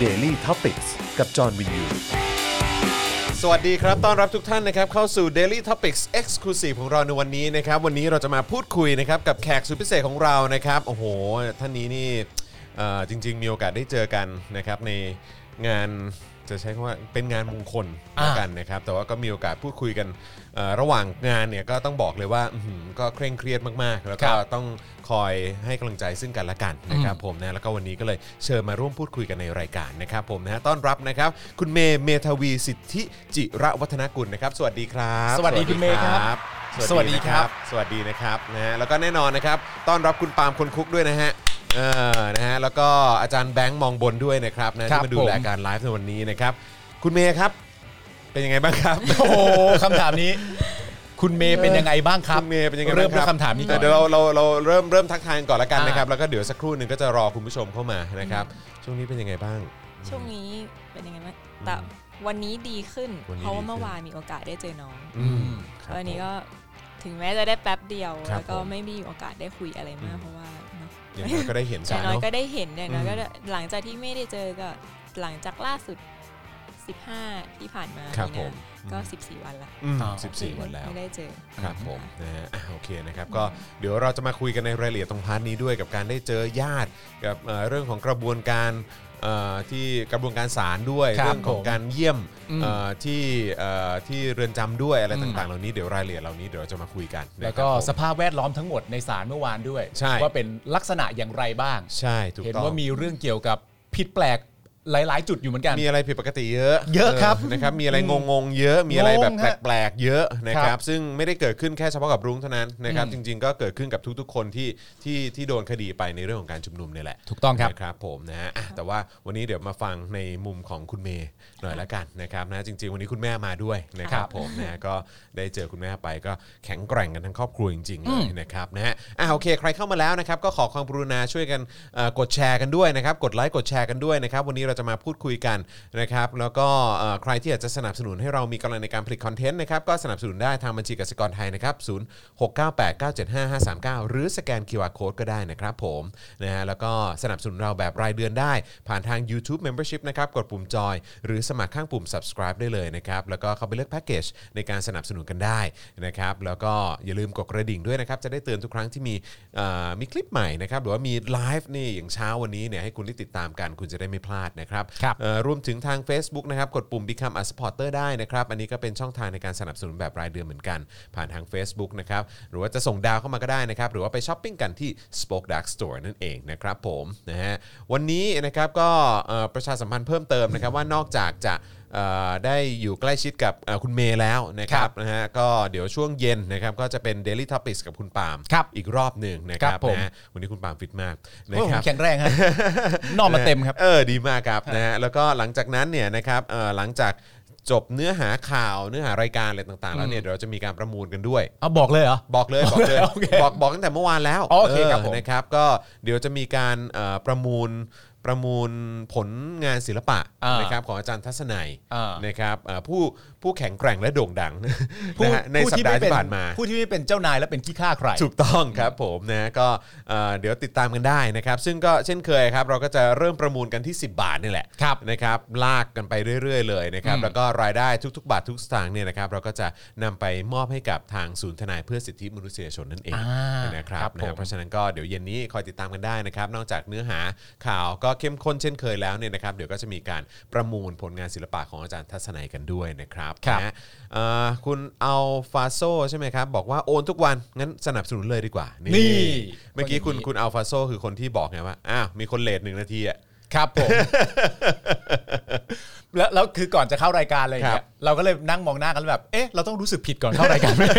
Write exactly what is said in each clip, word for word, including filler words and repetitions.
Daily Topics กับจอห์นวินยูสวัสดีครับต้อนรับทุกท่านนะครับเข้าสู่ Daily Topics Exclusive ของเราในวันนี้นะครับวันนี้เราจะมาพูดคุยนะครับกับแขกสุดพิเศษของเรานะครับโอ้โหท่านนี้นี่จริงๆมีโอกาสได้เจอกันนะครับในงานจะใช้คำว่าเป็นงานมงคลกันนะครับแต่ว่าก็มีโอกาสพูดคุยกันระหว่างงานเนี่ยก็ต้องบอกเลยว่าก็เคร่งเครียดมากๆแล้วก็ต้องคอยให้กำลังใจซึ่งกันและกันนะครับผมนะแล้วก็วันนี้ก็เลยเชิญมาร่วมพูดคุยกันในรายการนะครับผมนะต้อนรับนะครับคุณเมย์เมธาวีสิทธิจิระวัฒนกุลนะครับสวัสดีครับสวัสดีคุณเมย์ครับสวัสดีครับสวัสดีนะครับนะฮะแล้วก็แน่นอนนะครับต้อนรับคุณปาล์มคนคุกด้วยนะฮะเออนะฮะแล้วก็อาจารย์แบงค์มองบนด้วยนะครับนะที่มาดูแลการไลฟ์ในวันนี้นะครับคุณเมย์ครับเป็นยังไงบ้างครับโอ้โหคำถามนี้คุณเมย์เป็นยังไงบ้างครับคุณเมย์เป็นยังไงบ้างเริ่มด้วยคำถามนี้ก่อนเดี๋ยวเราเราเราเริ่มเริ่มทักทายก่อนละกันนะครับแล้วก็เดี๋ยวสักครู่นึงก็จะรอคุณผู้ชมเข้ามานะครับช่วงนี้เป็นยังไงบ้างช่วงนี้เป็นยังไงบ้างแต่วันนี้ดีขึ้นเพราะว่าเมื่อวานมีโอกาสได้เจอน้องวันนี้ก็ถึงแม้จะได้แป๊บเดียวแล้วก็ไม่มีโอกาสได้คุยอะไรมากเพราะว่าอย่างน้อยก็ได้เห็นอย่างน้อยก็ได้เห็นอย่างน้อยก็หลังจากที่ไม่ได้เจอก็หลังจากล่าสุดสิบห้าที่ผ่านมาเนี่ยก็สิบสี่วันละสิบสี่วันแล้วไม่ได้เจอครับผมนะฮะโอเคนะครับก็เดี๋ยวเราจะมาคุยกันในรายละเอียดตรงพาร์ทนี้ด้วยกับการได้เจอญาติกับเรื่องของกระบวนการที่กระบวนการศาลด้วยเรื่องของการเยี่ยมที่ที่เรือนจำด้วยอะไรต่างๆเหล่านี้เดี๋ยวรายละเอียดเหล่านี้เดี๋ยวเราจะมาคุยกันแล้วก็สภาพแวดล้อมทั้งหมดในศาลเมื่อวานด้วยว่าเป็นลักษณะอย่างไรบ้างใช่ถูกต้องเห็นว่ามีเรื่องเกี่ยวกับผิดแปลกหลายๆจุดอยู่เหมือนกันมีอะไรผิดปกติเยอะเยอะครับนะครับมีอะไรงงๆเยอะมีอะไรแบบแปลกๆเยอะนะครับซึ่งไม่ได้เกิดขึ้นแค่เฉพาะกับรุ้งเท่านั้นนะครับจริงๆก็เกิดขึ้นกับทุกๆคนที่ที่ที่โดนคดีไปในเรื่องของการชุมนุมนี่แหละถูกต้องครับนะครับผมนะฮะแต่ว่าวันนี้เดี๋ยวมาฟังในมุมของคุณเมย์หน่อยละกันนะครับนะจริงๆวันนี้คุณแม่มาด้วยนะครับผมนะก็ได้เจอคุณแม่ไปก็แข็งแกร่งกันทั้งครอบครัวจริงๆเลยนะครับนะฮะอ่ะโอเคใครเข้ามาแล้วนะครับก็ขอความกรุณาช่วยกันกดแชร์กันด้วยนะครับกดไลค์กดแชร์กันด้วยนะครับวันนี้เราจะมาพูดคุยกันนะครับแล้วก็ใครที่อยากจะสนับสนุนให้เรามีกำลังในการผลิตคอนเทนต์นะครับก็สนับสนุนได้ทางบัญชีกสิกรไทยนะครับศูนย์ หก เก้า แปด เก้า เจ็ด ห้า ห้า สาม เก้าหรือสแกน คิว อาร์ Code ก็ได้นะครับผมนะฮะแล้วก็สนับสนุนเราแบบรายเดือนได้ผ่านทาง YouTube Membership นะครับกดปุ่มจอยหรือสมัครข้างปุ่ม Subscribe ได้เลยนะครับแล้วก็เข้าไปเลือกแพ็คเกจในการสนับสนุนกันได้นะครับแล้วก็อย่าลืมกดกระดิ่งด้วยนะครับจะได้เตือนทุกครั้งที่มีมีคลิปใหม่นะครับหรือว่ามีไลฟ์นี่อย่างเช้าวันนี้เนี่ยให้คุณได้ติดตามกันคุณจะได้ไม่พลาดนะครับรวมถึงทาง Facebook นะครับกดปุ่ม Become a Supporter ได้นะครับอันนี้ก็เป็นช่องทางในการสนับสนุนแบบรายเดือนเหมือนกันผ่านทาง Facebook นะครับหรือว่าจะส่งดาวเข้ามาก็ได้นะครับหรือว่าไปช้อปปิ้งกันที่ Spoke Dark Store นั่นเองนะครับผมนะฮะวันนี้นะครับก็ประชาสัมพันธ์เพิ่มเติมนะครับว่านอกจากจะได้อยู่ใกล้ชิดกับคุณเมย์แล้วนะครับนะฮะก็เดี๋ยวช่วงเย็นนะครับก็จะเป็น Daily Topics กับคุณปาล์มอีกรอบหนึ่งนะครับนะวันนี้คุณปาล์มฟิตมากนะครับแข็งแรงครับนอนมาเต็มครับเออดีมากครับนะฮะแล้วก็หลังจากนั้นเนี่ยนะครับหลังจากจบเนื้อหาข่าวเนื้อหารายการอะไรต่างๆแล้วเนี่ยเดี๋ยวเราจะมีการประมูลกันด้วยเอาบอกเลยเหรอบอกเลยบอกเลยบอกบอกตั้งแต่เมื่อวานแล้วโอเคครับผมนะครับก็เดี๋ยวจะมีการประมูลประมูลผลงานศิลปะนะครับของอาจารย์ทัศนัยนะครับผู้ผู้แข็งแกร่งและโด่งดังนะฮะในสัปดาห์ที่ผ่านมาผู้ที่ไม่เป็นเจ้านายและเป็นขี้ข้าใครถูกต้องครับผมนะก็เดี๋ยวติดตามกันได้นะครับซึ่งก็เช่นเคยครับเราก็จะเริ่มประมูลกันที่สิบบาทนี่แหละนะครับลากกันไปเรื่อยๆเลยนะครับแล้วก็รายได้ทุกๆบาททุกสตางค์เนี่ยนะครับเราก็จะนำไปมอบให้กับทางศูนย์ทนายเพื่อสิทธิมนุษยชนนั่นเองนะครับนะเพราะฉะนั้นก็เดี๋ยวเย็นนี้คอยติดตามกันได้นะครับนอกจากเนื้อหาข่าวก็เข้มข้นเช่นเคยแล้วเนี่ยนะครับเดี๋ยวก็จะมีการประมูลผลงานศิลปะของอาจารย์ทัศนัยกันด้วยนะครับนะคุณอัลฟาโซใช่ไหมครับบอกว่าโอนทุกวันงั้นสนับสนุนเลยดีกว่านี่เมื่อกี้คุณคุณอัลฟาโซคือคนที่บอกไงว่าอ้าวมีคนเลทหนึ่งนาทีอ่ะครับผมแล้วแล้วคือก่อนจะเข้ารายการเลยเนี่ยเราก็เลยนั่งมองหน้ากันแบบเอ๊ะเราต้องรู้สึกผิดก่อนเข้ารายการไหม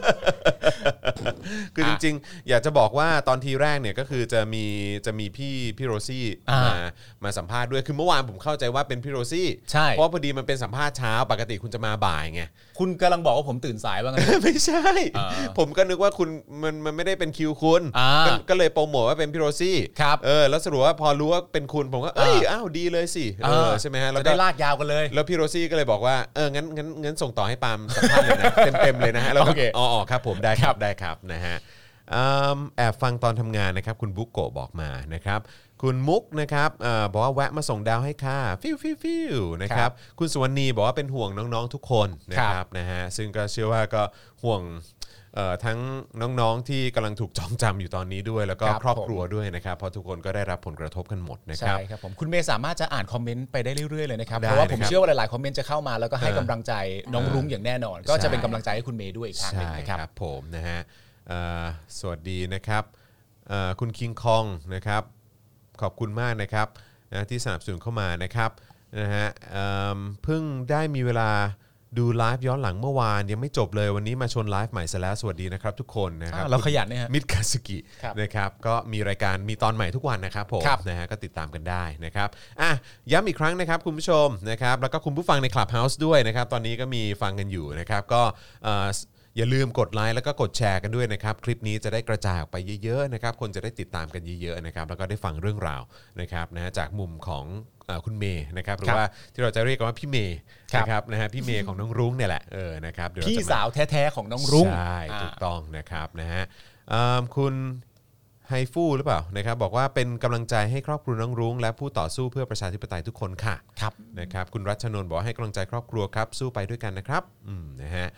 คือจริงๆอยากจะบอกว่าตอนทีแรกเนี่ยก็คือจะมีจะมีพี่พี่โรซี่มามาสัมภาษณ์ด้วยคือเมื่อวานผมเข้าใจว่าเป็นพี่โรซี่เพราะพอดีมันเป็นสัมภาษณ์เช้าปกติคุณจะมาบ่ายไงคุณกำลังบอกว่าผมตื่นสายว่างั้นไม่ใช่ผมก็นึกว่าคุณมันมันไม่ได้เป็นคิวคุณก็เลยโปรโมทว่าเป็นพี่โรซี่เออแล้วสรุปว่าพอรู้ว่าเป็นคุณผมก็เอ้ยอ้าวดีเลยสิเออใช่ไหมฮะแล้วได้ลากยาวกันเลยแล้วพี่โรซี่ก็เลยบอกว่าเอองั้นงั้นงั้นส่งต่อให้ปาล์มสัมภาษณ์เลยนะเต็มๆเลยนะฮะแล้วก็อ๋อครับผมได้ครับได้ครับนะฮะแอบฟังตอนทำงานนะครับคุณบุ๊กโกะบอกมานะครับคุณมุกนะครับเอ่อบอกว่าแวะมาส่งดาวให้ค่ะฟิวฟิวฟิวนะครับคุณสุวรรณีบอกว่าเป็นห่วงน้องๆทุกคนนะครับนะฮะซึ่งก็เชื่อว่าก็ห่วงทั้งน้องๆที่กำลังถูกจองจำอยู่ตอนนี้ด้วยแล้วก็ครอบครัวด้วยนะครับเพราะทุกคนก็ได้รับผลกระทบกันหมดนะครับใช่ครับผมคุณเมย์สามารถจะอ่านคอมเมนต์ไปได้เรื่อยๆเลยนะครับเพราะว่าผมเชื่อว่าหลายๆคอมเมนต์จะเข้ามาแล้วก็ให้กำลังใจน้องรุ้งอย่างแน่นอนก็จะเป็นกำลังใจให้คุณเมย์ด้วยอีกครั้งนึงนะครับผมนะฮะสวัสดีนะครับคุณคิงคองนะครับขอบคุณมากนะครับที่สนับสนุนเข้ามานะครับนะฮะเพิ่งได้มีเวลาดูไลฟ์ย้อนหลังเมื่อวานยังไม่จบเลยวันนี้มาชนไลฟ์ใหม่ซะแล้วสวัสดีนะครับทุกคนนะครับเราขยันเนี่ยมิดคาสึกินะครับก็มีรายการมีตอนใหม่ทุกวันนะครับผมนะฮะก็ติดตามกันได้นะครับอ่ะย้ำอีกครั้งนะครับคุณผู้ชมนะครับแล้วก็คุณผู้ฟังใน Clubhouse ด้วยนะครับตอนนี้ก็มีฟังกันอยู่นะครับก็อย่าลืมกดไลค์แล้วก็กดแชร์กันด้วยนะครับคลิปนี้จะได้กระจายออกไปเยอะๆนะครับคนจะได้ติดตามกันเยอะๆนะครับแล้วก็ได้ฟังเรื่องราวนะครับนะจากมุมของคุณเมย์นะครับหรือว่าที่เราจะเรียกกันว่าพี่เมย์นะครับนะฮะพี่เมย์ของน้องรุ้งเนี่ยแหละเออนะครับพี่สาวแท้ๆของน้องรุ้งใช่ถูกต้องนะครับนะฮะคุณไฮฟูหรือเปล่านะครับบอกว่าเป็นกำลังใจให้ครอบครัวน้องรุ้งและผู้ต่อสู้เพื่อประชาธิปไตยทุกคนค่ะครับนะครับคุณรัชนนท์บอกให้กำลังใจครอบครัวครับสู้ไปด้วยกันนะครับอืมนะฮะ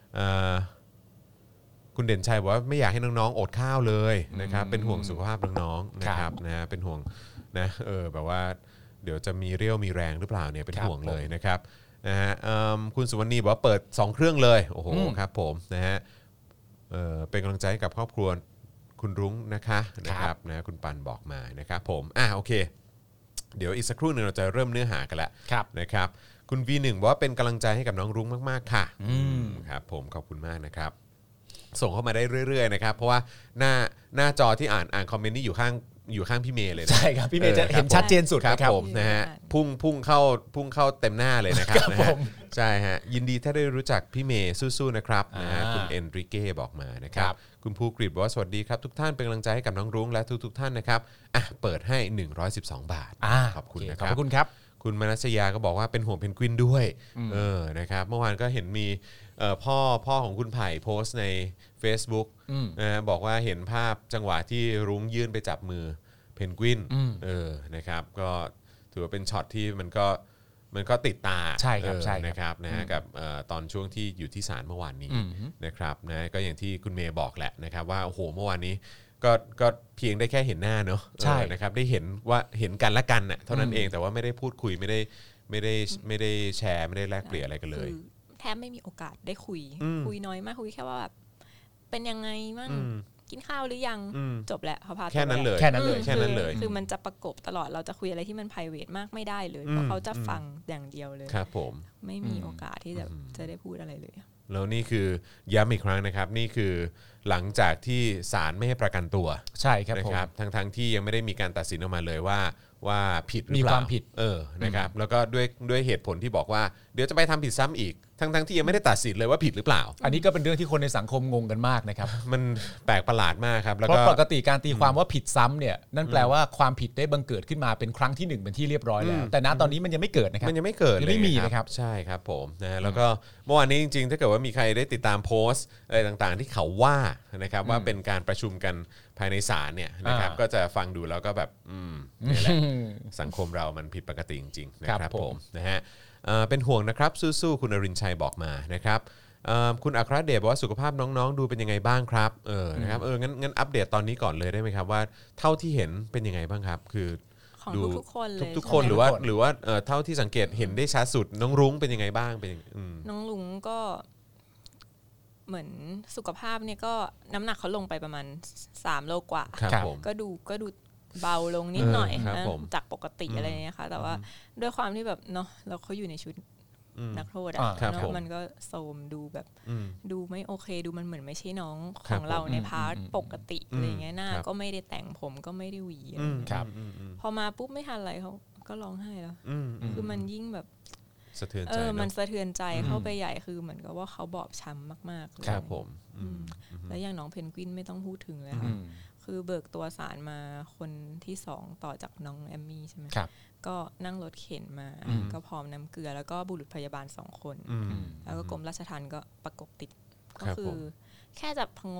คุณเด่นชัยบอกว่าไม่อยากให้น้องๆอดข้าวเลยนะครับเป็นห่วงสุขภาพน้องๆนะครับนะฮะเป็นห่วงนะเออแบบว่าเดี๋ยวจะมีเรี่ยวมีแรงหรือเปล่าเนี่ยเป็นห่วงเลยนะครับนะฮะคุณสุวรรณีบอกว่าเปิดสองเครื่องเลยโอ้โหครับผมนะฮะเออเป็นกำลังใจให้กับครอบครัวคุณรุ้งนะคะนะครับนะคุณปันบอกมานะครับผมอ่ะโอเคเดี๋ยวอีกสักครู่นึงเราจะเริ่มเนื้อหากันแล้วนะครับคุณ วี หนึ่ง บอกว่าเป็นกำลังใจให้กับน้องรุ้งมากๆค่ะครับผมขอบคุณมากนะครับส่งเข้ามาได้เรื่อยๆนะครับเพราะว่าหน้าหน้าจอที่อ่านอ่านคอมเมนต์นี่อยู่ข้างอยู่ข้างพี่เมย์เลยใช่ครับพี่เมย์จะเห็นชัดเจนสุดครับผมนะฮะพุ่งพุ่งเข้าพุ่งเข้าเต็มหน้าเลยนะครับนะฮะใช่ฮะยินดีถ้าได้รู้จักพี่เมย์สู้ๆนะครับนะฮะคุณเอนริเก้บอกมานะครับคุณภูกฤษบอกว่าสวัสดีครับทุกท่านเป็นกำลังใจให้กับน้องรุ้งและทุกๆท่านนะครับอ่ะเปิดให้หนึ่งร้อยสิบสองบาทขอบคุณนะครับขอบคุณครับคุณมนัสยาก็บอกว่าเป็นห่วงเพนกวินด้วยเออนะครับเมื่อวานก็เห็นมีพ่อพ่อของคุณไผ่โพสต์ใน Facebook นะบอกว่าเห็นภาพจังหวะที่รุ้งยื่นไปจับมือเพนกวินเออนะครับก็ถือว่าเป็นช็อตที่มันก็มันก็ติดตาใช่ครับใช่นะครับนะฮะกับตอนช่วงที่อยู่ที่ศาลเมื่อวานนี้นะครับนะก็อย่างที่คุณเมย์บอกแหละนะครับว่าโอ้โหเมื่อวานนี้ก็ก็เพียงได้แค่เห็นหน้าเนอะใช่นะครับได้เห็นว่าเห็นกันละกันน่ะเท่านั้นเองแต่ว่าไม่ได้พูดคุยไม่ได้ไม่ได้ไม่ได้แชร์ไม่ได้แลกเปลี่ยนอะไรกันเลยแทบไม่มีโอกาสได้คุยคุยน้อยมากคุยแค่ว่าแบบเป็นยังไงมั่งกินข้าวหรือยังจบแล้วเขาพาแค่นั้นเลยแค่นั้นเลยแค่นั้นเลยคือมันจะประกบตลอดเราจะคุยอะไรที่มัน private มากไม่ได้เลยเพราะเขาจะฟังอย่างเดียวเลยครับผมไม่มีโอกาสที่จะจะได้พูดอะไรเลยแล้วนี่คือย้ำอีกครั้งนะครับนี่คือหลังจากที่ศาลไม่ให้ประกันตัวใช่ครับนะครับทั้งทั้งที่ยังไม่ได้มีการตัดสินออกมาเลยว่าว่าผิดหรือเปล่ามีความผิดเออนะครับแล้วก็ด้วยด้วยเหตุผลที่บอกว่าเดี๋ยวจะไปทำผิดซ้ำอีกทั้งทั้งที่ยังไม่ได้ตัดสินเลยว่าผิดหรือเปล่าอันนี้ก็เป็นเรื่องที่คนในสังคมงงกันมากนะครับมันแปลกประหลาดมากครับแล้วก็ปกติการตีความว่าผิดซ้ำเนี่ยนั่นแปลว่าความผิดได้บังเกิดขึ้นมาเป็นครั้งที่หนึ่งเป็นที่เรียบร้อยแล้วแต่ณตอนนี้มันยังไม่เกิดนะครับมันยังไม่เกิดยังไม่มีนะครับใช่ครับผมนะแล้วก็เมื่อวานนี้จริงๆถ้าเกิดว่ามีใครได้ติดตามโพสต์อะไรต่างๆที่เขาว่านะครับว่าเป็นการประชุมกันภายในศาลเนี่ยนะครับก็จะฟังดูแล้วก็แบบอืมนี่แหละสังคมเรามันผิดปกติจริงๆนะครับผมนะฮะเป็นห่วงนะครับสู้ๆคุณอรินทร์ชัยบอกมานะครับคุณอัครเดชบอกว่าสุขภาพน้องๆดูเป็นยังไงบ้างครับเออนะครับเอองั้นงั้นอัปเดตตอนนี้ก่อนเลยได้ไหมครับว่าเท่าที่เห็นเป็นยังไงบ้างครับคือของทุกคนเลยทุกคนหรือว่าหรือว่าเท่าที่สังเกตเห็นได้ชัดสุดน้องรุ้งเป็นยังไงบ้างเป็นน้องรุ้งก็เหมือนสุขภาพเนี่ยก็น้ำหนักเขาลงไปประมาณสามโลกว่าก็ดูก็ดูเบาลงนิดหน่อยนะจากปกติอะไรเงี้ยค่ะแต่ว่าด้วยความที่แบบเนาะเราเขาอยู่ในชุดนักโทษอ่ะเนาะมันก็โทรมดูแบบดูไม่โอเคดูมันเหมือนไม่ใช่น้องของเราในพาร์ทปกติอะไรเงี้ยหน้าก็ไม่ได้แต่งผมก็ไม่ได้หวีพอมาปุ๊บไม่ทันอะไรเขาก็ร้องไห้แล้วคือมันยิ่งแบบสะเทือนใจเออมันสะเทือนใจเข้าไปใหญ่คือเหมือนกับว่าเขาบอบช้ำมากๆเลยครับผมแล้วอย่างน้องเพนกวินไม่ต้องพูดถึงเลยค่ะคือเบิกตัวสารมาคนที่สองต่อจากน้องแอมมี่ใช่ไหมก็นั่งรถเข็นมาก็พร้อมน้ำเกลือแล้วก็บุรุษพยาบาลสองคนแล้วก็กรมราชทัณฑ์ก็ประกบติดก็คือแค่จับพงก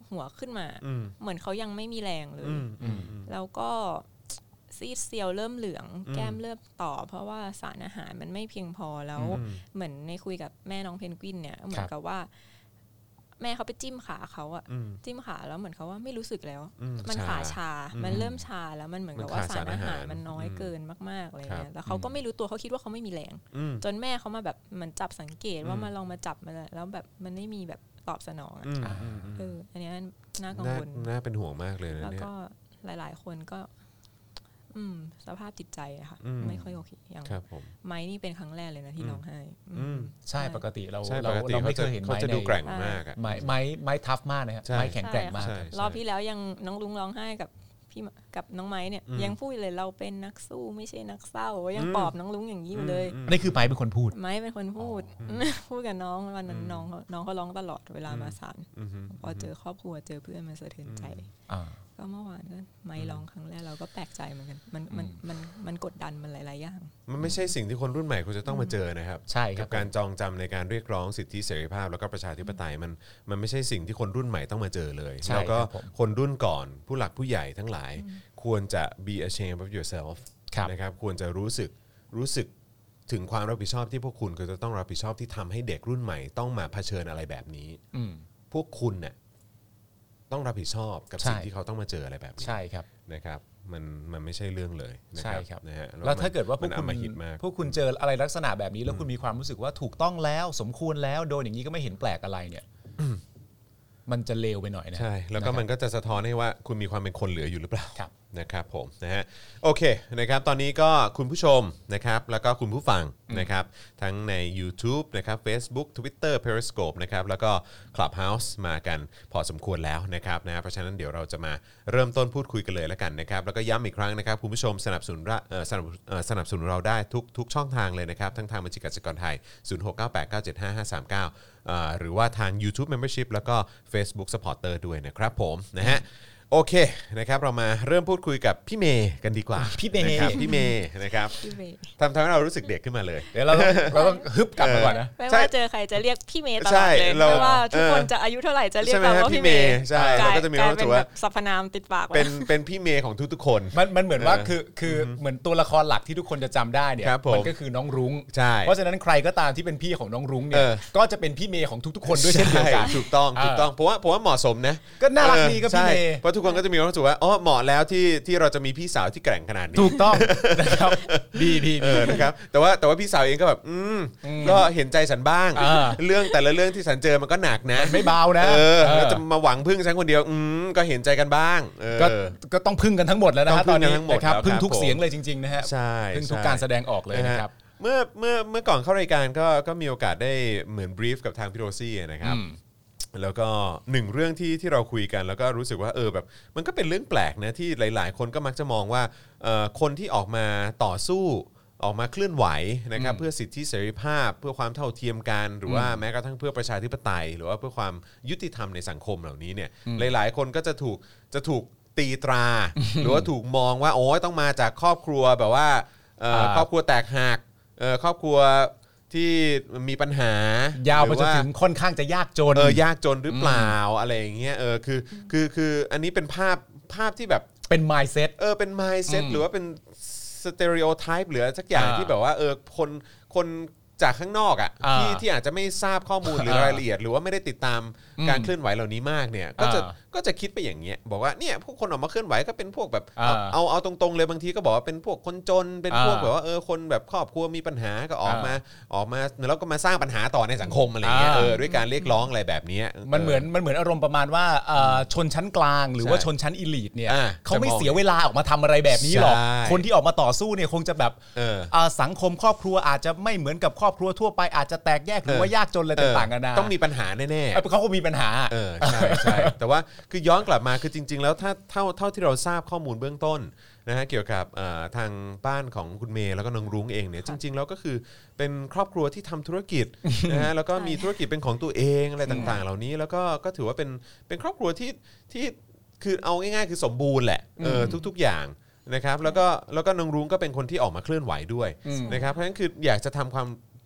หัวขึ้นมาเหมือนเขายังไม่มีแรงเลยแล้วก็ซีดเซียวเริ่มเหลืองแก้มเริ่มต่อเพราะว่าสารอาหารมันไม่เพียงพอแล้วเหมือนในคุยกับแม่น้องเพนกวินเนี่ยเหมือนกับว่าแม่เขาไปจิ้มขาเขาอะจิ้มขาแล้วเหมือนเขาว่าไม่รู้สึกแล้วมันขาชามันเริ่มชาแล้วมันเหมือนกับว่าสารอาหารมันน้อยเกินมากๆอะไรเงี้ยแล้วเขาก็ไม่รู้ตัวเขาคิดว่าเขาไม่มีแรงจนแม่เขามาแบบเหมือนจับสังเกตว่ามาลองมาจับมันแล้วแบบมันไม่มีแบบตอบสนองอะเอออันนี้น่ากังวลน่าเป็นห่วงมากเลยนะเนี่ยแล้วก็หลายๆคนก็อืมสภาพจิตใจอะค่ะไม่ค่อยโอเคอย่างไม้นี่เป็นครั้งแรกเลยนะที่ร้องไห้ใช่ปกติเราเราเราไม่เคยเห็นไม้ในดูแกร่งมากไม้ไม้ไม้ทัฟมากนะครับไม้แข็งแกร่งมากรอบที่แล้วยังน้องลุงร้องไห้กับพี่กับน้องไม้เนี่ยยังพูดเลยเราเป็นนักสู้ไม่ใช่นักเศร้ายังปลอบน้องลุงอย่างนี้อยู่เลยนี่คือไม้เป็นคนพูดไม้เป็นคนพูดพูดกับน้องวันนั้นน้องน้องเขาร้องตลอดเวลามาศาลพอเจอครอบครัวเจอเพื่อนมันสะเทือนใจก็เมื่อวานก็ไม่ร้องครั้งแรกเราก็แปลกใจเหมือนกันมันมันมันมันกดดันมันหลายๆอย่างมันไม่ใช่สิ่งที่คนรุ่นใหม่ควรจะต้องมาเจอนะครับใช่กับการจองจำในการเรียกร้องสิทธิเสรีภาพแล้วก็ประชาธิปไตยมันมันไม่ใช่สิ่งที่คนรุ่นใหม่ต้องมาเจอเลยแล้วก็คนรุ่นก่อนผู้หลักผู้ใหญ่ทั้งหลายควรจะ be ashamed of yourself นะครับควรจะรู้สึกรู้สึกถึงความรับผิดชอบที่พวกคุณก็จะต้องรับผิดชอบที่ทำให้เด็กรุ่นใหม่ต้องมาเผชิญอะไรแบบนี้พวกคุณเนี่ยต้องรับผิดชอบกับสิ่งที่เขาต้องมาเจออะไรแบบนี้ใช่ครับนะครับมันมันไม่ใช่เรื่องเลยใช่ครับนะฮะแล้วถ้าเกิดว่าพวกคุณพวกคุณเจออะไรลักษณะแบบนี้แล้วคุณมีความรู้สึกว่าถูกต้องแล้วสมควรแล้วโดนอย่างนี้ก็ไม่เห็นแปลกอะไรเนี่ยมันจะเลวไปหน่อยนะใช่แล้วก็มันก็จะสะท้อนให้ว่าคุณมีความเป็นคนเหลืออยู่หรือเปล่านะครับผมนะฮะโอเคนะครับตอนนี้ก็คุณผู้ชมนะครับแล้วก็คุณผู้ฟังนะครับทั้งใน YouTube นะครับ Facebook Twitter Periscope นะครับแล้วก็ Clubhouse มากันพอสมควรแล้วนะครับนะเพราะฉะนั้นเดี๋ยวเราจะมาเริ่มต้นพูดคุยกันเลยแล้วกันนะครับแล้วก็ย้ำอีกครั้งนะครับคุณผู้ชมสนับสนุนสนับสนับสนุนเราได้ทุกทุกช่องทางเลยนะครับทั้งทางบัญชีกสิกรไทยศูนย์ หก เก้า แปด เก้า เจ็ด ห้า ห้า สาม เก้าหรือว่าทาง YouTube Membership แล้วก็ Facebook Supporter ด้วยนะครับผมนะฮะโอเคนะครับเรามาเริ่มพูดคุยกับพี่เมย์กันดีกว่าพี่เมย์นะครับพี่เมย์นะครับทำทำให้เรารู้สึกเด็กขึ้นมาเลยเดี๋ยวเราเราต้องฮึบกลับมาก่อนนะไม่ว่าเจอใครจะเรียกพี่เมย์ตลอดเลยไม่ว่าทุกคนจะอายุเท่าไหร่จะเรียกเราว่าพี่เมย์ใช่แล้วก็จะมีความรู้สึกว่าสรรพนามติดปากเป็นเป็นพี่เมย์ของทุกๆคนมันมันเหมือนว่าคือคือเหมือนตัวละครหลักที่ทุกคนจะจำได้เนี่ยมันก็คือน้องรุ้งเพราะฉะนั้นใครก็ตามที่เป็นพี่ของน้องรุ้งเนี่ยก็จะเป็นพี่เมย์ของทุกๆคนด้วยเช่นเดียวกันถูกต้องถูกต้องเพราะว่าเพราะว่าเหมาะสมนะก็น่ารักดีก็พี่เมย์เพราะทุกคนก็จะมีความรู้สึกว่าอ๋อเหมาะแล้วที่ที่เราจะมีพี่สาวที่แกร่งขนาดนี้ถูกต้องนะครับดีดีเออนะครับแต่ว่าแต่ว่าพี่สาวเองก็แบบอืมก็เห็นใจฉันบ้างเรื่องแต่ละเรื่องที่ฉันเจอมันก็หนักนะไม่เบานะเออแล้วจะมาหวังพึ่งฉันคนเดียวอืมก็เห็นใจกันบ้างก็ก็ต้องพึ่งกันทั้งหมดแล้วนะฮะตอนนี้นะครับพึ่งทุกเสียงเลยจริงๆนะฮะใช่พึ่งทุกการแสดงออกเลยนะครับเมื่อเมื่อเมื่อก่อนเข้ารายการก็ก็มีโอกาสได้เหมือนบรีฟกับทางพี่โรซี่นะครับแล้วก็หนึ่งเรื่องที่ที่เราคุยกันแล้วก็รู้สึกว่าเออแบบมันก็เป็นเรื่องแปลกนะที่หลายๆคนก็มักจะมองว่าเอ่อคนที่ออกมาต่อสู้ออกมาเคลื่อนไหวนะครับเพื่อสิทธิเสรีภาพเพื่อความเท่าเทียมกันหรือว่าแม้กระทั่งเพื่อประชาธิปไตยหรือว่าเพื่อความยุติธรรมในสังคมเหล่านี้เนี่ยหลายๆคนก็จะถูกจะถูกตีตราหรือว่าถูกมองว่าโอ้ยต้องมาจากครอบครัวแบบว่าครอบครัวแตกหักครอบครัวที่มีปัญหายาวไปจนถึงค่อนข้างจะยากจนเออยากจนหรือเปล่าอะไรอย่างเงี้ยเออคือคือคืออันนี้เป็นภาพภาพที่แบบเป็น mindset เออเป็น mindset หรือว่าเป็น stereotype หรือสักอย่างที่แบบว่าเออคนคนจากข้างนอกอ่ะที่ที่อาจจะไม่ทราบข้อมูลหรือรายละเอียดหรือว่าไม่ได้ติดตามการเคลื่อนไหวเหล่านี้มากเนี่ยก็จะก็จะคิดไปอย่างเงี้ยบอกว่าเนี่ยพวกคนออกมาเคลื่อนไหวก็เป็นพวกแบบเอาเอาตรงๆเลยบางทีก็บอกว่าเป็นพวกคนจนเป็นพวกแบบว่าเออคนแบบครอบครัวมีปัญหาก็ออกมาออกมาแล้วก็มาสร้างปัญหาต่อในสังคมอะไรเงี้ยเออด้วยการเรียกร้องอะไรแบบนี้มันเหมือนมันเหมือนอารมณ์ประมาณว่าชนชั้นกลางหรือว่าชนชั้นอีลีทเนี่ยเขาไม่เสียเวลาออกมาทำอะไรแบบนี้หรอกคนที่ออกมาต่อสู้เนี่ยคงจะแบบสังคมครอบครัวอาจจะไม่เหมือนกับครอบครัวทั่วไปอาจจะแตกแยกหรือว่ายากจนอะไรต่างๆกันาต้องมีปัญหาแน่ๆเขาก็มีปัญหาเออใช่ใช่แต่ว่าคือย้อนกลับมาคือจริงๆแล้วถ้าเท่าเท่าที่เราทราบข้อมูลเบื้องต้นนะฮะเกี่ยวกับทางบ้านของคุณเมย์แล้วก็น้องรุ้งเองเนี่ยจริงๆแล้วก็คือเป็นครอบครัวที่ทำธุรกิจนะฮะแล้วก็มีธุรกิจเป็นของตัวเองอะไรต่างๆเหล่านี้แล้วก็ก็ถือว่าเป็นเป็นครอบครัวที่ที่คือเอาง่ายๆคือสมบูรณ์แหละเออทุกๆอย่างนะครับแล้วก็แล้วก็น้องรุ้งก็เป็นคนที่ออกมาเคลื่อนไหวด้วยนะครับเพราะฉะนั้นคืออยากจะทำความ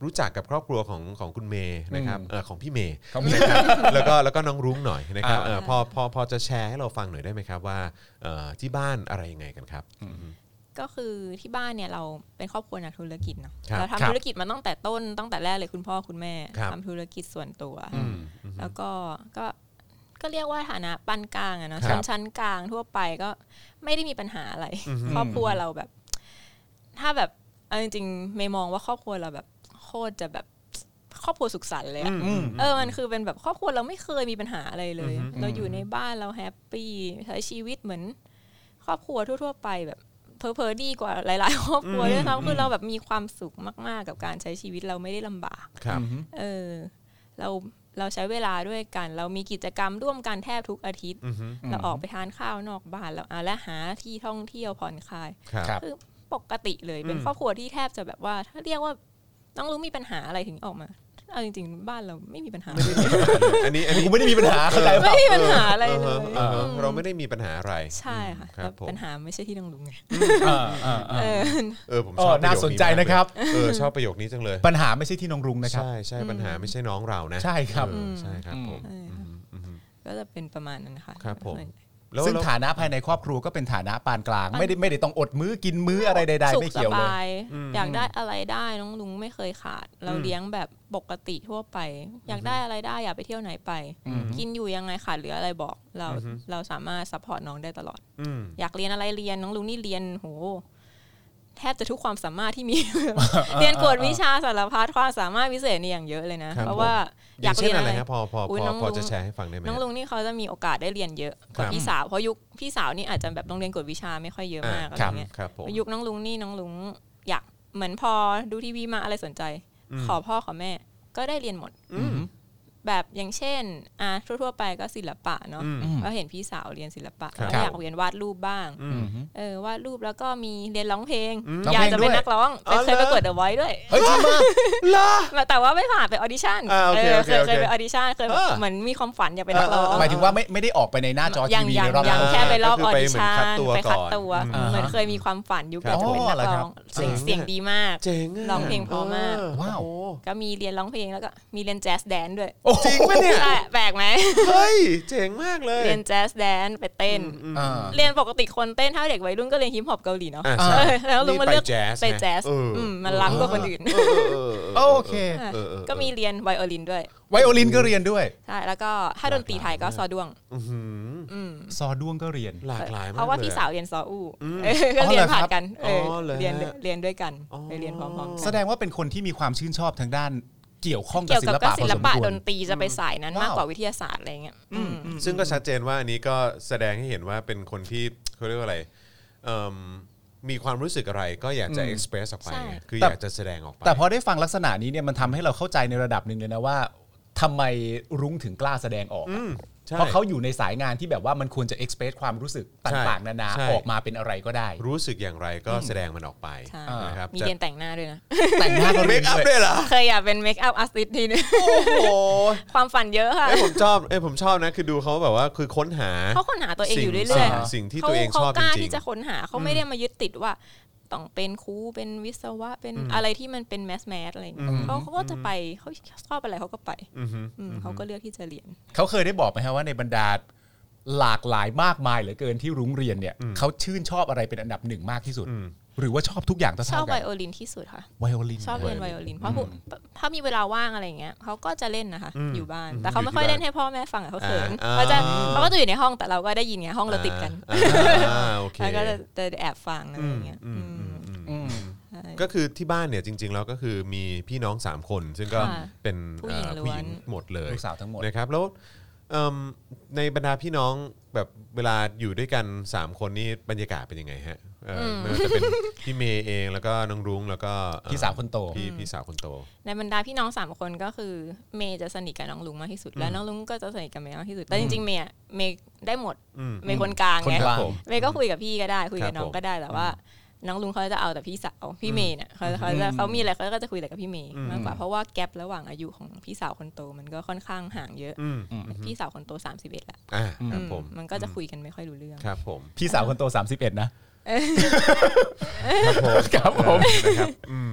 รู้จักกับครอบครัวของของคุณเมย์นะครับเออของพี่เมย์นะครับแล้วก็แล้วก็น้องรุ้งหน่อยนะครับเออพอพอพอจะแชร์ให้เราฟังหน่อยได้ไหมครับว่าเอ่อที่บ้านอะไรยังไงกันครับก็คือที่บ้านเนี่ยเราเป็นครอบครัวนักธุรกิจเนาะเราทำธุรกิจมาตั้งแต่ต้นตั้งแต่แรกเลยคุณพ่อคุณแม่ทำธุรกิจส่วนตัวแล้วก็ก็ก็เรียกว่าฐานะปานกลางอะเนาะชั้นชั้นกลางทั่วไปก็ไม่ได้มีปัญหาอะไรครอบครัวเราแบบถ้าแบบเอาจริงๆไม่มองว่าครอบครัวเราแบบโคตรจะแบบครอบครัวสุขสันต์เลยอะเออมันคือเป็นแบบครอบครัวเราไม่เคยมีปัญหาอะไรเลยเราอยู่ในบ้านเราแฮปปี้ใช้ชีวิตเหมือนครอบครัวทั่วๆไปแบบเพอๆดีกว่าหลายๆครอบครัวด้วยซ้ำคือเราแบบมีความสุขมากๆกับการใช้ชีวิตเราไม่ได้ลำบากเออเราเราใช้เวลาด้วยกันเรามีกิจกรรมร่วมกันแทบทุกอาทิตย์เราออกไปทานข้าวนอกบ้านเราและหาที่ท่องเที่ยวผ่อนคลายคือปกติเลยเป็นครอบครัวที่แทบจะแบบว่าถ้าเรียกว่าน้องรู้มีปัญหาอะไรถึงออกมาเอาจริงๆบ้านเราไม่มีปัญหาอันนี้อันนี้ไม่ได้มีปัญหาอะไรไม่มีปัญหาอะไรเลยเราไม่ได้มีปัญหาอะไรใช่ค่ะปัญหาไม่ใช่ที่น้องลุงไงเออผมชอบน่าสนใจนะครับเออชอบประโยคนี้จังเลยปัญหาไม่ใช่ที่น้องลุงนะครับใช่ใช่ปัญหาไม่ใช่น้องเรานะใช่ครับใช่ครับผมก็จะเป็นประมาณนั้นค่ะครับผมซึ่งฐานะภายในครอบครัวก็เป็นฐานะปานกลางไม่ได้ไม่ได้ต้องอดมื้อกินมื้ออะไรใดๆไม่เกี่ยวเลยอยากได้อะไรได้น้องลุงไม่เคยขาดเราเลี้ยงแบบปกติทั่วไปอยากได้อะไรได้อยากไปเที่ยวไหนไปกินอยู่ยังไงขาดเหลืออะไรบอกเราเราสามารถซัพพอร์ตน้องได้ตลอดอยากเรียนอะไรเรียนน้องลุงนี่เรียนโหแทบจะทุกความสามารถที่มีเรียนกวดวิชาสารพัดความสามารถพิเศษนี่อย่างเยอะเลยนะเพราะว่าอยากเรียนอะไรครับพอพอพอจะแชร์ให้ฟังได้ไหมน้องลุงนี่เขาจะมีโอกาสได้เรียนเยอะกว่าพี่สาวเพราะยุคพี่สาวนี่อาจจะแบบต้องเรียนกวดวิชาไม่ค่อยเยอะมากอะไรเงี้ยยุคน้องลุงนี่น้องลุงอยากเหมือนพอดูทีวีมาอะไรสนใจขอพ่อขอแม่ก็ได้เรียนหมดแบบอย่างเช่นอ่ะทั่วๆไปก็ศิลปะเนาะก็เห็นพี่สาวเรียนศิลปะก็อยากเรียนวาดรูปบ้างเออวาดรูปแล้วก็มีเรียนร้องเพลงอยากจะเป็นนักร้องเคยประกวด The Voice ด้วยเฮ้ยจริงมากล่ะแต่ว่าไม่ผ่านไปออดิชั่นเออเคยเคยไปออดิชั่นเคยเหมือนมีความฝันอยากเป็นนักร้องหมายถึงว่าไม่ไม่ได้ออกไปในหน้าจอทีวีในรอบยังแค่ไปรอบออดิชั่นไปคัดตัวเหมือนเคยมีความฝันยุคอยากจะเป็นนักร้องเสียงดีมากร้องเพลงเพราะมากก็มีเรียนร้องเพลงแล้วก็มีเรียนแจ๊สแดนซ์ด้วยจริงป่ะเนี่ยแปลกไหมเฮ้ยเจ๋งมากเลยเรียนแจ๊สแดนซ์ไปเต้นเรียนปกติคนเต้นถ้าเด็กวัยรุ่นก็เรียนฮิปฮอปเกาหลีเนาะแล้วลุงมาเลือกไปแจ๊สมันล้ำกว่าคนอื่นโอเคก็มีเรียนไวโอลินด้วยไวโอลินก็เรียนด้วยใช่แล้วก็ถ้าดนตรีไทยก็ซอด้วงซอด้วงก็เรียนหลากหลายมากเพราะว่าพี่สาวเรียนซออู้ก็เรียนผ่านกันเรียนเรียนด้วยกันไปเรียนพร้อมๆแสดงว่าเป็นคนที่มีความชื่นชอบทางด้านเกี่ยวข้องกับศิลปะศิลปะดนตรีจะไปสายนั้นมากกว่าวิทยาศาสตร์อะไรเงี้ยซึ่งก็ชัดเจนว่าอันนี้ก็แสดงให้เห็นว่าเป็นคนที่เขาเรียกว่าอะไรมีความรู้สึกอะไรก็อยากจะเอ็กซ์เพรสออกไปคืออยากจะแสดงออกไปแต่พอได้ฟังลักษณะนี้เนี่ยมันทำให้เราเข้าใจในระดับหนึ่งเลยนะว่าทำไมรุ้งถึงกล้าแสดงออกเพราะเขาอยู่ในสายงานที่แบบว่ามันควรจะเอ็กซ์เพรสความรู้สึกต่างๆนานาออกมาเป็นอะไรก็ได้รู้สึกอย่างไรก็แสดงมันออกไปนะครับมีเรียนแต่งหน้าด้วยนะแต่งหน้าก็เมคอัพด้วยเหรอเคยอยากเป็นเมคอัพอาร์ติสต์ทีนึงโอ้โหความฝันเยอะค่ะผมชอบเอ้ผมชอบนะคือดูเขาแบบว่าคือค้นหาเขาค้นหาตัวเองอยู่เรื่อยๆสิ่งที่ตัวเองชอบจริงๆเขากล้าที่จะค้นหาเขาไม่ได้มายึดติดว่าต้องเป็นครูเป็นวิศวะเป็นอะไรที่มันเป็นแมสแมสอะไรอย่างเงี้ยเขาเขาก็จะไปเขาชอบอะไรเขาก็ไปเขาก็เลือกที่จะเรียนเขาเคยได้บอกไหมครับว่าในบรรดาหลากหลายมากมายเหลือเกินที่รุ้งเรียนเนี่ยเขาชื่นชอบอะไรเป็นอันดับหนึ่งมากที่สุดหรือว่าชอบทุกอย่างเท่ากันชอบไวโอลินที่สุดค่ะไวโอลินชอบเรียนไวโอลินเพราะถ้ามีเวลาว่างอะไรอย่างเงี้ยเขาก็จะเล่นนะคะอยู่บ้านแต่เขาไม่ค่อยเล่นให้พ่อแม่ฟังเขาเขินเขาจะเขาก็จะอยู่ในห้องแต่เราก็ได้ยินไงห้องเราติดกันแล้วก็จะแอบฟังอะไรอย่างเงี้ยก็คือที่บ้านเนี่ยจริงๆแล้วก็คือมีพี่น้องสามคนซึ่งก็เป็นผู้หญิงหมดเลยลูกสาวทั้งหมดนะครับแล้วในบรรดาพี่น้องแบบเวลาอยู่ด้วยกันสามคนนี่บรรยากาศเป็นยังไงฮะไม่ว่าจะเป็นพี่เมย์เองแล้วก็น้องรุ้งแล้วก็พี่สาวคนโตพี่พี่สาวคนโตในบรรดาพี่น้องสามคนก็คือเมย์จะสนิทกับน้องรุ้งมากที่สุดและน้องรุ้งก็จะสนิทกับเมย์มากที่สุดแต่จริงๆเมย์เมย์ได้หมดเมย์คนกลางไงเมย์ก็คุยกับพี่ก็ได้คุยกับน้องก็ได้แต่ว่าน้องลุงเขาจะเอาแต่พี่สาวพี่เมย์เนี่ยเขาเขาจะเขามีอะไรเขาก็จะคุยแต่กับพี่เมย์มากกว่าเพราะว่าแกประหว่างอายุของพี่สาวคนโตมันก็ค่อนข้างห่างเยอะพี่สาวคนโตสามสิบเอ็ดละมันก็จะคุยกันไม่ค่อยรู้เรื่องครับผมพี่สาวคนโตสามสิบเอ็ดนะครับผมครับผมนะครับ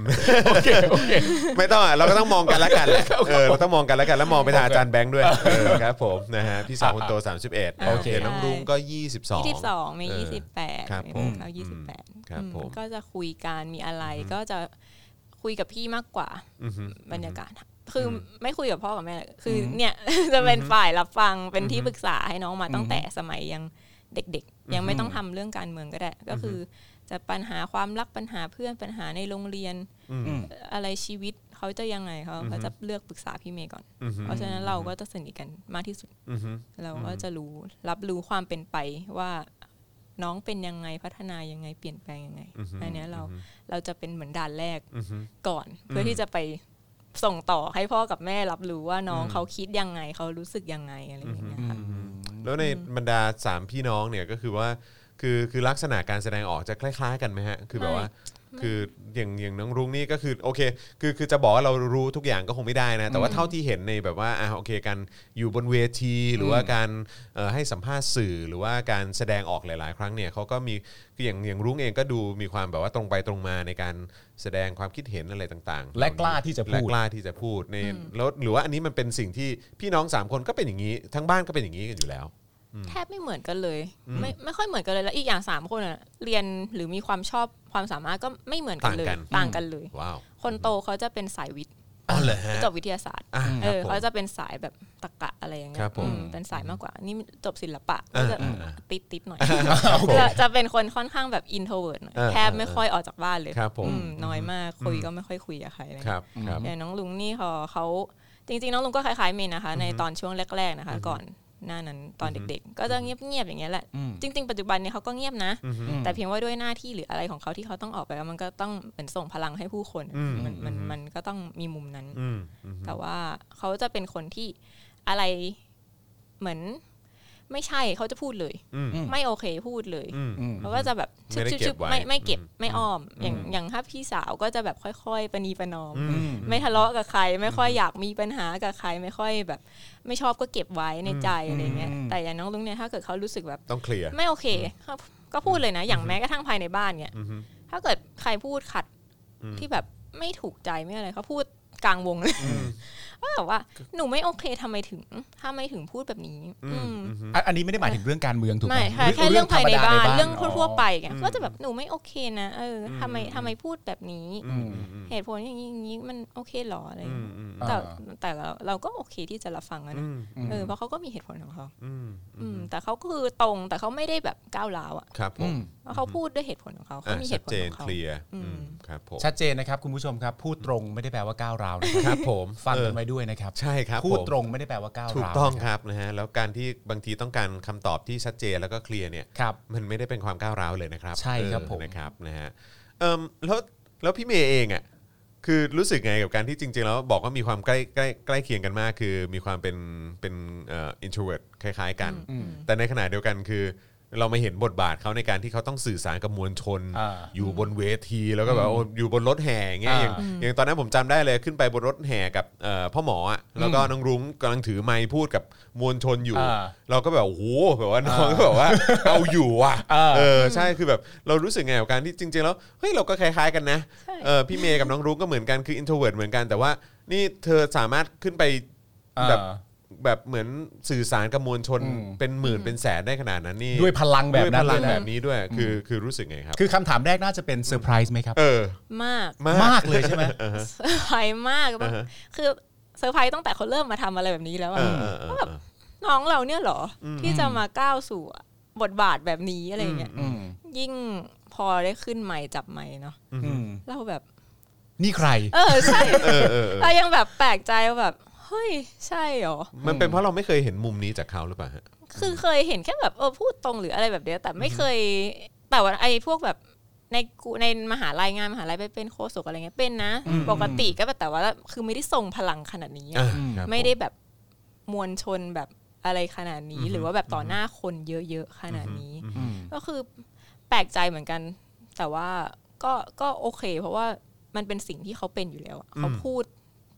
โอเคโอเคไม่ต้องอ่ะเราก็ต้องมองกันแล้วกันแหละเออเราต้องมองกันแล้วกันแล้วมองไปทางอาจารย์แบงค์ด้วยเออครับผมนะฮะพี่สาวคนโตสามสิบเอ็ดโอเคน้องรุ้งก็ยี่สิบสองยี่สิบสองมียี่สิบแปดครับผมเขายี่สิบแปดครับผมก็จะคุยกันมีอะไรก็จะคุยกับพี่มากกว่าบรรยากาศคือไม่คุยกับพ่อกับแม่คือเนี่ยจะเป็นฝ่ายรับฟังเป็นที่ปรึกษาให้น้องมาตั้งแต่สมัยยังเด็กๆยังไม่ต้องทำเรื่องการเมืองก็ได้ก็คือจะปัญหาความรักปัญหาเพื่อนปัญหาในโรงเรียนอะไรชีวิตเขาจะยังไงเขาเขาจะเลือกปรึกษาพี่เมย์ก่อนเพราะฉะนั้นเราก็จะสนิทกันมากที่สุดเราก็จะรู้รับรู้ความเป็นไปว่าน้องเป็นยังไงพัฒนายังไงเปลี่ยนแปลงยังไงอันนี้เราเราจะเป็นเหมือนด่านแรกก่อนเพื่อที่จะไปส่งต่อให้พ่อกับแม่รับรู้ว่าน้องเขาคิดยังไงเขารู้สึกยังไงอะไรอย่างเงี้ยค่ะแล้วในบรรดาสามพี่น้องเนี่ยก็คือว่าคือคือลักษณะการแสดงออกจะคล้ายๆกันไหมฮะคือแบบว่าคืออย่างอย่างน้องรุ้งนี่ก็คือโอเคคือคือจะบอกว่าเรารู้ทุกอย่างก็คงไม่ได้นะแต่ว่าเท่าที่เห็นในแบบว่าอ่ะโอเคการอยู่บนเวทีหรือว่าการให้สัมภาษณ์สื่อหรือว่าการแสดงออกหลายๆครั้งเนี่ยเขาก็มีอย่างอย่างรุ้งเองก็ดูมีความแบบว่าตรงไปตรงมาในการแสดงความคิดเห็นอะไรต่างๆและกล้าที่จะพูดและกล้าที่จะพูดในแล้วหรือว่าอันนี้มันเป็นสิ่งที่พี่น้องสามคนก็เป็นอย่างนี้ทั้งบ้านก็เป็นอย่างนี้กันอยู่แล้วแทบไม่เหมือนกันเลยไม่ไม่ค่อยเหมือนกันเลยแล้วอีกอย่างสามคนอ่ะเรียนหรือมีความชอบความสามารถก็ไม่เหมือนกันเลยต่างกันเลยคนโตเขาจะเป็นสายวิทย์จบวิทยาศาสตร์เออเขาจะเป็นสายแบบตรรกะอะไรอย่างเงี้ยเป็นสายมากกว่านี่จบศิลปะก็จะติดติดหน่อยจะจะเป็นคนค่อนข้างแบบอินโทรเวิร์ตหน่อยแทบไม่ค่อยออกจากบ้านเลยน้อยมากคุยก็ไม่ค่อยคุยกับใครเลยอย่างน้องลุงนี่เขาเขาจริงๆน้องลุงก็คล้ายๆเมย์นะคะในตอนช่วงแรกๆนะคะก่อนหน้านั้นตอนเด็กๆก็จะเงียบๆอย่างเงี้ยแหละจริงๆปัจจุบันเนี่ยเขาก็เงียบนะแต่เพียงว่าด้วยหน้าที่หรืออะไรของเขาที่เขาต้องออกไปแล้วมันก็ต้องเหมือนส่งพลังให้ผู้คนมันมันมันก็ต้องมีมุมนั้นแต่ว่าเขาจะเป็นคนที่อะไรเหมือนไม่ใช่เขาจะพูดเลยไม่โอเคพูดเลยเขาก็จะแบบชึบๆไม่ไม่เก็บไม่อ้อมอย่างอย่างถ้าพี่สาวก็จะแบบค่อยๆประนีประนอมไม่ทะเลาะกับใครไม่ค่อยอยากมีปัญหากับใครไม่ค่อยแบบไม่ชอบก็เก็บไว้ในใจอะไรเงี้ยแต่อย่างน้องลุงเนี่ยถ้าเกิดเขารู้สึกแบบต้องเคลียร์ไม่โอเคก็พูดเลยนะอย่างแม้กระทั่งภายในบ้านเนี่ยถ้าเกิดใครพูดขัดที่แบบไม่ถูกใจไม่อะไรเขาพูดกลางวงเลยว่าแบบว่าหนูไม่โอเคทำไมถึงถ้าไม่ถึงพูดแบบนี้อันนี้ไม่ได้หมายถึงเรื่องการเมืองถูกไหมไม่แค่เรื่องภายในบ้านเรื่องทั่วไปไงก็จะแบบหนูไม่โอเคนะเออทำไมทำไมพูดแบบนี้เหตุผลอย่างนี้อย่างนี้มันโอเคหรออะไรแต่แต่เราเราก็โอเคที่จะรับฟังนะเออเพราะเขาก็มีเหตุผลของเขาแต่เขาก็คือตรงแต่เขาไม่ได้แบบก้าวร้าวอ่ะครับผมเขาพูดด้วยเหตุผลของเขาเขามีเหตุผลของเขาเคลียร์ครับผมชัดเจนนะครับคุณผู้ชมครับพูดตรงไม่ได้แปลว่าก้าวร้าวนะครับผมฟังกันไว้ด้วยนะครับใช่ครับพูดตรงไม่ได้แปลว่าก้าวร้าวถูกต้องครับนะฮะแล้วการที่บางทีต้องการคำตอบที่ชัดเจนแล้วก็เคลียร์เนี่ยมันไม่ได้เป็นความก้าวร้าวเลยนะครับใช่ครับผมนะครับนะฮะเอ่อแล้วแล้วพี่เมย์เองอ่ะคือรู้สึกไงกับการที่จริงๆแล้วบอกว่ามีความใกล้ใกล้ใกล้เคียงกันมากคือมีความเป็นเป็นเอ่อ introvert คล้ายๆกันแต่ในขณะเดียวกันคือเราไม่เห็นบทบาทเขาในการที่เขาต้องสื่อสารกับมวลชนอยู่บนเวทีแล้วก็แบบอยู่บนรถแห่เงี้ยอย่างอย่างตอนนั้นผมจำได้เลยขึ้นไปบนรถแห่กับพ่อหมอแล้วก็น้องรุ้งกำลังถือไมค์พูดกับมวลชนอยู่เราก็แบบโอ้โหแบบว่าน้องก็แบบว่าเอาอยู่ว่ะเออใช่คือแบบเรารู้สึกไงกับการที่จริงๆแล้วเฮ้ยเราก็คล้ายๆกันนะเออพี่เมย์กับน้องรุ้งก็เหมือนกันคือ introvert เหมือนกันแต่ว่านี่เธอสามารถขึ้นไปแบบแบบเหมือนสื่อสารกับมวลชนเป็นหมื่นเป็นแสนได้ขนาดนั้นนี่ด้วยพลังแบบนั้นด้วยพลังแบบนี้ด้วยคือคือรู้สึกไงครับคือคำถามแรกน่าจะเป็นเซอร์ไพรส์ไหมครับเออมากมากเลยใช่ไหมเซอร์ไพรส์มากคือเซอร์ไพรส์ตั้งแต่เขาเริ่มมาทำอะไรแบบนี้แล้วว่าแบบน้องเราเนี่ยเหรอที่จะมาก้าวสู่บทบาทแบบนี้อะไรเงี้ยยิ่งพอได้ขึ้นไมค์จับไมค์เนาะเราแบบนี่ใครเออใช่เรายังแบบแปลกใจว่าแบบเฮ้ยใช่หรอมันเป็นเพราะเราไม่เคยเห็นมุมนี้จากเขาหรือเปล่าฮะคือเคยเห็นแค่แบบเออพูดตรงหรืออะไรแบบเนี้ยแต่ไม่เคยแต่ว่าไอ้พวกแบบในในมหาลัยงานมหาลัยไปเป็นโฆษกอะไรเงี้ยเป็นนะปกติก็แบบแต่ว่าคือไม่ได้ทรงพลังขนาดนี้ไม่ได้แบบมวลชนแบบอะไรขนาดนี้หรือว่าแบบต่อหน้าคนเยอะๆขนาดนี้ก็คือแปลกใจเหมือนกันแต่ว่าก็ก็โอเคเพราะว่ามันเป็นสิ่งที่เขาเป็นอยู่แล้วเขาพูด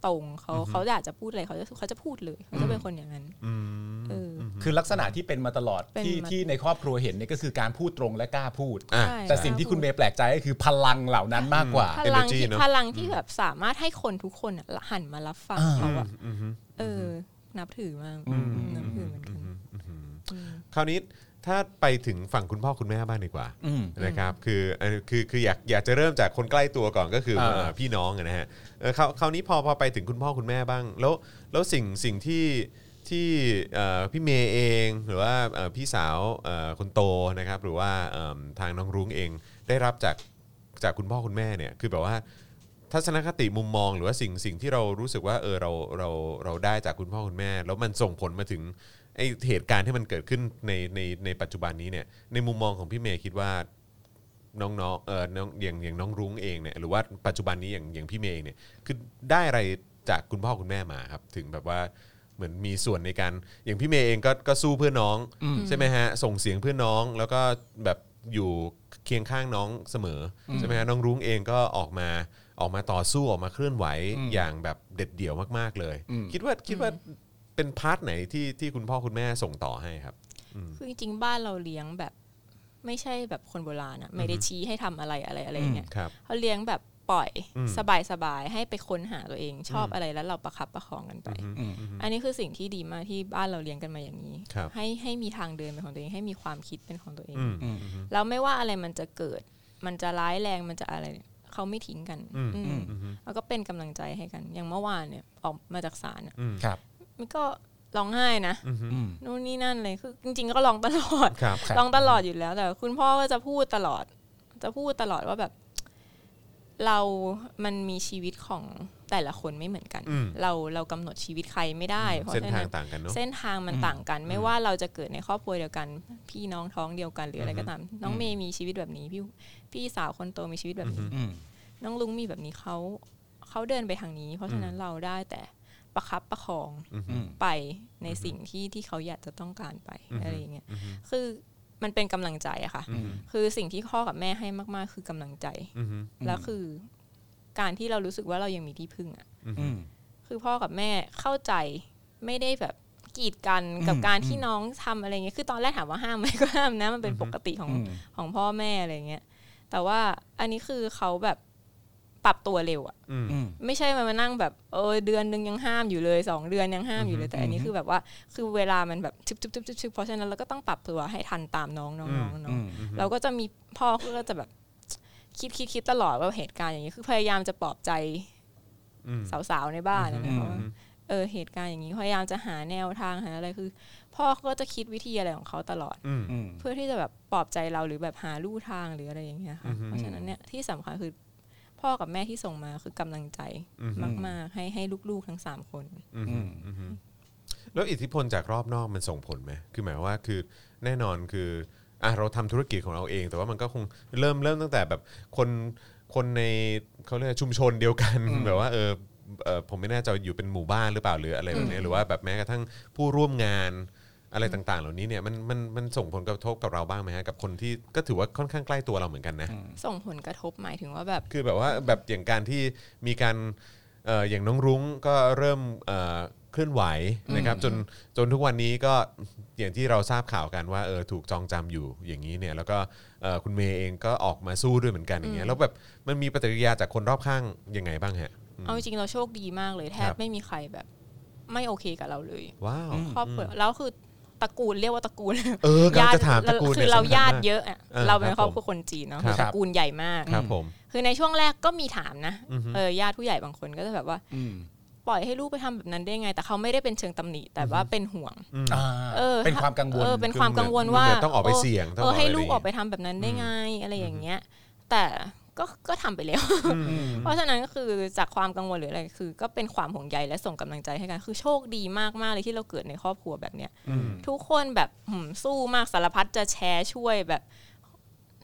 ตรงเขาเขาอยากจะพูดอะไรเขาจะเขาจะพูดเลยเขาจะเป็นคนอย่างนั้นเออคือลักษณะที่เป็นมาตลอดที่ที่ในครอบครัวเห็นเนี่ยก็คือการพูดตรงและกล้าพูดแต่สิ่งที่คุณเมย์แปลกใจก็คือพลังเหล่านั้นมากกว่าพลังที่พลังที่แบบสามารถให้คนทุกคนหันมารับฟังเขาอะเออนับถือมากนับถือเหมือนกันคราวนี้ถ้าไปถึงฝั่งคุณพ่อคุณแม่บ้างดีกว่านะครับคือคือคืออยากอยากจะเริ่มจากคนใกล้ตัวก่อนก็คือพี่น้องนะฮะคราวคราวนี้พอพอไปถึงคุณพ่อคุณแม่บ้างแล้วแล้วสิ่งสิ่งที่ที่พี่เมย์เองหรือว่าพี่สาวคนโตนะครับหรือว่าทางน้องรุ้งเองได้รับจากจากคุณพ่อคุณแม่เนี่ยคือแบบว่าทัศนคติมุมมองหรือว่าสิ่งสิ่งที่เรารู้สึกว่าเออเราเราเราได้จากคุณพ่อคุณแม่แล้วมันส่งผลมาถึงไอเหตุการณ์ที่มันเกิดขึ้นในในในปัจจุบันนี้เนี่ยในมุมมองของพี่เมย์คิดว่าน้องๆเออน้องอย่างอย่างน้องรุ้งเองเนี่ยหรือว่าปัจจุบันนี้อย่างอย่างพี่เมย์เนี่ยคือได้อะไรจากคุณพ่อคุณแม่มาครับถึงแบบว่าเหมือนมีส่วนในการอย่างพี่เมย์เองก็ก็สู้เพื่อน้องใช่ไหมฮะส่งเสียงเพื่อน้องแล้วก็แบบอยู่เคียงข้างน้องเสมอใช่ไหมฮะน้องรุ้งเองก็ออกมาออกมาต่อสู้ออกมาเคลื่อนไหวอย่างแบบเด็ดเดี่ยวมากๆเลยคิดว่าคิดว่าเป็นพาร์ทไหนที่ที่คุณพ่อคุณแม่ส่งต่อให้ครับคือจริงๆบ้านเราเลี้ยงแบบไม่ใช่แบบคนโบราณอะไม่ได้ชี้ให้ทำอะไรอะไรอะไรอย่างเงี้ยเขาเลี้ยงแบบปล่อยสบายๆให้ไปค้นหาตัวเองชอบอะไรแล้วเราประคับประคองกันไปอันนี้คือสิ่งที่ดีมากที่บ้านเราเลี้ยงกันมาอย่างนี้ให้ให้มีทางเดินเป็นของตัวเองให้มีความคิดเป็นของตัวเองแล้วไม่ว่าอะไรมันจะเกิดมันจะร้ายแรงมันจะอะไรเขาไม่ทิ้งกันแล้วก็เป็นกำลังใจให้กันอย่างเมื่อวานเนี่ยออกมาจากศาลมันก็ร้องไห้นะนู่นนี่นั่นเลยคือจริงๆก็ร้องตลอดร้องตลอดอยู่แล้วแต่คุณพ่อก็จะพูดตลอดจะพูดตลอดว่าแบบเรามันมีชีวิตของแต่ละคนไม่เหมือนกันเราเรากำหนดชีวิตใครไม่ได้เพราะฉะนั้นเส้นทางมันต่างกันไม่ว่าเราจะเกิดในครอบครัวเดียวกันพี่น้องท้องเดียวกันหรืออะไรก็ตามน้องเมย์มีชีวิตแบบนี้พี่พี่สาวคนโตมีชีวิตแบบนี้น้องลุงมีแบบนี้เขาเขาเดินไปทางนี้เพราะฉะนั้นเราได้แต่ประคับประคองไปในสิ่งที่ที่เขาอยากจะต้องการไปอะไรอย่างเงี้ยคือมันเป็นกำลังใจอะค่ะคือสิ่งที่พ่อกับแม่ให้มากๆคือกำลังใจแล้วคือการที่เรารู้สึกว่าเรายังมีที่พึ่งอะคือพ่อกับแม่เข้าใจไม่ได้แบบกีดกันกับการที่น้องทำอะไรเงี้ยคือตอนแรกถามว่าห้ามไหมก็ห้ามนะมันเป็นปกติของของพ่อแม่อะไรเงี้ยแต่ว่าอันนี้คือเขาแบบปรับตัวเร็วอ่ะไม่ใช่มานั่งแบบเออเดือนนึงยังห้ามอยู่เลยสองเดือนยังห้ามอยู่เลยแต่อันนี้คือแบบว่าคือเวลามันแบบชึบชึบชึบชึบเพราะฉะนั้นเราก็ต้องปรับตัวให้ทันตามน้องน้องน้องน้องเราก็จะมีพ่อก็จะแบบคิดคิดคิดตลอดว่าเหตุการณ์อย่างนี้คือพยายามจะปลอบใจสาวๆในบ้านนะคะว่าเออเหตุการณ์อย่างนี้พยายามจะหาแนวทางหาอะไรคือพ่อเขาก็จะคิดวิธีอะไรของเขาตลอดเพื่อที่จะแบบปลอบใจเราหรือแบบหาลู่ทางหรืออะไรอย่างเงี้ยค่ะเพราะฉะนั้นเนี่ยที่สำคัญคือพ่อกับแม่ที่ส่งมาคือกำลังใจมากๆให้ให้ลูกๆทั้งสามคนแล้วอิทธิพลจากรอบนอกมันส่งผลไหมคือหมายว่าคือแน่นอนคืออ่ะเราทำธุรกิจของเราเองแต่ว่ามันก็คงเริ่มเริ่มตั้งแต่แบบคนคนในเขาเรียกชุมชนเดียวกันแบบว่าเออเออผมไม่แน่ใจอยู่เป็นหมู่บ้านหรือเปล่าหรืออะไรแบบนี้หรือว่าแบบแม้กระทั่งผู้ร่วมงานอะไรต่างๆเหล่านี้เนี่ยมันมันมันส่งผลกระทบกับเราบ้างไหมฮะกับคนที่ก็ถือว่าค่อนข้างใกล้ตัวเราเหมือนกันนะส่งผลกระทบหมายถึงว่าแบบคือแบบว่าแบบอย่างการที่มีการเอ่ออย่างน้องรุ้งก็เริ่มเอ่อเคลื่อนไหวนะครับจนจนทุกวันนี้ก็อย่างที่เราทราบข่าวกันว่าเออถูกจองจำอยู่อย่างนี้เนี่ยแล้วก็เอ่อคุณเมย์เองก็ออกมาสู้ด้วยเหมือนกันอย่างเงี้ยแล้วแบบมันมีปฏิกิริยาจากคนรอบข้างยังไงบ้างฮะเอาจริงเราโชคดีมากเลยแทบไม่มีใครแบบไม่โอเคกับเราเลยว้าวครอบครัวแล้วคือตระกูลเรียกว่าตระกูลญาติจะถามตระกูลคือเราญาติเยอะอ่ะเราเป็นครอบครัวคนจีนเนาะตระกูลใหญ่มากครับผมคือในช่วงแรกก็มีถามนะเออญาติผู้ใหญ่บางคนก็จะแบบว่าปล่อยให้ลูกไปทำแบบนั้นได้ไงแต่เขาไม่ได้เป็นเชิงตำหนิแต่ว่าเป็นห่วงเออเป็นความกังวลเออเป็นความกังวลว่าต้องออกไปเสี่ยงเออให้ลูกออกไปทำแบบนั้นได้ไงอะไรอย่างเงี้ยแต่ก็ก็ทำไปแล้วเพราะฉะนั้นก็คือจากความกังวลหรืออะไรคือก็เป็นความห่วงใยและส่งกำลังใจให้กันคือโชคดีมากๆเลยที่เราเกิดในครอบครัวแบบเนี้ยทุกคนแบบสู้มากสารพัดจะแชร์ช่วยแบบ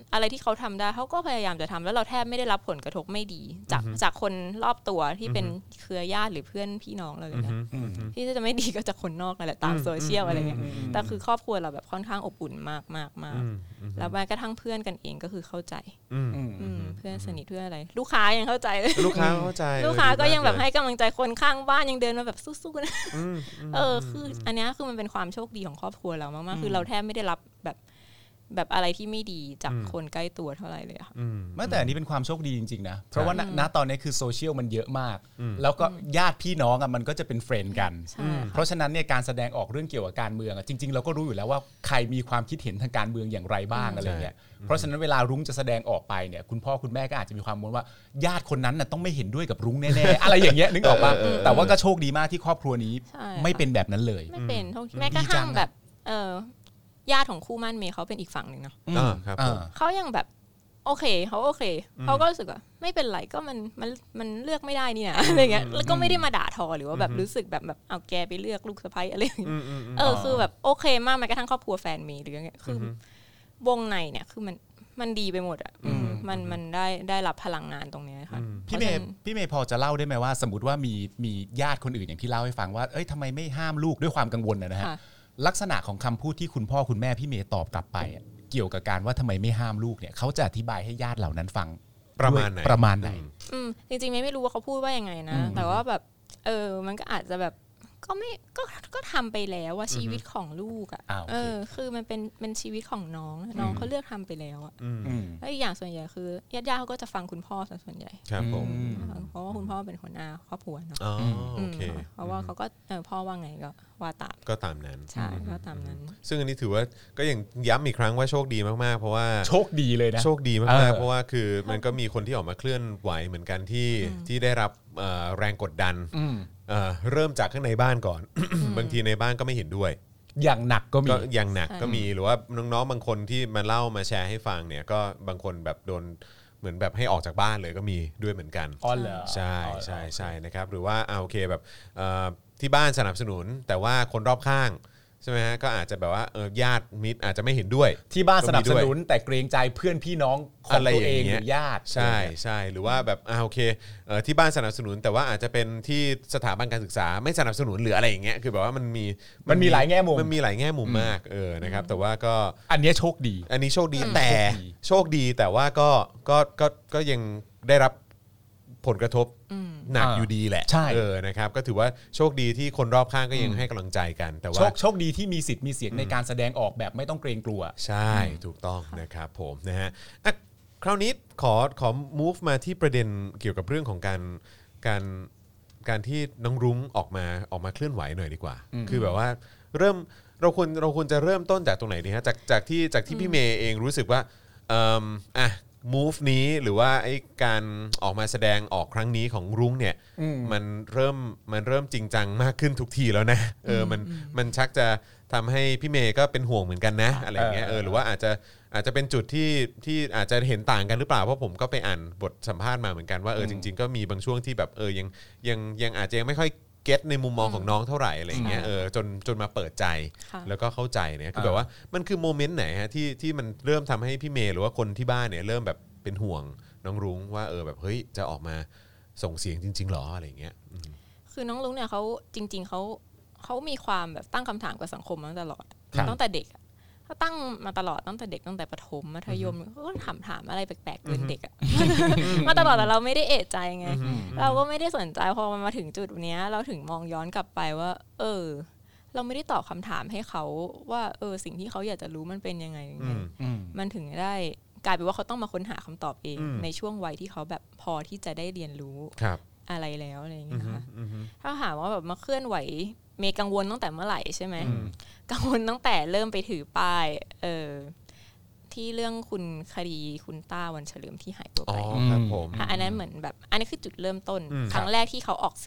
อะไรที่เขาทำได้เขาก็พยายามจะทำแล้วเราแทบไม่ได้รับผลกระทบไม่ดีจากจากคนรอบตัวที่เป็นเครือญาติหรือเพื่อนพี่น้องเลยนะที่จะไม่ดีก็จากคนนอกนั่นแหละตามโซเชียลอะไรเงี้ยแต่คือครอบครัวเราแบบค่อนข้างอบอุ่นมากมากมากแล้วแม้กระทั่งเพื่อนกันเองก็คือเข้าใจเพื่อนสนิทเพื่อนอะไรลูกค้ายังเข้าใจเลยลูกค้าเข้าใจลูกค้าก็ยังแบบให้กำลังใจคนข้างบ้านยังเดินมาแบบสู้ๆนะเออคืออันนี้คือมันเป็นความโชคดีของครอบครัวเรามากๆคือเราแทบไม่ได้รับแบบแบบอะไรที่ไม่ดีจากคนใกล้ตัวเท่าไหร่เลยค่ะไม่แต่อันนี้เป็นความโชคดีจริงๆนะเพราะว่าณตอนนี้คือโซเชียลมันเยอะมากแล้วก็ญาติพี่น้องอ่ะมันก็จะเป็นเฟรนด์กันเพราะฉะนั้นเนี่ยการแสดงออกเรื่องเกี่ยวกับการเมืองอ่ะจริงๆเราก็รู้อยู่แล้วว่าใครมีความคิดเห็นทางการเมืองอย่างไรบ้างอะไรเงี้ยเพราะฉะนั้นเวลารุ้งจะแสดงออกไปเนี่ยคุณพ่อคุณแม่ก็อาจจะมีความมุ่งว่าญาติคนนั้นน่ะต้องไม่เห็นด้วยกับรุ้งแน่ๆอะไรอย่างเงี้ยนึกออกป่ะแต่ว่าก็โชคดีมากที่ครอบครัวนี้ไม่เป็นแบบนั้นเลยไม่เป็นแม้กระทั่งแบบเออญาติของคู่มั่นเมย์เขาเป็นอีกฝั่งหนึ่งเนาะเขายังแบบโอเคเขาโอเคเขาก็รู้สึกว่าไม่เป็นไรก็มันมันมันเลือกไม่ได้นี่นะอะไรเงี้ยแล้วก็ไม่ได้มาด่าทอหรือว่าแบบรู้สึกแบบแบบเอาแกไปเลือกลูกสะใภ้อะไรอย่างเงี้ยเออคือแบบโอเคมากแม้กระทั่งครอบครัวแฟนเมย์หรืออย่างเงี้ยคือวงในเนี่ยคือมันมันดีไปหมดอ่ะมันมันได้ได้รับพลังงานตรงนี้ค่ะพี่เมย์พี่เมย์พอจะเล่าได้ไหมว่าสมมติว่ามีมีญาติคนอื่นอย่างที่เล่าให้ฟังว่าเอ้ยทำไมไม่ห้ามลูกด้วยความกังวลนะฮะลักษณะของคำพูดที่คุณพ่อคุณแม่พี่เมย์ตอบกลับไปเกี่ยวกับการว่าทำไมไม่ห้ามลูกเนี่ยเขาจะอธิบายให้ญาติเหล่านั้นฟังประมาณไหนประมาณไหนอืมจริงๆไม่ไม่รู้ว่าเขาพูดว่ายังไงนะแต่ว่าแบบเออมันก็อาจจะแบบก็ไม่ก็ก็ทำไปแล้วว่าชีวิตของลูกอ่ะเออคือมันเป็นเป็นชีวิตของน้องน้องเขาเลือกทำไปแล้วอ่ะแล้วอีกอย่างส่วนใหญ่คือญาติญาติเขาก็จะฟังคุณพ่อส่วนใหญ่ครับผมเพราะว่าคุณพ่อเป็นหัวหน้าครอบครัวเนาะโอเคเพราะว่าเขาก็พ่อว่าไงก็ว่าตามก็ตามนั้นใช่ก็ตามนั้นซึ่งอันนี้ถือว่าก็ยังย้ำอีกครั้งว่าโชคดีมากๆเพราะว่าโชคดีเลยนะโชคดีมากๆเพราะว่าคือมันก็มีคนที่ออกมาเคลื่อนไหวเหมือนกันที่ที่ได้รับแรงกดดันเริ่มจากข้างในบ้านก่อน บางทีในบ้านก็ไม่เห็นด้วยอย่างหนักก็มีอย่างหนักก็มีหรือว่าน้องๆบางคนที่มาเล่ามาแชร์ให้ฟังเนี่ยก็บางคนแบบโดนเหมือนแบบให้ออกจากบ้านเลยก็มีด้วยเหมือนกันอ๋อเหรอใช่ใช่ใช่นะครับหรือว่าเอาโอเคแบบที่บ้านสนับสนุนแต่ว่าคนรอบข้างใช่ไหมฮะก็อาจจะแบบว่าเออญาติมิตรอาจจะไม่เห็นด้วยที่บ้านสนับสนุนแต่เกรงใจเพื่อนพี่น้องของตัวเองหรือญาติใช่ใช่หรือว่าแบบอ่าโอเคเออที่บ้านสนับสนุนแต่ว่าอาจจะเป็นที่สถาบันการศึกษาไม่สนับสนุนหรืออะไรอย่างเงี้ยคือแบบว่ามันมีมันมีหลายแง่มุมมันมีหลายแง่มุมมากเออนะครับแต่ว่าก็อันนี้โชคดีอันนี้โชคดีแต่โชคดีแต่ว่าก็ก็ก็ก็ยังได้รับผลกระทบหนักอยู่ดีแหละเออนะครับก็ถือว่าโชคดีที่คนรอบข้างก็ยังให้กำลังใจกันแต่ว่าโชคดีที่มีสิทธิ์มีเสียงในการแสดงออกแบบไม่ต้องเกรงกลัวใช่ถูกต้องนะครับผมนะฮะอ่ะคราวนี้ขอขอ move มาที่ประเด็นเกี่ยวกับเรื่องของการการการที่น้องรุ้งออกมาออกมาเคลื่อนไหวหน่อยดีกว่าคือแบบว่าเริ่มเราควรเราควรจะเริ่มต้นจากตรงไหนดีฮะจากจากที่จากที่พี่เมย์เองรู้สึกว่าเอ่ออ่ะmove นี้หรือว่าไอ้การออกมาแสดงออกครั้งนี้ของรุ้งเนี่ยมันเริ่มมันเริ่มจริงจังมากขึ้นทุกทีแล้วนะเออมันมันชักจะทำให้พี่เมย์ก็เป็นห่วงเหมือนกันนะอะไรเงี้ยเออหรือว่าอาจจะอาจจะเป็นจุดที่ที่อาจจะเห็นต่างกันหรือเปล่าเพราะผมก็ไปอ่านบทสัมภาษณ์มาเหมือนกันว่าเออจริงๆก็มีบางช่วงที่แบบเออยังยังยังอาจจะยังไม่ค่อยเก็ตในมุมมองของน้องเท่าไหร่อะไรเงี้ยเออจนจนมาเปิดใจแล้วก็เข้าใจเนี่ยคือแบบว่ามันคือโมเมนต์ไหนฮะที่ที่มันเริ่มทำให้พี่เมย์หรือว่าคนที่บ้านเนี่ยเริ่มแบบเป็นห่วงน้องรุ้งว่าเออแบบเฮ้ยจะออกมาส่งเสียงจริงๆหรออะไรเงี้ยคือน้องรุ้งเนี่ยเขาจริงๆเขาเขามีความแบบตั้งคำถามกับสังคมมาตลอดตั้งแต่เด็กเขาตั้งมาตลอดตั้งแต่เด็กตั้งแต่ประถมมัธยมเขาก็ถามถามอะไรแปลกๆเกินเด็กอะมาตลอดแต่เราไม่ได้เอะใจไงเราก็ไม่ได้สนใจพอมันมาถึงจุดนี้เราถึงมองย้อนกลับไปว่าเออเราไม่ได้ตอบคำถามให้เขาว่าเออสิ่งที่เขาอยากจะรู้มันเป็นยังไงมันถึงได้กลายเป็นว่าเขาต้องมาค้นหาคำตอบเองในช่วงวัยที่เขาแบบพอที่จะได้เรียนรู้อะไรแล้วอะไรอย่างเงี้ยค่ะถ้าถามว่าแบบมาเคลื่อนไหวเมย์กังวลตั้งแต่เมื่อไหร่ใช่ไหมกังวลตั้งแต่เริ่มไปถือป้ายเออที่เรื่องคุณคดีคุณต้าวันเฉลิมที่หายตัวไปอันนั้นเหมือนแบบอันนี้คือจุดเริ่มต้นครั้งแรกที่เขาออกสื่อ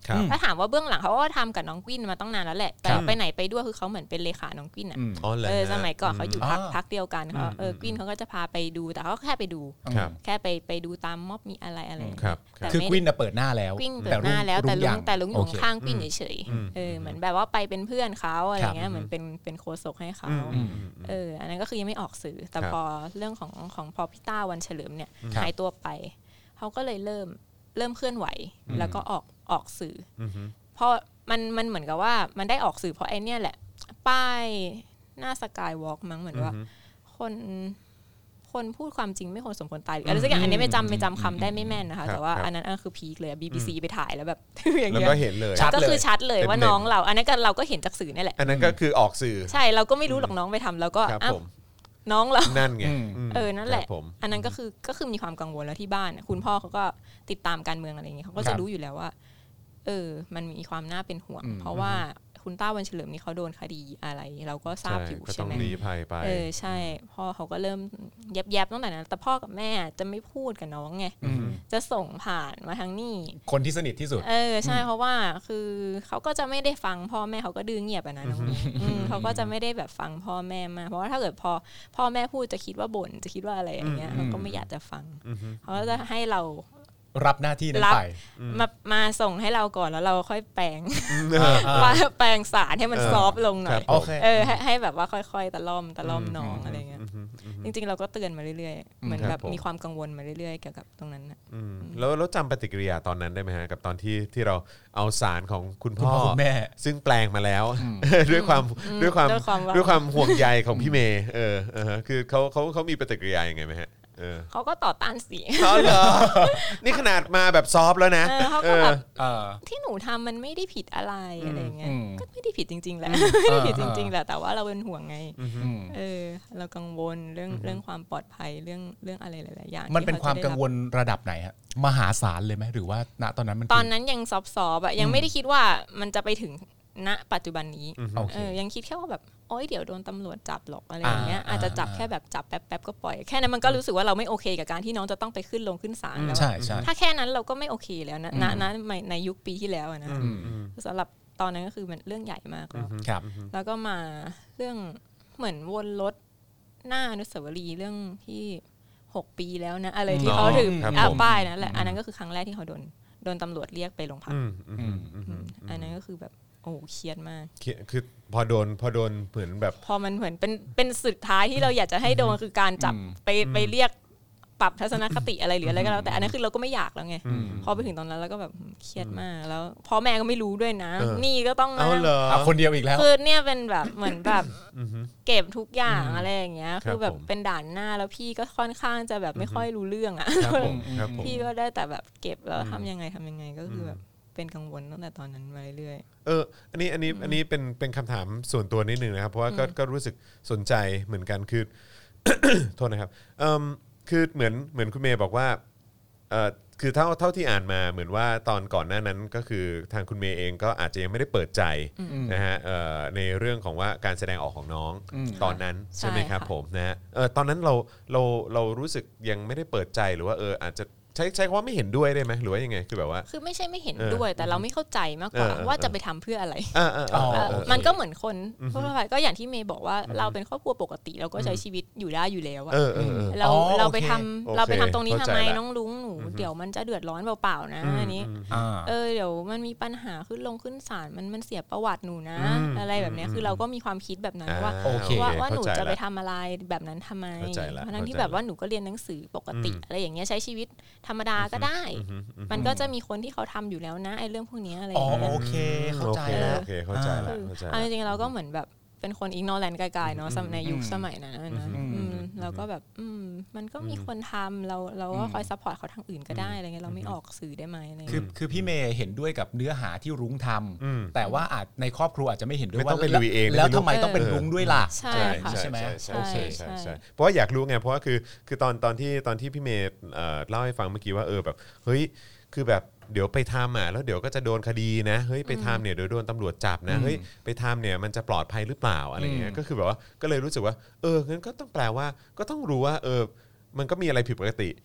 ถ้าถามว่าเบื้องหลังเขาก็ทำกับน้องกวินมาตั้งนานแล้วแหละแต่ไปไหนไปด้วยคือเขาเหมือนเป็นเลขาน้องกวินอ่ะเออสมัยก่อนเขาอยู่พักพักเดียวกันเขาเออกวินเขาก็จะพาไปดูแต่เขาแค่ไปดูแค่ไปไปดูตามม็อบมีอะไรอะไรคือกวินน่ะเปิดหน้าแล้วกวินเปิดหน้าแล้วแต่ลุงแต่ลุงอยู่ข้างกวินเฉยๆเออเหมือนแบบว่าไปเป็นเพื่อนเขาอะไรเงี้ยเหมือนเป็นเป็นโฆษกให้เขาเอออันนั้นก็คือยังไม่ออกสื่อแต่พอเรื่องของของพอพี่ต้าวันเฉลิมเนี่ยหายตัวไปเขาก็เลยเริ่มเริ่มเคลื่อนไหวแล้วก็ออกออกสื่อเพราะมันมันเหมือนกับว่ามันได้ออกสื่อเพราะไอ้เนี่ยแหละป้ายหน้าสกายวอล์กมั้งเหมือนว่าคนคนพูดความจริงไม่ควรสมควรตายอะไรสักอย่างอันนี้ไม่จำไม่จำคำได้ไม่แม่นนะคะแต่ว่าอันนั้นคือพีคเลย บี บี ซี ไปถ่ายแล้วแบบอย่างเงี้ยแล้วก็เห็นเลยก็คือชัดเลยว่าน้องเราอันนั้นก็เราก็เห็นจากสื่อนี่แหละอันนั้นก็คือออกสื่อใช่เราก็ไม่รู้หรอกน้องไปทำแล้วก็น้องเรานั่นไงเออนั่นแหละอันนั้นก็คือก็คือมีความกังวลแล้วที่บ้านคุณพ่อเขาก็ติดตามการเมืองอะไรอย่างเงี้ยเขาก็จะรู้อยู่แล้วว่าเออมันมีความน่าเป็นห่วงเพราะว่าคุณต้าวันเฉลิมนี่เขาโดนคดีอะไรเราก็ทราบอยู่ใช่ไหมเออใช่พ่อเขาก็เริ่มแยบๆตั้งแต่นั้นแต่พ่อกับแม่จะไม่พูดกับน้องไงจะส่งผ่านมาทางนี่คนที่สนิทที่สุดเออใช่เพราะว่าคือเขาก็จะไม่ได้ฟังพ่อแม่เขาก็ดื้อเงียบอะนะน้องเขาก็จะไม่ได้แบบฟังพ่อแม่มาเพราะว่าถ้าเกิดพอพ่อแม่พูดจะคิดว่าบ่นจะคิดว่าอะไรอย่างเงี้ยเขาก็ไม่อยากจะฟังเขาก็จะให้เรารับหน้าที่นั้นไปมามาส่งให้เราก่อนแล้วเราค่อยแปลงว่าแปลงสารให้มันซอฟลงหน่อยเออให้ให้แบบว่าค่อยๆตะล่อมตะล่อมน้องอะไรเงี้ยจริงๆเราก็เตือนมาเรื่อยๆเหมือนแบบมีความกังวลมาเรื่อยๆเกี่ยวกับตรงนั้นนะแล้วแล้วจำปฏิกิริยาตอนนั้นได้ไหมฮะกับตอนที่ที่เราเอาสารของคุณพ่อแม่ซึ่งแปลงมาแล้วด้วยความด้วยความด้วยความห่วงใยของพี่เมย์เออเออคือเขาเขาเขามีปฏิกิริยายังไงไหมฮะเขาก็ต่อต้านเสียเขาเหรอนี่ขนาดมาแบบซอฟแล้วนะเขาก็แบบที่หนูทำมันไม่ได้ผิดอะไรอะไรเงี้ยก็ไม่ได้ผิดจริงๆแหละไม่ได้ผิดจริงๆแหละแต่ว่าเราเป็นห่วงไงเออเรากังวลเรื่องเรื่องความปลอดภัยเรื่องเรื่องอะไรหลายๆอย่างมันเป็นความกังวลระดับไหนฮะมหาศาลเลยไหมหรือว่าณตอนนั้นมันตอนนั้นยังซอฟๆอ่ะยังไม่ได้คิดว่ามันจะไปถึงณปัจจุบันนี้เออยังคิดแค่ว่าแบบโอ๊ยเดี๋ยวโดนตำรวจจับหรอกอะไรอย่างเงี้ยอาจจะจับแค่แบบจับแป๊บๆก็ปล่อยแค่นั้นมันก็รู้สึกว่าเราไม่โอเคกับการที่น้องจะต้องไปขึ้นลงขึ้นศาลแล้วถ้าแค่นั้นเราก็ไม่โอเคแล้วนะณในยุคปีที่แล้วนะสำหรับตอนนั้นก็คือมันเรื่องใหญ่มากแล้วแล้วก็มาเรื่องเหมือนวนรถหน้าอนุสาวรีย์เรื่องที่หกปีแล้วนะอะไรที่เขาถือเอาป้ายนั่นแหละอันนั้นก็คือครั้งแรกที่เขาโดนโดนตำรวจเรียกไปโรงพักอันนั้นก็คือแบบโอ้เครียดมากคือพอโดนพอโดนเหมือนแบบพอมันเหมือนเป็นเป็นสุดท้ายที่เราอยากจะให้โดนคือการจับไปไปเรียกปรับทัศนคติอะไรหรืออะไรก็แล้วแต่อันนั้นคือเราก็ไม่อยากแล้วไงพอไปถึงตอนนั้นเราก็แบบเครียดมากแล้วพ่อแม่ก็ไม่รู้ด้วยนะนี่ก็ต้องมาคนเดียวอีกแล้วคือเนี่ยเป็นแบบเหมือนแบบเก็บทุกอย่างอะไรอย่างเงี้ยคือแบบเป็นด่านหน้าแล้วพี่ก็ค่อนข้างจะแบบไม่ค่อยรู้เรื่องอ่ะพี่ก็ได้แต่แบบเก็บแล้วทำยังไงทำยังไงก็คือแบบเป็นกังวลตั้งแต่ตอนนั้นมาเรื่อยๆเอออันนี้อันนี้อันนี้เป็นเป็นคำถามส่วนตัวนิดนึงนะครับเพราะว่าก็ก็รู้สึกสนใจเหมือนกันคือ โทษนะครับเอ่อคือเหมือนเหมือนคุณเมย์บอกว่าเอ่อคือเท่าเท่าที่อ่านมาเหมือนว่าตอนก่อนหน้านั้นก็คือทางคุณเมย์เองก็อาจจะยังไม่ได้เปิดใจนะฮะเอ่อในเรื่องของว่าการแสดงออกของน้องตอนนั้นใช่ไหมครับผมนะฮะเออตอนนั้นเราเราเรารู้สึกยังไม่ได้เปิดใจหรือว่าเอออาจจะใช้ใช้คำว่าไม่เห็นด้วยได้ไหมหรือว่ายังไงคือแบบว่าคือไม่ใช่ไม่เห็นด้วยแต่เราไม่เข้าใจมากกว่าว่าจะไปทำเพื่ออะไรมันก็เหมือนคนทั่วไปก็อย่างที่เมย์บอกว่าเราเป็นครอบครัวปกติเราก็ใช้ชีวิตอยู่ได้อยู่แล้วอะเราเราไปทำเราไปทำตรงนี้ทำไมน้องลุงหนูเดี๋ยวมันจะเดือดร้อนเปล่าๆนะอันนี้เออเดี๋ยวมันมีปัญหาขึ้นลงขึ้นศาลมันมันเสียประวัติหนูนะอะไรแบบนี้คือเราก็มีความคิดแบบนั้นว่าว่าว่าหนูจะไปทำอะไรแบบนั้นทำไมเพราะนั้นที่แบบว่าหนูก็เรียนหนังสือปกติอะไรอย่างเงี้ยใช้ชีวิตธรรมดาก็ได้มันก็จะมีคนที่เขาทำอยู่แล้วนะไอ้เรื่องพวกนี้อะไรอย่างเงี้ยโอเคเข้าใจแล้วโอเคเข้าใจแล้วเอาจริงๆเราก็เหมือนแบบเป็นคนอิกโนแลนด์ไกลๆเนาะในยุคสมัยนั้นนะเราก็แบบมันก็มีคนทำเราเราก็คอยซัพพอร์ตเขาทางอื่นก็ได้อะไรเงี้ยเราไม่ออกสื่อได้ไหมอะไรคือคือพี่เมย์เห็นด้วยกับเนื้อหาที่รุ้งทำแต่ว่าอาจในครอบครัวอาจจะไม่เห็นด้วยว่าแล้วทำไมต้องเป็นรุ้งด้วยล่ะใช่ใช่ไหมโอเคใช่ใช่เพราะว่าอยากรู้ไงเพราะว่าคือคือตอนตอนที่ตอนที่พี่เมย์เล่าให้ฟังเมื่อกี้ว่าเออแบบเฮ้ยคือแบบเดี๋ยวไปทำอ่ะแล้วเดี๋ยวก็จะโดนคดีนะเฮ้ยไปทำเนี่ยเดี๋ยวโดนตำรวจจับนะเฮ้ยไปทำเนี่ยมันจะปลอดภัยหรือเปล่าอะไรเงี้ยก็คือแบบว่าก็เลยรู้สึกว่าเอองั้นก็ต้องแปลว่าก็ต้องรู้ว่าเออมันก็มีอะไรผิดปกติ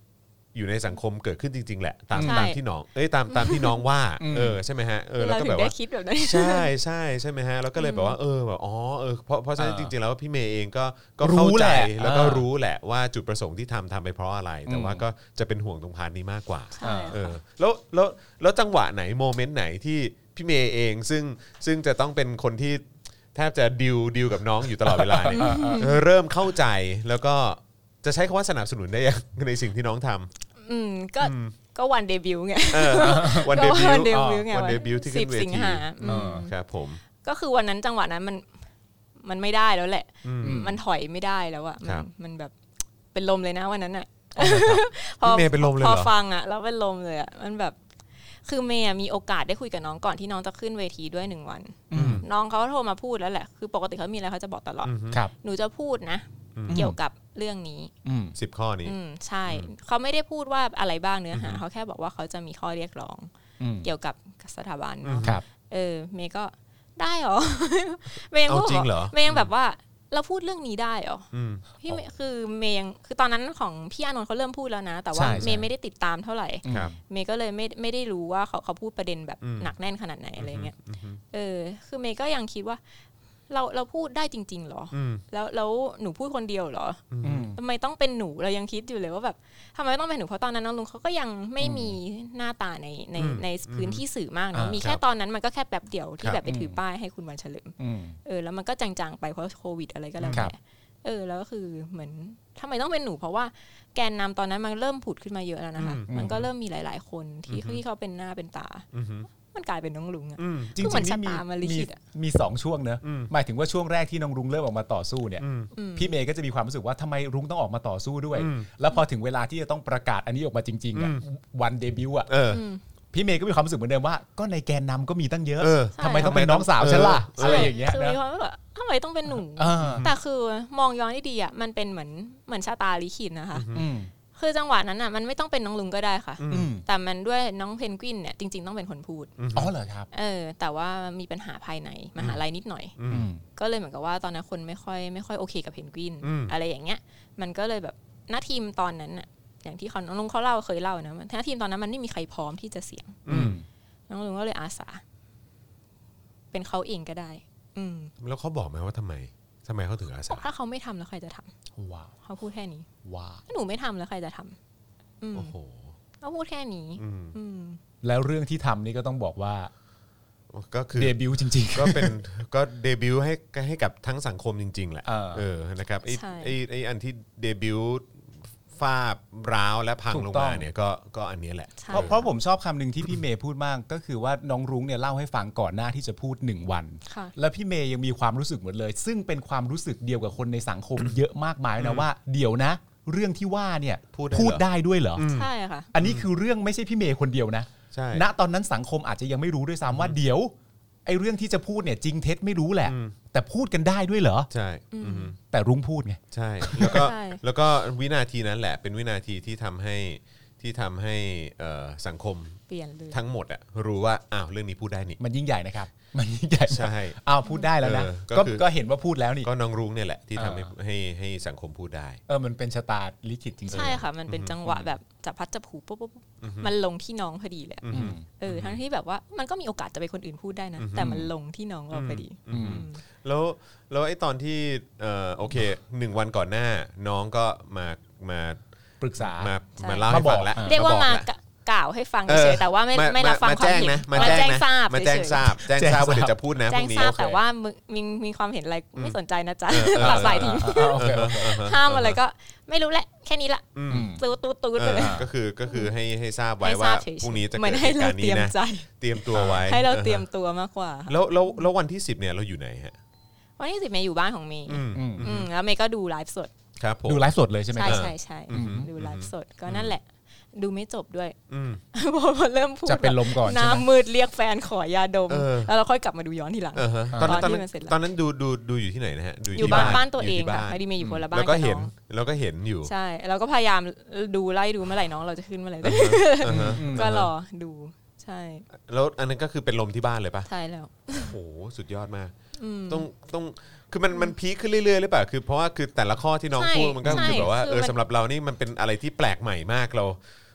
อยู่ในสังคมเกิดขึ้นจริงๆแหละตามตามที่น้องเอ้ยตามตามที่น้องว่าเออใช่ไหมฮะเออแล้วก็แบบว่าคิดแบบนั้นใช่ใช่ใช่ไหมฮะแล้วก็เลยแบบว่าเออแบบอ๋อเออเพราะเพราะฉะนั้นจริงๆแล้วพี่เมย์เองก็ก็เข้าใจแล้วก็รู้แหละว่าจุดประสงค์ที่ทำทำไปเพราะอะไรแต่ว่าก็จะเป็นห่วงตรงพาร์ทนี้มากกว่าเออแล้วแล้วแล้วจังหวะไหนโมเมนต์ไหนที่พี่เมย์เองซึ่งซึ่งจะต้องเป็นคนที่แทบจะดิวดิวกับน้องอยู่ตลอดเวลาเนี่ยเริ่มเข้าใจแล้วก็จะใช้คำว่าสนับสนุนได้ยังในสิ่งที่น้องทำอืมก็ก็วันเดบิวต์ไงวันเดบิวต์วันเดบิวต์ไงวันเดบิวต์ที่ขึ้นเวทีครับผมก็คือวันนั้นจังหวะนั้นมันมันไม่ได้แล้วแหละมันถอยไม่ได้แล้วอะมันแบบเป็นลมเลยนะวันนั้นอะพอเมย์เป็นลมเลยเหรอพอฟังอะแล้วเป็นลมเลยอะมันแบบคือเมย์มีโอกาสได้คุยกับน้องก่อนที่น้องจะขึ้นเวทีด้วยหนึ่งวันน้องเขาโทรมาพูดแล้วแหละคือปกติเขามีอะไรเขาจะบอกตลอดหนูจะพูดนะเกี่ยวกับเรื่องนี้สิบข้อนี้ใช่เขาไม่ได้พูดว่าอะไรบ้างเนื้อหาเขาแค่บอกว่าเขาจะมีข้อเรียกร้องเกี่ยวกับสถาบันเออเมย์ก็ได้หรอเมย์ยังพูดเมย์ยังแบบว่าเราพูดเรื่องนี้ได้หรอพี่คือเมย์ยังคือตอนนั้นของพี่อานนท์เขาเริ่มพูดแล้วนะแต่ว่าเมย์ไม่ได้ติดตามเท่าไหร่เมย์ก็เลยไม่ไม่ได้รู้ว่าเขาเขาพูดประเด็นแบบหนักแน่นขนาดไหนอะไรเงี้ยเออคือเมย์ก็ยังคิดว่าเราเราพูดได้จริงๆหรอแล้วแล้วหนูพูดคนเดียวหรอทำไมต้องเป็นหนูเรายังคิดอยู่เลยว่าแบบทำไมต้องเป็นหนูเพราะตอนนั้นน้องลุงเขาก็ยังไม่มีหน้าตาในในในพื้นที่สื่อมากนะมีแค่ตอนนั้นมันก็แค่แป๊บเดียวที่แบบไปถือป้ายให้คุณวันเฉลิมเออแล้วมันก็จางๆไปเพราะโควิดอะไรก็แล้วแต่เออแล้วก็คือเหมือนทำไมต้องเป็นหนูเพราะว่าแกนนำตอนนั้นมันเริ่มผุดขึ้นมาเยอะแล้วนะคะมันก็เริ่มมีหลายๆคนที่ที่เขาเป็นหน้าเป็นตามันกลายเป็นน้องลุงอ่ะจริงๆนี่มีมีสองช่วงเนอะหมายถึงว่าช่วงแรกที่น้องลุงเริ่มออกมาต่อสู้เนี่ยพี่เมย์ก็จะมีความรู้สึกว่าทำไมลุงต้องออกมาต่อสู้ด้วยแล้วพอถึงเวลาที่จะต้องประกาศอันนี้ออกมาจริงๆอ่ะวันเดบิวต์อ่ะพี่เมย์ก็มีความรู้สึกเหมือนเดิมว่าก็ในแกนนำก็มีตั้งเยอะทำไมต้องเป็นน้องสาวฉันล่ะอะไรอย่างเงี้ยคือมีความแบบทำไมต้องเป็นหนูแต่คือมองย้อนดีๆอ่ะมันเป็นเหมือนเหมือนชะตาลิขิตนะคะคือจังหวะนั้นอ่ะมันไม่ต้องเป็นน้องลุงก็ได้ค่ะแต่มันด้วยน้องเพนกวินเนี่ยจริงๆต้องเป็นคนพูดอ๋อเหรอครับเออแต่ว่ามีปัญหาภายในมหาลัยนิดหน่อยก็เลยเหมือนกับว่าตอนนั้นคนไม่ค่อยไม่ค่อยโอเคกับเพนกวินอะไรอย่างเงี้ยมันก็เลยแบบหน้าทีมตอนนั้นอ่ะอย่างที่เขาน้องลุงเขาเล่าเคยเล่านะหน้าทีมตอนนั้นมันไม่มีใครพร้อมที่จะเสี่ยงน้องลุงก็เลยอาสาเป็นเขาเองก็ได้แล้วเขาบอกไหมว่าทำไมทำไมเขาถึงอาสาถ้าเขาไม่ทำแล้วใครจะทำว้าวเขาพูดแค่นี้ว้าวถ้าหนูไม่ทำแล้วใครจะทำโอ้โหเขาพูดแค่นี้แล้วเรื่องที่ทำนี่ก็ต้องบอกว่าก็คือเดบิวต์จริงๆก็เป็นก็เดบิวต์ให้ให้กับทั้งสังคมจริงๆแหละเออนะครับไอ้ไอ้ไอ้อันที่เดบิวต์ฟาบร้าวและพังลงมาเนี่ยก็ก็อันนี้แหละเพราะเพราะผมชอบคำหนึ่งที่พี่เมย์พูดมากก็คือว่าน้องรุ้งเนี่ยเล่าให้ฟังก่อนหน้าที่จะพูดหนึ่งวันแล้วพี่เมย์ยังมีความรู้สึกเหมือนเลยซึ่งเป็นความรู้สึกเดียวกับคนในสังคมเยอะมากมายนะว่าเดี๋ยวนะเรื่องที่ว่าเนี่ยพูดได้ด้วยเหรอใช่ค่ะอันนี้คือเรื่องไม่ใช่พี่เมย์คนเดียวนะณตอนนั้นสังคมอาจจะยังไม่รู้ด้วยซ้ำว่าเดี๋ยวไอ้เรื่องที่จะพูดเนี่ยจริงเท็จไม่รู้แหละแต่พูดกันได้ด้วยเหรอใช่แต่รุ้งพูดไงใช่แล้วก็แล้วก็วินาทีนั้นแหละเป็นวินาทีที่ทำให้ที่ทำให้สังคมเปลี่ยนเลยทั้งหมดอะรู้ว่าอ้าวเรื่องนี้พูดได้นี่มันยิ่งใหญ่นะครับมันยิ่งใหญ่ใช่อ้าวพูดได้แล้วนะก็ก็เห็นว่าพูดแล้วนี่ก็น้องรุ้งเนี่ยแหละที่ทำให้ให้ให้สังคมพูดได้เออมันเป็นชะตาลิขิตจริงๆใช่ค่ะมันเป็นจังหวะแบบจับพัดจับผูปุ๊บปุ๊บมันลงที่น้องพอดีเลยเออทั้งที่แบบว่ามันก็มีโอกาสจะเป็นคนอื่นพูดได้นะแต่มันลงที่น้องเราพอดีแล้วแล้วไอ้ตอนที่เออโอเคหนึ่งวันก่อนหน้าน้องก็มามาปรึกษามามาเล่าให้ฟังแล้วเรียกว่ามากล่าวให้ฟังเฉยแต่ว่าไม่ไม่รับฟังความเห็นมาแจ้งทราบมาแจ้งทราบแจ้งทราบว่าเดี๋ยวจะพูดนะพรุ่งนี้แต่ว่ามีมีความเห็นอะไรไม่สนใจนะจ๊ะตัดสายทิ้งห้ามอะไรก็ไม่รู้แหละแค่นี้ละตูดตูดตูดเลยก็คือก็คือให้ให้ทราบไว้ว่าพรุ่งนี้จะเกิดเหตุการณ์นี้นะเตรียมตัวไว้ให้เราเตรียมตัวมากกว่าแล้วแล้วแล้ววันที่สิบเนี่ยเราอยู่ไหนฮะวันที่สิบเมย์อยู่บ้านของเมย์แล้วเมย์ก็ดูไลฟ์สดครับผมดูไลฟ์สดเลยใช่ไหมใช่ใช่ใช่ดูไลฟ์สดก็นั่นแหละดูไม่จบด้วยพอเริ่มพูดจะเป็นลมก่อนน้ำมืดเรียกแฟนขอยาดมแล้วเราค่อยกลับมาดูย้อนทีหลังตอนนั้นตอนนั้นดูดูดูอยู่ที่ไหนนะฮะอยู่บ้านบ้านตัวเองค่ะพอดีเมย์อยู่คนละบ้านแล้วก็เห็นแล้วก็เห็นอยู่ใช่เราก็พยายามดูไล่ดูเมื่อไหร่น้องเราจะขึ้นเมื่อไหร่ก็รอดูใช่แล้วอันนั้นก็คือเป็นลมที่บ้านเลยป่ะใช่แล้วโอ้สุดยอดมากต้องต้องคือมันมันพีคขึ้นเรื่อยๆหรือเปล่าคือเพราะว่าคือแต่ละข้อที่น้องพูดมันก็คือแบบว่าเออสำหรับเรานี่มันเป็นอะไรที่แปลกใหม่มากเรา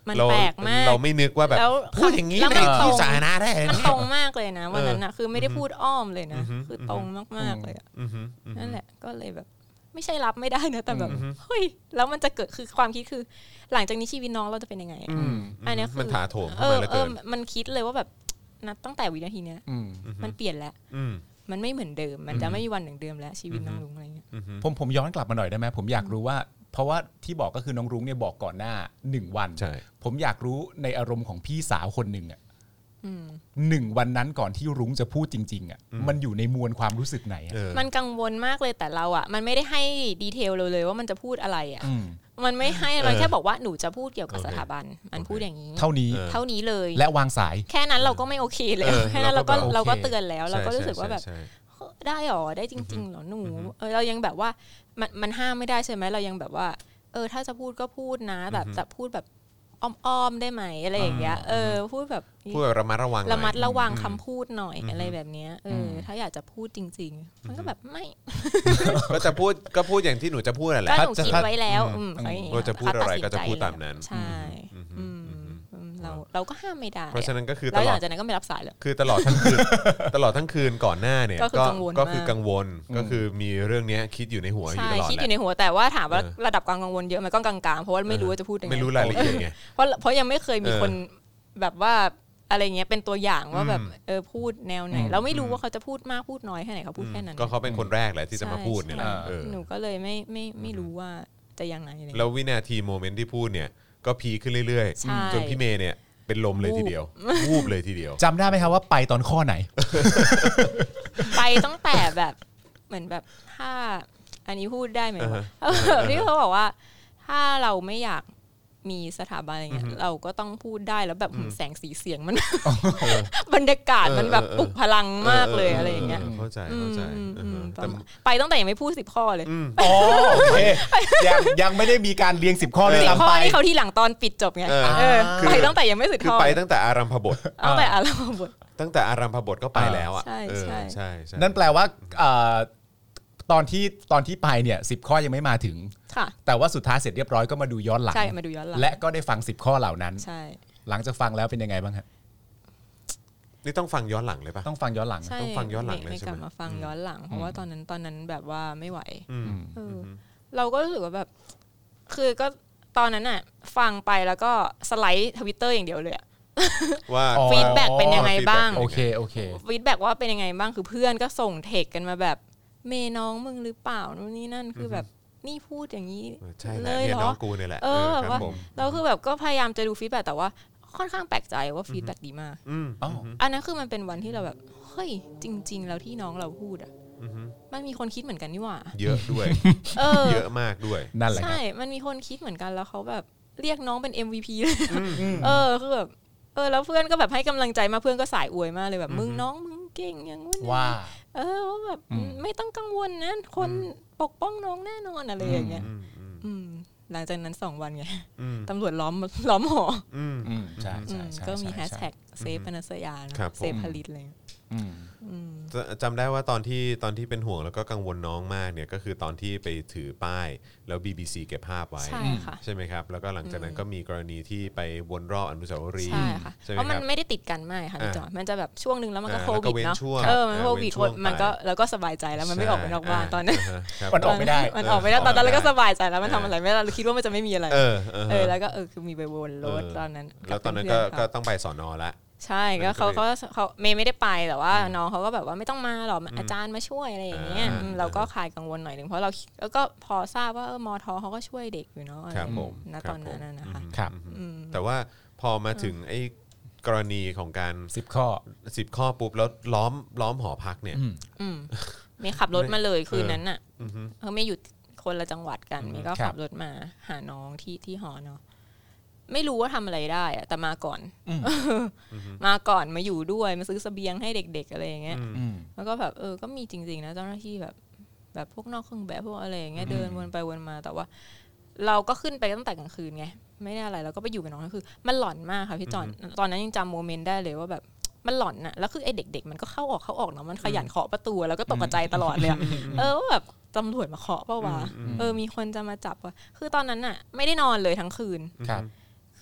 มันแปลกมากเราไม่นึกว่าแบบพูดอย่างนี้ในที่สาธารณะได้มันตรงมากเลยนะวันนั้นน่ะคือไม่ได้พูดอ้อมเลยนะคือตรงมากๆเลยนั่นแหละก็เลยแบบไม่ใช่รับไม่ได้นะแต่แบบเฮ้ยแล้วมันจะเกิดคือความคิดคือหลังจากนี้ชีวิตน้องเราจะเป็นยังไงอันนี้คือมันถาโถมเข้ามาเหลือเกินมันคิดเลยว่าแบบนับตั้งแต่วินาทีเนี้ยมันเปลี่ยนแล้วมันไม่เหมือนเดิมมันจะไม่มีวันเหมือนเดิมแล้วชีวิตน้องรุ้งอะไรเงี้ยผมผมย้อนกลับมาหน่อยได้ไหมผมอยากรู้ว่าเพราะว่าที่บอกก็คือน้องรุ้งเนี่ยบอกก่อนหน้าหนึ่งวันผมอยากรู้ในอารมณ์ของพี่สาวคนหนึ่งอ่ะหนึ่งวันนั้นก่อนที่รุ้งจะพูดจริงๆอ่ะมันอยู่ในมวลความรู้สึกไหนมันกังวลมากเลยแต่เราอ่ะมันไม่ได้ให้ดีเทลเลยเลยว่ามันจะพูดอะไรอ่ะมันไม่ให้เราแค่บอกว่าหนูจะพูดเกี่ยวกับสถาบันมันพูดอย่างนี้เท่านี้เท่านี้เลยและวางสายแค่นั้นเราก็ไม่โอเคแล้วแค่นั้นเราก็เราก็เตือนแล้วเราก็รู้สึกว่าแบบได้หรอได้จริงๆหรอหนูเออเรายังแบบว่ามันมันห้ามไม่ได้ใช่ไหมเรายังแบบว่าเออถ้าจะพูดก็พูดนะแบบจะพูดแบบอ้อมๆได้ไหมอะไรอย่างเงี้ยเออพูดแบบพูดแบบระมัดระวังระมัดระวังคำพูดหน่อยอะไรแบบเนี้ยเออถ้าอยากจะพูดจริงๆมันก็แบบไม่ก็จะพูดก็พูดอย่างที่หนูจะพูดแหละก็หนูคิดไว้แล้วก็จะพูดอะไรก็จะพูดตามนั้นใช่เราเราก็ห้ามไม่ได้เพราะฉะนั้นก็คือตลอดหลังจากนั้นก็ไม่รับสายเลยคือตลอดทั้งคืนตลอดทั้งคืนก่อนหน้าเนี่ยก็ก็คือกังวลก็คือมีเรื่องนี้คิดอยู่ในหัวอยู่ตลอดคิดอยู่ในหัวแต่ว่าถามว่าระดับความกังวลเยอะมันก็กลางๆเพราะว่าไม่รู้ว่าจะพูดยังไงไม่รู้รายละเอียดไงเพราะเพราะยังไม่เคยมีคนแบบว่าอะไรเงี้ยเป็นตัวอย่างว่าแบบเออพูดแนวไหนเราไม่รู้ว่าเขาจะพูดมากพูดน้อยแค่ไหนเขาพูดแค่นั้นก็เขาเป็นคนแรกแหละที่จะมาพูดเนี่ยแหละหนูก็เลยไม่ไม่ไม่รู้ว่าจะยังไงแล้ววินาทีโมเมนต์ที่พูดเนี่ยก็พีขึ้นเรื่อยๆจนพี่เมย์เนี่ยเป็นลมเลยทีเดียววูบเลยทีเดียวจำได้ไหมครับว่าไปตอนข้อไหนไปตั้งแต่แบบเหมือนแบบถ้าอันนี้พูดได้ไหมที่เขาบอกว่าถ้าเราไม่อยากมีสถาบันอะไรเงี้ยเราก็ต้องพูดได้แล้วแบบแสงสีเสียงมันบรรยากาศมันแบบปลุกพลังมากเลยอะไรอย่างเงี้ยเข้าใจเข้าใจไปตั้งแต่ยังไม่พูดสิบข้อเลยอ๋อโอเคยังยังไม่ได้มีการเรียงสิบข้อเลยสิบข้อนี่เขาที่หลังตอนปิดจบไงไปตั้งแต่ยังไม่สิบข้อคือไปตั้งแต่อารัมพบทตั้งแต่อารัมพบทตั้งแต่อารัมพบทก็ไปแล้วอ่ะใช่ใช่ใช่นั่นแปลว่าตอนที่ตอนที่ไปเนี่ยสิบข้อยังไม่มาถึงแต่ว่าสุดท้ายเสร็จเรียบร้อยก็มาดูย้อนหลังใช่มาดูย้อนหลังและก็ได้ฟังสิบข้อเหล่านั้นใช่หลังจากฟังแล้วเป็นยังไงบ้างครับนี่ต้องฟังย้อนหลังเลยป่ะต้องฟังย้อนหลังต้องฟังย้อนหลังเลยใช่ไหมกลับมาฟังย้อนหลังเพราะว่าตอนนั้นตอนนั้นแบบว่าไม่ไหวเราก็รู้สึกว่าแบบคือก็ตอนนั้นน่ะฟังไปแล้วก็สไลด์ Twitter อย่างเดียวเลยว่าฟีดแบ็กเป็นยังไงบ้างโอเคโอเคฟีดแบ็กว่าเป็นยังไงบ้างคือเพื่อนก็ส่งเทคกันมาแบบเมน้องมึงหรือเปล่านู่นนี่นั่นคือแบบนี่พูดอย่างนี้เลยเหรอน้องกูเนี่ยแหละเออว่าเราคือแบบก็พยายามจะดูฟีดแบ็กแต่ว่าค่อนข้างแปลกใจว่าฟีดแบ็กดีมากอันนั้นคือมันเป็นวันที่เราแบบเฮ้ยจริงๆแล้วที่น้องเราพูดอ่ะมันมีคนคิดเหมือนกันนี่หว่าเยอะด้วยเยอะมากด้วยนั่นแหละใช่มันมีคนคิดเหมือนกันแล้วเขาแบบเรียกน้องเป็น เอ็ม วี พี เลยเออคือแบบเออแล้วเพื่อนก็แบบให้กำลังใจมาเพื่อนก็สายอวยมากเลยแบบมึงน้องมึงเก่งอย่างนู้นว่าเออว่าแบบไม่ต้องกังวลนะคนปกป้องน้องแน่นอนอะไรอย่างเงี้ยหลังจากนั้นสองวันไงตำรวจล้อมล้อมหอใช่ใช่ก็มีแฮชแท็กเซฟปนัสยาเซฟผลิตอะไรจำได้ว่าตอนที่ตอนที่เป็นห่วงแล้วก็กังวลน้องมากเนี่ยก็คือตอนที่ไปถือป้ายแล้ว บี บี ซี เก็บภาพไว้ใช่ค่ะใช่ไหมครับแล้วก็หลังจากนั้นก็มีกรณีที่ไปวนรอบอนุสาวรีย์ใช่ค่ะเพราะมันไม่ได้ติดกันมากค่ะพี่จอนมันจะแบบช่วงนึงแล้วมันก็โควิดเนาะเออมันโควิดมันก็แล้วก็สบายใจแล้วมันไม่ออกไปนอกบ้านตอนนั้นมันออกไม่ได้มันออกไม่ได้ตอนนั้นแล้วก็สบายใจแล้วมันทำอะไรไม่ได้เราคิดว่ามันจะไม่มีอะไรเออแล้วก็เออคือมีไปวนรถตอนนั้นแล้วตอนนั้นก็ก็ต้องไปสอนอละใช่ก็เขาเขาเขาเมย์ไม่ได้ไปแต่ว่าน้องเขาก็แบบว่าไม่ต้องมาหรอกอาจารย์มาช่วยอะไรอย่างเงี้ยเราก็คลายกังวลหน่อยนึงเพราะเราแล้วก็พอทราบว่าเออมทเขาก็ช่วยเด็กอยู่เนาะณตอนนั้นนะคะครับแต่ว่าพอมาถึงไอ้กรณีของการสิบข้อสิบข้อปุ๊บแล้วล้อมล้อมหอพักเนี่ยเมย์ขับรถมาเลยคืนนั้นน่ะเขาไม่อยู่คนละจังหวัดกันเมย์ก็ขับรถมาหาน้องที่ที่หอเนาะไม่รู้ว่าทำอะไรได้อะแต่มาก่อนมาก่อนมาอยู่ด้วยมาซื้อเสบียงให้เด็กๆอะไรอย่างเงี้ยแล้วก็แบบเออก็มีจริงๆนะเจ้าหน้าที่แบบแบบพวกนอกเครื่องแบบพวกอะไรอย่างเงี้ยเดินวนไปวนมาแต่ว่าเราก็ขึ้นไปตั้งแต่กลางคืนไงไม่ได้อะไรเราก็ไปอยู่กับน้องก็คือมันหลอนมากค่ะพี่จอนตอนนั้นยังจำโมเมนต์ได้เลยว่าแบบมันหลอนน่ะแล้วคือไอ้เด็กๆมันก็เข้าออกเข้าออกเนาะมันขยันเคาะประตูแล้วก็ตกใจตลอดเลยเออแบบตำรวจมาเคาะเปล่าวะเออมีคนจะมาจับว่ะคือตอนนั้นน่ะไม่ได้นอนเลยทั้งคืนค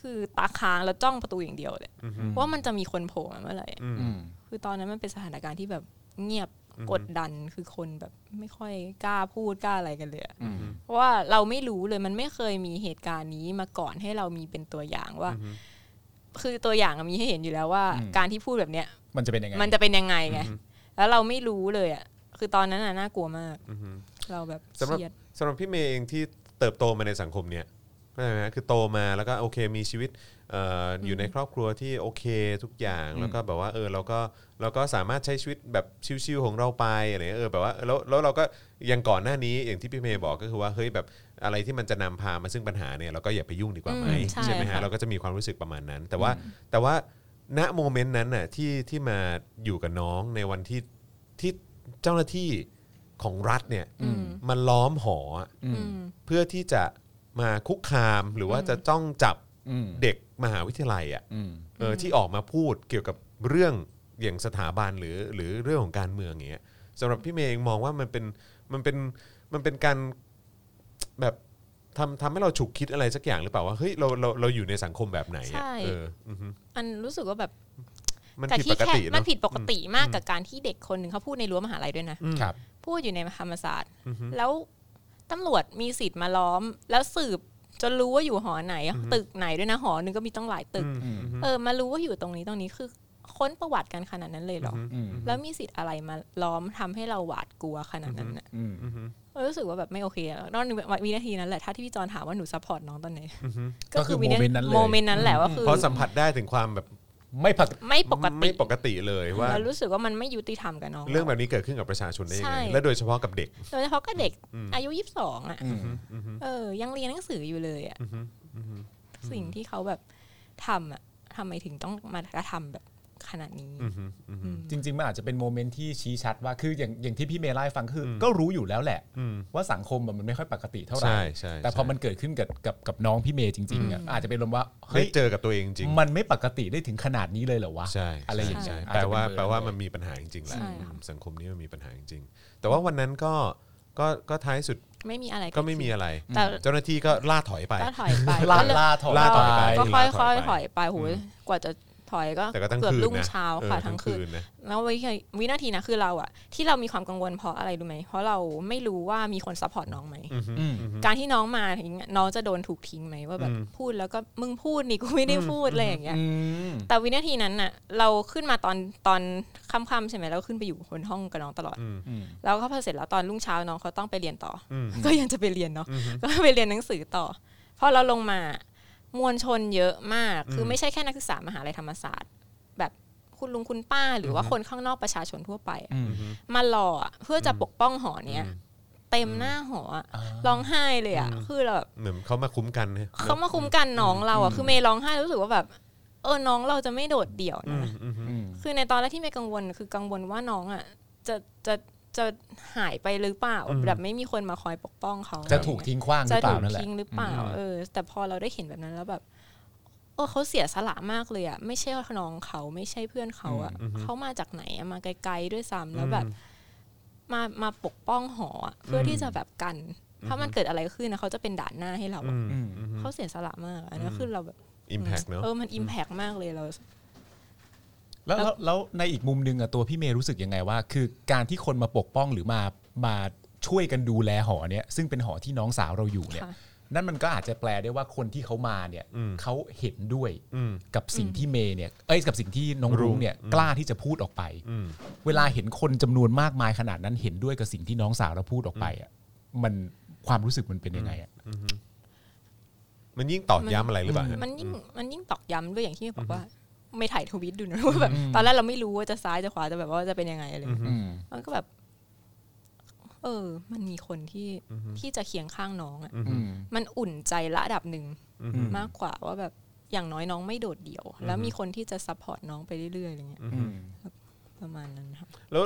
คือตาค้างแล้วจ้องประตูอย่างเดียวเลยว่ามันจะมีคนโผล่มาเมื่อไหร่คือตอนนั้นมันเป็นสถานการณ์ที่แบบเงียบกดดันคือคนแบบไม่ค่อยกล้าพูดกล้าอะไรกันเลยเพราะว่าเราไม่รู้เลยมันไม่เคยมีเหตุการณ์นี้มาก่อนให้เรามีเป็นตัวอย่างว่าคือตัวอย่างมีให้เห็นอยู่แล้วว่าการที่พูดแบบเนี้ยมันจะเป็นยังไงมันจะเป็นยังไงไงแล้วเราไม่รู้เลยอ่ะคือตอนนั้นน่ะน่ากลัวมากเราแบบเครียดสำหรับพี่เมย์เองที่เติบโตมาในสังคมเนี้ยใช่ไหมคือโตมาแล้วก็โอเคมีชีวิตเอ่ออยู่ในครอบครัวที่โอเคทุกอย่างแล้วก็แบบว่าเออเราก็เราก็สามารถใช้ชีวิตแบบชิลๆของเราไปอะไรเออแบบว่าแล้วแล้วเราก็ยังก่อนหน้านี้อย่างที่พี่เมย์บอกก็คือว่าเฮ้ยแบบอะไรที่มันจะนำพามาซึ่งปัญหาเนี่ยเราก็อย่าไปยุ่งดีกว่าไหมใช่ไหมฮะเราก็จะมีความรู้สึกประมาณนั้นแต่ว่าแต่ว่าณโมเมนต์นั้นน่ะที่ที่มาอยู่กับน้องในวันที่ที่เจ้าหน้าที่ของรัฐเนี่ยมันล้อมหอเพื่อที่จะมาคุกคามหรือว่าจะจ้องจับเด็กมหาวิทยาลัยอ่ะเออที่ออกมาพูดเกี่ยวกับเรื่องอย่างสถาบันหรือหรือเรื่องของการเมืองอย่างเงี้ยสำหรับพี่เมย์มองว่ามันเป็นมันเป็นมันเป็นการแบบทำทำให้เราฉุกคิดอะไรสักอย่างหรือเปล่าว่าเฮ้ยเราเราเราอยู่ในสังคมแบบไหนอ่ะเอออันรู้สึกว่าแบบมันผิดปกติมันผิดปกติมากกับการที่เด็กคนหนึ่งเขาพูดในรั้วมหาลัยด้วยนะพูดอยู่ในธรรมศาสตร์แล้วตำรวจมีสิทธิ์มาล้อมแล้วสืบจนรู้ว่าอยู่หอไหนตึกไหนด้วยนะหอนึงก็มีต้องหลายตึกเออมารู้ว่าอยู่ตรงนี้ตรงนี้คือค้นประวัติกันขนาดนั้นเลยเหรอแล้วมีสิทธิ์อะไรมาล้อมทำให้เราหวาดกลัวขนาดนั้นน่ะรู้สึกว่าแบบไม่โอเคตอนวินาทีนั้นแหละถ้าที่พี่จอนถามว่าหนูซัพพอร์ตน้องตอนไหนก็คือโมเมนต์นั้นเลยโมเมนต์นั้นแหละว่าคือเพราะสัมผัสได้ถึงความแบบไม่ไม่ปกติไม่ปกติเลยว่าเรารู้สึกว่ามันไม่ยุติธรรมกับน้องเรื่องแบบนี้เกิดขึ้นกับประชาชนได้ยังไงและโดยเฉพาะกับเด็กโดยเฉพาะกับเด็กอายุยี่สิบสองอ่ะเออยังเรียนหนังสืออยู่เลยอ่ะสิ่งที่เขาแบบทำอ่ะทำไมถึงต้องมากระทำแบบขนาดนี้จริงๆมันอาจจะเป็นโมเมนต์ที่ชี้ชัดว่าคืออย่างอย่างที่พี่เมย์เล่าให้ฟังคือก็รู้อยู่แล้วแหละว่าสังคมมันไม่ค่อยปกติเท่าไหร่แต่พอมันเกิดขึ้นกับกับกับน้องพี่เมย์จริงๆอ่ะอาจจะเป็นลมว่าเฮ้ยเจอกับตัวเองจริงมันไม่ปกติได้ถึงขนาดนี้เลยเหรอวะอะไรอย่างเงี้ยแปลว่าแปลว่ามันมีปัญหาจริงๆแหละสังคมนี้มันมีปัญหาจริงๆแต่ว่าวันนั้นก็ก็ก็ท้ายสุดไม่มีอะไรก็ไม่มีอะไรแต่เจ้าหน้าที่ก็ล่าถอยไปล่าถอยไปล่าล่าถอยล่าถอยไปก็ค่อยๆถอยไปโหกว่าจะถอยก็เกือบรุ่งเช้าค่ะทั้งคืนแล้ววินาทีนะคือเราอะที่เรามีความกังวลเพราะอะไรรู้ไหมเพราะเราไม่รู้ว่ามีคนซัพพอร์ตน้องไหมการที่น้องมาน้องจะโดนถูกทิ้งไหมว่าแบบพูดแล้วก็มึงพูดนี่กูไม่ได้พูดอะไรอย่างเงี้ยแต่วินาทีนั้นน่ะเราขึ้นมาตอนตอนค่ำๆใช่ไหมแล้วขึ้นไปอยู่บนห้องกับน้องตลอดแล้วก็พอเสร็จแล้วตอนรุ่งเช้าน้องเขาต้องไปเรียนต่อก็ยังจะไปเรียนเนาะก็ไปเรียนหนังสือต่อพอเราลงมามวลชนเยอะมากคือไม่ใช่แค่นักศึกษามหาลัยธรรมศาสตร์แบบคุณลุงคุณป้าหรือว่าคนข้างนอกประชาชนทั่วไปมารอเพื่อจะปกป้องหอเนี้ยเต็มหน้าหอร้องไห้เลยอ่ะคือแบบเหมือนเขามาคุ้มกันเขามาคุ้มกันน้องเราอ่ะคือเมย์ร้องไห้รู้สึกว่าแบบเออน้องเราจะไม่โดดเดี่ยวนะคือในตอนแรกที่เมย์กังวลคือกังวลว่าน้องอ่ะจะจะจะหายไปหรือเปล่าแบบไม่มีคนมาคอยปกป้องเขาจะถูกทิ้งขว้างหรือเปล่านั่นแหละจะถูกทิ้งหรือเปล่าเออแต่พอเราได้เห็นแบบนั้นแล้วแบบเออเขาเสียสละมากเลยอ่ะไม่ใช่น้องเขาไม่ใช่เพื่อนเขาอ่ะเขามาจากไหนมาไกลๆด้วยซ้ำแล้วแบบมามาปกป้องหอเพื่อที่จะแบบกันถ้ามันเกิดอะไรขึ้นนะเขาจะเป็นด่านหน้าให้เราเขาเสียสละมากอันนี้คือเราแบบอิมแพคเนอะเออมันอิมแพคมากเลยเราแล้วแล้วในอีกมุมนึงอ่ะตัวพี่เมย์รู้สึกยังไงว่าคือการที่คนมาปกป้องหรือมามาช่วยกันดูแลหอเนี้ยซึ่งเป็นหอที่น้องสาวเราอยู่เนี่ยนั่นมันก็อาจจะแปลได้ว่าคนที่เขามาเนี่ยเขาเห็นด้วยกับสิ่งที่เมย์เนี่ยเอ้ยกับสิ่งที่น้องรุ้งเนี่ยกล้าที่จะพูดออกไปเวลาเห็นคนจำนวนมากมายขนาดนั้นเห็นด้วยกับสิ่งที่น้องสาวเราพูดออกไปอ่ะมันความรู้สึกมันเป็นยังไงอ่ะมันยิ่งตอกย้ำอะไรหรือเปล่ามันยิ่งมันยิ่งตอกย้ำด้วยอย่างที่บอกว่าไม่ถ่ายทวิตดูนะว่าแบบตอนแรกเราไม่รู้ว่าจะซ้ายจะขวาจะแบบว่าจะเป็นยังไงอะไรมันก็แบบเออมันมีคนที่ที่จะเคียงข้างน้องอ่ะมันอุ่นใจระดับหนึ่งมากกว่าว่าแบบอย่างน้อยน้องไม่โดดเดี่ยวแล้วมีคนที่จะซัพพอร์ตน้องไปเรื่อยๆอะไรเงี้ยประมาณนั้นครับแล้ว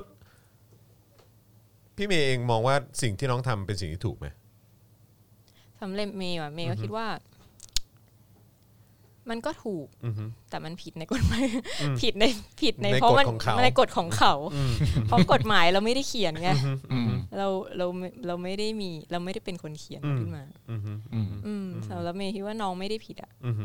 พี่เมย์เองมองว่าสิ่งที่น้องทำเป็นสิ่งที่ถูกไหมสำหรับเมย์อ่ะเมย์ก็คิดว่ามันก็ถูกแต่มันผิดในกฎหมายผิดในผิดในเพราะมันในกฎของเขาเพราะกฎหมายเราไม่ได้เขียนไงเราเราเราไม่ได้มีเราไม่ได้เป็นคนเขียนขึ้นมาอืมสำหรับเมย์คิดว่าน้องไม่ได้ผิดอ่ะ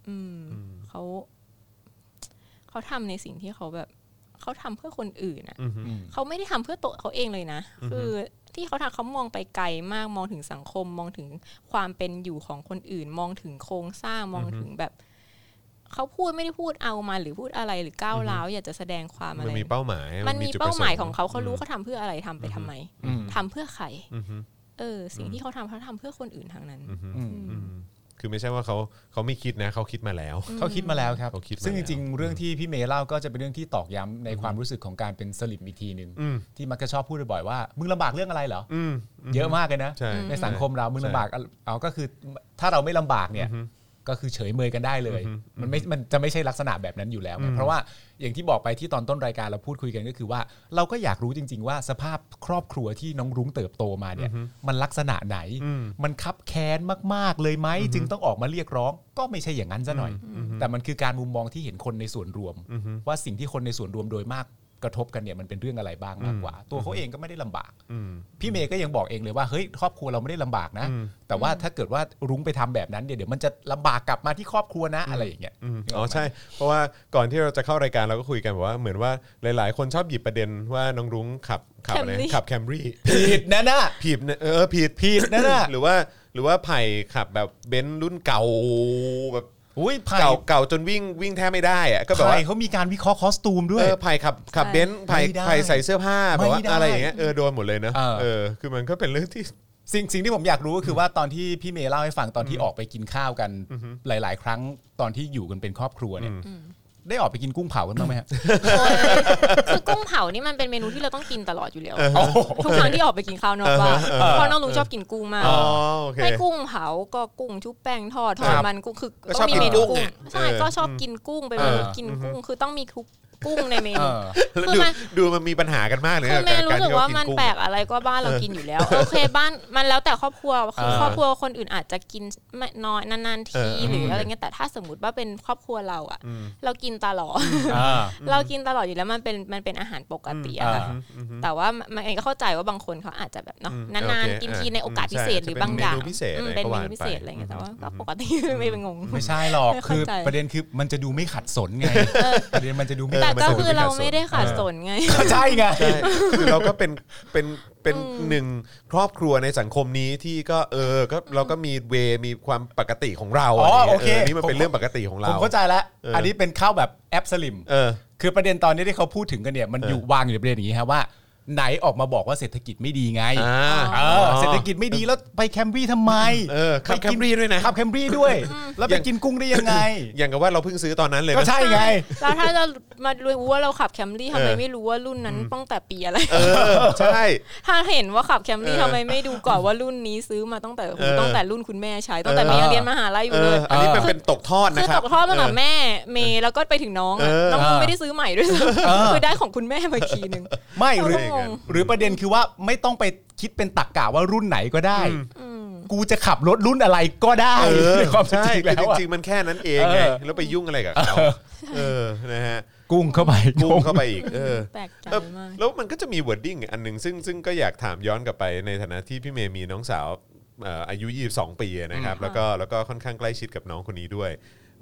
อืมเขาเขาทำในสิ่งที่เขาแบบเขาทำเพื่อคนอื่นอ่ะเขาไม่ได้ทำเพื่อตัวเขาเองเลยนะคือที่เขาทำเขามองไปไกลมากมองถึงสังคมมองถึงความเป็นอยู่ของคนอื่นมองถึงโครงสร้างมองถึงแบบเขาพูดไม่ได้พูดเอามาหรือพูดอะไรหรือก้าวร้าวอยากจะแสดงความอะไรมันมีเป้าหมายมันมีเป้าหมายของเขาเขารู้เขาทำเพื่ออะไรทำไปทำไมทำเพื่อใครเออสิ่งที่เขาทำเขาทำเพื่อคนอื่นทางนั้นคือไม่ใช่ว่าเขาเขาไม่คิดนะเขาคิดมาแล้วเขาคิดมาแล้วครับซึ่งจริงๆเรื่องที่พี่เมย์เล่าก็จะเป็นเรื่องที่ตอกย้ำในความรู้สึกของการเป็นสลิมอีกทีนึงที่มักจะชอบพูดบ่อยๆว่ามึงลำบากเรื่องอะไรเหรอเยอะมากเลยนะในสังคมเรามึงลำบากเอาก็คือถ้าเราไม่ลำบากเนี่ยก็คือเฉยเมยกันได้เลยมันไม่มันจะไม่ใช่ลักษณะแบบนั้นอยู่แล้วเพราะว่าอย่างที่บอกไปที่ตอนต้นรายการเราพูดคุยกันก็คือว่าเราก็อยากรู้จริงๆว่าสภาพครอบครัวที่น้องรุ้งเติบโตมาเนี่ยมันลักษณะไหนมันคับแค้นมากๆเลยไหมจึงต้องออกมาเรียกร้องก็ไม่ใช่อย่างนั้นซะหน่อยแต่มันคือการมุมมองที่เห็นคนในส่วนรวมว่าสิ่งที่คนในส่วนรวมโดยมากกระทบกันเนี่ยมันเป็นเรื่องอะไรบ้างมากกว่าตัวเขาเองก็ไม่ได้ลำบากพี่เมย์ก็ยังบอกเองเลยว่าเฮ้ยครอบครัวเราไม่ได้ลำบากนะแต่ว่าถ้าเกิดว่ารุ้งไปทำแบบนั้นเดี๋ยวเดี๋ยวมันจะลำบากกลับมาที่ครอบครัวนะอะไรอย่างเงี้ยอ๋อใช่เพราะว่าก่อนที่เราจะเข้ารายการเราก็คุยกันบอกว่าเหมือนว่าหลายๆคนชอบหยิบประเด็นว่าน้องรุ้งขับขับอะไรขับแคมรี่ผิดนะน่ะผิดเออผิดผิดนะน่ะหรือว่าหรือว่าไผ่ขับแบบเบนซ์รุ่นเก่าแบบอุ้ยเก่าเก่าจนวิ่งวิ่งแทบไม่ได้อะก็แบบว่าเขามีการวิเคราะห์คอสตูมด้วยเออไผ่ขับขับเบนซ์ไผ่ไผ่ใส่เสื้อผ้าแบบว่าอะไรอย่างเงี้ยเออโดนหมดเลยนะเออคือมันก็เป็นเรื่องที่สิ่งสิ่งที่ผมอยากรู้ก็คือว่าตอนที่พี่เมย์เล่าให้ฟังตอนที่ออกไปกินข้าวกันหลายๆครั้งตอนที่อยู่กันเป็นครอบครัวเนี่ยได้ออกไปกินกุ้งเผากันบ้างไหมครับคือกุ้งเผานี่มันเป็นเมนูที่เราต้องกินตลอดอยู่แล้วทุกครั้งที่ออกไปกินข้าวนอกบ้านเพราะน้องลุงชอบกินกุ้งมากให้กุ้งเผาก็กุ้งชุบแป้งทอดทอดมันกุ้งคือต้องมีเมนูกุ้งใช่ก็ชอบกินกุ้งเป็นมนุษย์กินกุ้งคือต้องมีทุกกุ้งในเมนูคือมันดูมันมีปัญหากันมากเลยคือเมย์รู้สึกว่ามันแปลกอะไรก็บ้านเรากินอยู่แล้วโอเคบ้านมันแล้วแต่ครอบครัวคือครอบครัวคนอื่นอาจจะกินน้อยนานๆทีหรืออะไรเงี้ยแต่ถ้าสมมติว่าเป็นครอบครัวเราอ่ะเรากินตลอดเรากินตลอดอยู่แล้วมันเป็นมันเป็นอาหารปกติอะค่ะแต่ว่ามันเองก็เข้าใจว่าบางคนเขาอาจจะแบบเนาะนานๆกินทีในโอกาสพิเศษหรือบางอย่างเป็นเมนูพิเศษอะไรเงี้ยแต่ว่าก็ปกติไม่เป็นงงไม่ใช่หรอกคือประเด็นคือมันจะดูไม่ขัดสนไงประเด็นมันจะดูไม่แต่ก็คือเราไม่ได้ขาดสนไงใช่ไงคือเราก็เป็นเป็นเป็นหนึ่งครอบครัวในสังคมนี้ที่ก็เออก็เราก็มีเวมีความปกติของเราอ๋อโอเคนี่มันเป็นเรื่องปกติของเราผมเข้าใจแล้วอันนี้เป็นข้าวแบบแอปสลิมคือประเด็นตอนนี้ที่เขาพูดถึงกันเนี่ยมันอยู่วางอยู่ในประเด็นอย่างนี้ครับว่าไหนออกมาบอกว่าเศรษฐกิจไม่ดีไงเศรษฐกิจไม่ดีแล้วไปแคมรี่ทำไมขับแคมรี่ด้วยนะขับแคมรี่ด้วยแล้วไปกินกุ้งได้ยังไงอย่างกับว่าเราเพิ่งซื้อตอนนั้นเลยก็ใช่ไงแล้วถ้าจะมารู้ว่าเราขับแคมรี่ทำไมไม่รู้ว่ารุ่นนั้นตั้งแต่ปีอะไรใช่ถ้าเห็นว่าขับแคมรี่ทำไมไม่ดูก่อนว่ารุ่นนี้ซื้อมาตั้งแต่ตั้งแต่รุ่นคุณแม่ใช้ตั้งแต่เมย์เรียนมหาลัยอยู่เลยอันนี้เป็นตกทอดนะครับคือตกทอดตั้งแต่แม่เมย์แล้วก็ไปถึงน้องน้องไม่ได้ซื้อใหม่ด้วยคือได้ของคุณแม่มาทีนึงไม่หรือหรือประเด็นคือว่าไม่ต้องไปคิดเป็นตรรกะว่ารุ่นไหนก็ได้กูจะขับรถรุ่นอะไรก็ได้ในความจริงแล้วจริงๆมันแค่นั้นเองไงแล้วไปยุ่งอะไรกับเขาเออนะฮะกุ้งเข้าไปกุ้งเข้าไปอีกเออแปลกใจมากแล้วมันก็จะมี wording อันนึงซึ่งซึ่งก็อยากถามย้อนกลับไปในฐานะที่พี่เมย์มีน้องสาวอายุยี่สิบสองปีนะครับแล้วก็แล้วก็ค่อนข้างใกล้ชิดกับน้องคนนี้ด้วย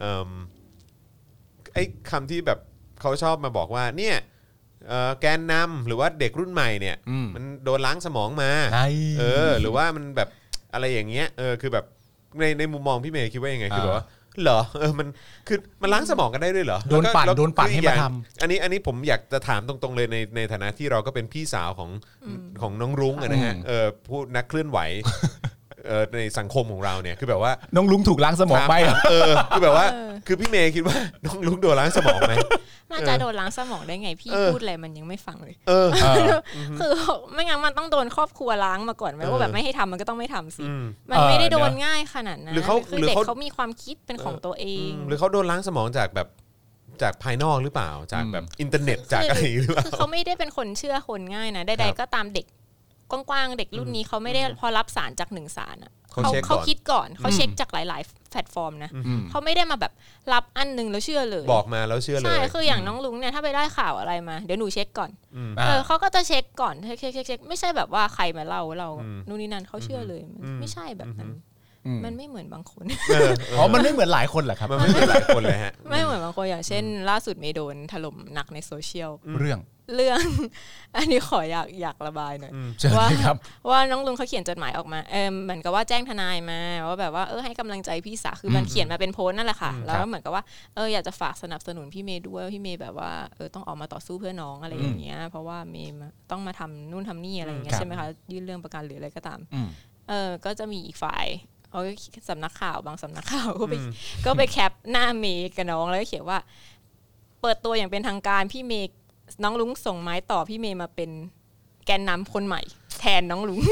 ไอ้คำที่แบบเขาชอบมาบอกว่าเนี่ยแกนนำหรือว่าเด็กรุ่นใหม่เนี่ยมันโดนล้างสมองมาเออหรือว่ามันแบบอะไรอย่างเงี้ยเออคือแบบในในมุมมองพี่เมย์คิดว่ายังไงคือแบบว่าเหรอเออมันคือมันล้างสมองกันได้ด้วยเหรอโดนปั่นโดนปั่นให้มาทำอันนี้อันนี้ผมอยากจะถามตรงๆเลยในในฐานะที่เราก็เป็นพี่สาวของของน้องรุ้งนะฮะเออผู้นักเคลื่อนไหวในสังคมของเราเนี่ยคือแบบว่าน้องลุงถูกล้างสมองไปเออคือแบบว่าคือพี่เมย์คิดว่าน้องลุงโดนล้างสมองไหมน่าจะโดนล้างสมองได้ไงพี่พูดอะไรมันยังไม่ฟังเลยคือไม่งั้นมันต้องโดนครอบครัวล้างมาก่อนไหมว่าแบบไม่ให้ทำมันก็ต้องไม่ทำสิมันไม่ได้โดนง่ายขนาดนั้นคือเด็กเขามีความคิดเป็นของตัวเองหรือเขาโดนล้างสมองจากแบบจากภายนอกหรือเปล่าจากแบบอินเทอร์เน็ตจากอะไรหรือเปล่าคือเขาไม่ได้เป็นคนเชื่อคนง่ายนะใดๆก็ตามเด็กกว้างๆเด็กรุ่นนี้เขาไม่ได้พอรับสารจากหนึ่งสารอ่ะเขาเขาคิดก่อนเขาเช็คจากหลายๆแพลตฟอร์มนะเขาไม่ได้มาแบบรับอันนึงแล้วเชื่อเลยบอกมาแล้วเชื่อเลยใช่คืออย่างน้องลุงเนี่ยถ้าไปได้ข่าวอะไรมาเดี๋ยวหนูเช็คก่อนเออเขาก็จะเช็คก่อนเช็คเช็คเช็คไม่ใช่แบบว่าใครมาเล่าเรานู่นนี่นั่นเขาเชื่อเลยไม่ใช่แบบนั้นมันไม่เหมือนบางคนอ๋อมันไม่เหมือนหลายคนเหรอครับมันไม่เหมือนหลายคนเลยฮะไม่เหมือนบางคนอย่างเช่นล่าสุดเมย์โดนถล่มหนักในโซเชียลเรื่องเรื่องอันนี้ขออยากอยากระบายหน่อยว่าว่าน้องลุงเขาเขียนจดหมายออกมาเออเหมือนกับว่าแจ้งทนายมาว่าแบบว่าเออให้กำลังใจพี่สาวคือมันเขียนมาเป็นโพสต์นั่นแหละค่ะแล้วเหมือนกับว่าเอออยากจะฝากสนับสนุนพี่เมย์ด้วยพี่เมย์แบบว่าเออต้องออกมาต่อสู้เพื่อน้องอะไรอย่างเงี้ยเพราะว่าเมย์ต้องมาทำนู่นทำนี่อะไรอย่างเงี้ยใช่ไหมคะยื่นเรื่องประกันหรืออะไรก็ตามเออก็จะมีอีกฝ่ายเอาสำนักข่าวบางสำนักข่าวก็ไปก็ไปแคปหน้าเมย์กับน้องแล้วก็เขียนว่าเปิดตัวอย่างเป็นทางการพี่เมย์น้องลุงส่งไม้ต่อพี่เมย์มาเป็นแกนนำคนใหม่แทนน้องลุง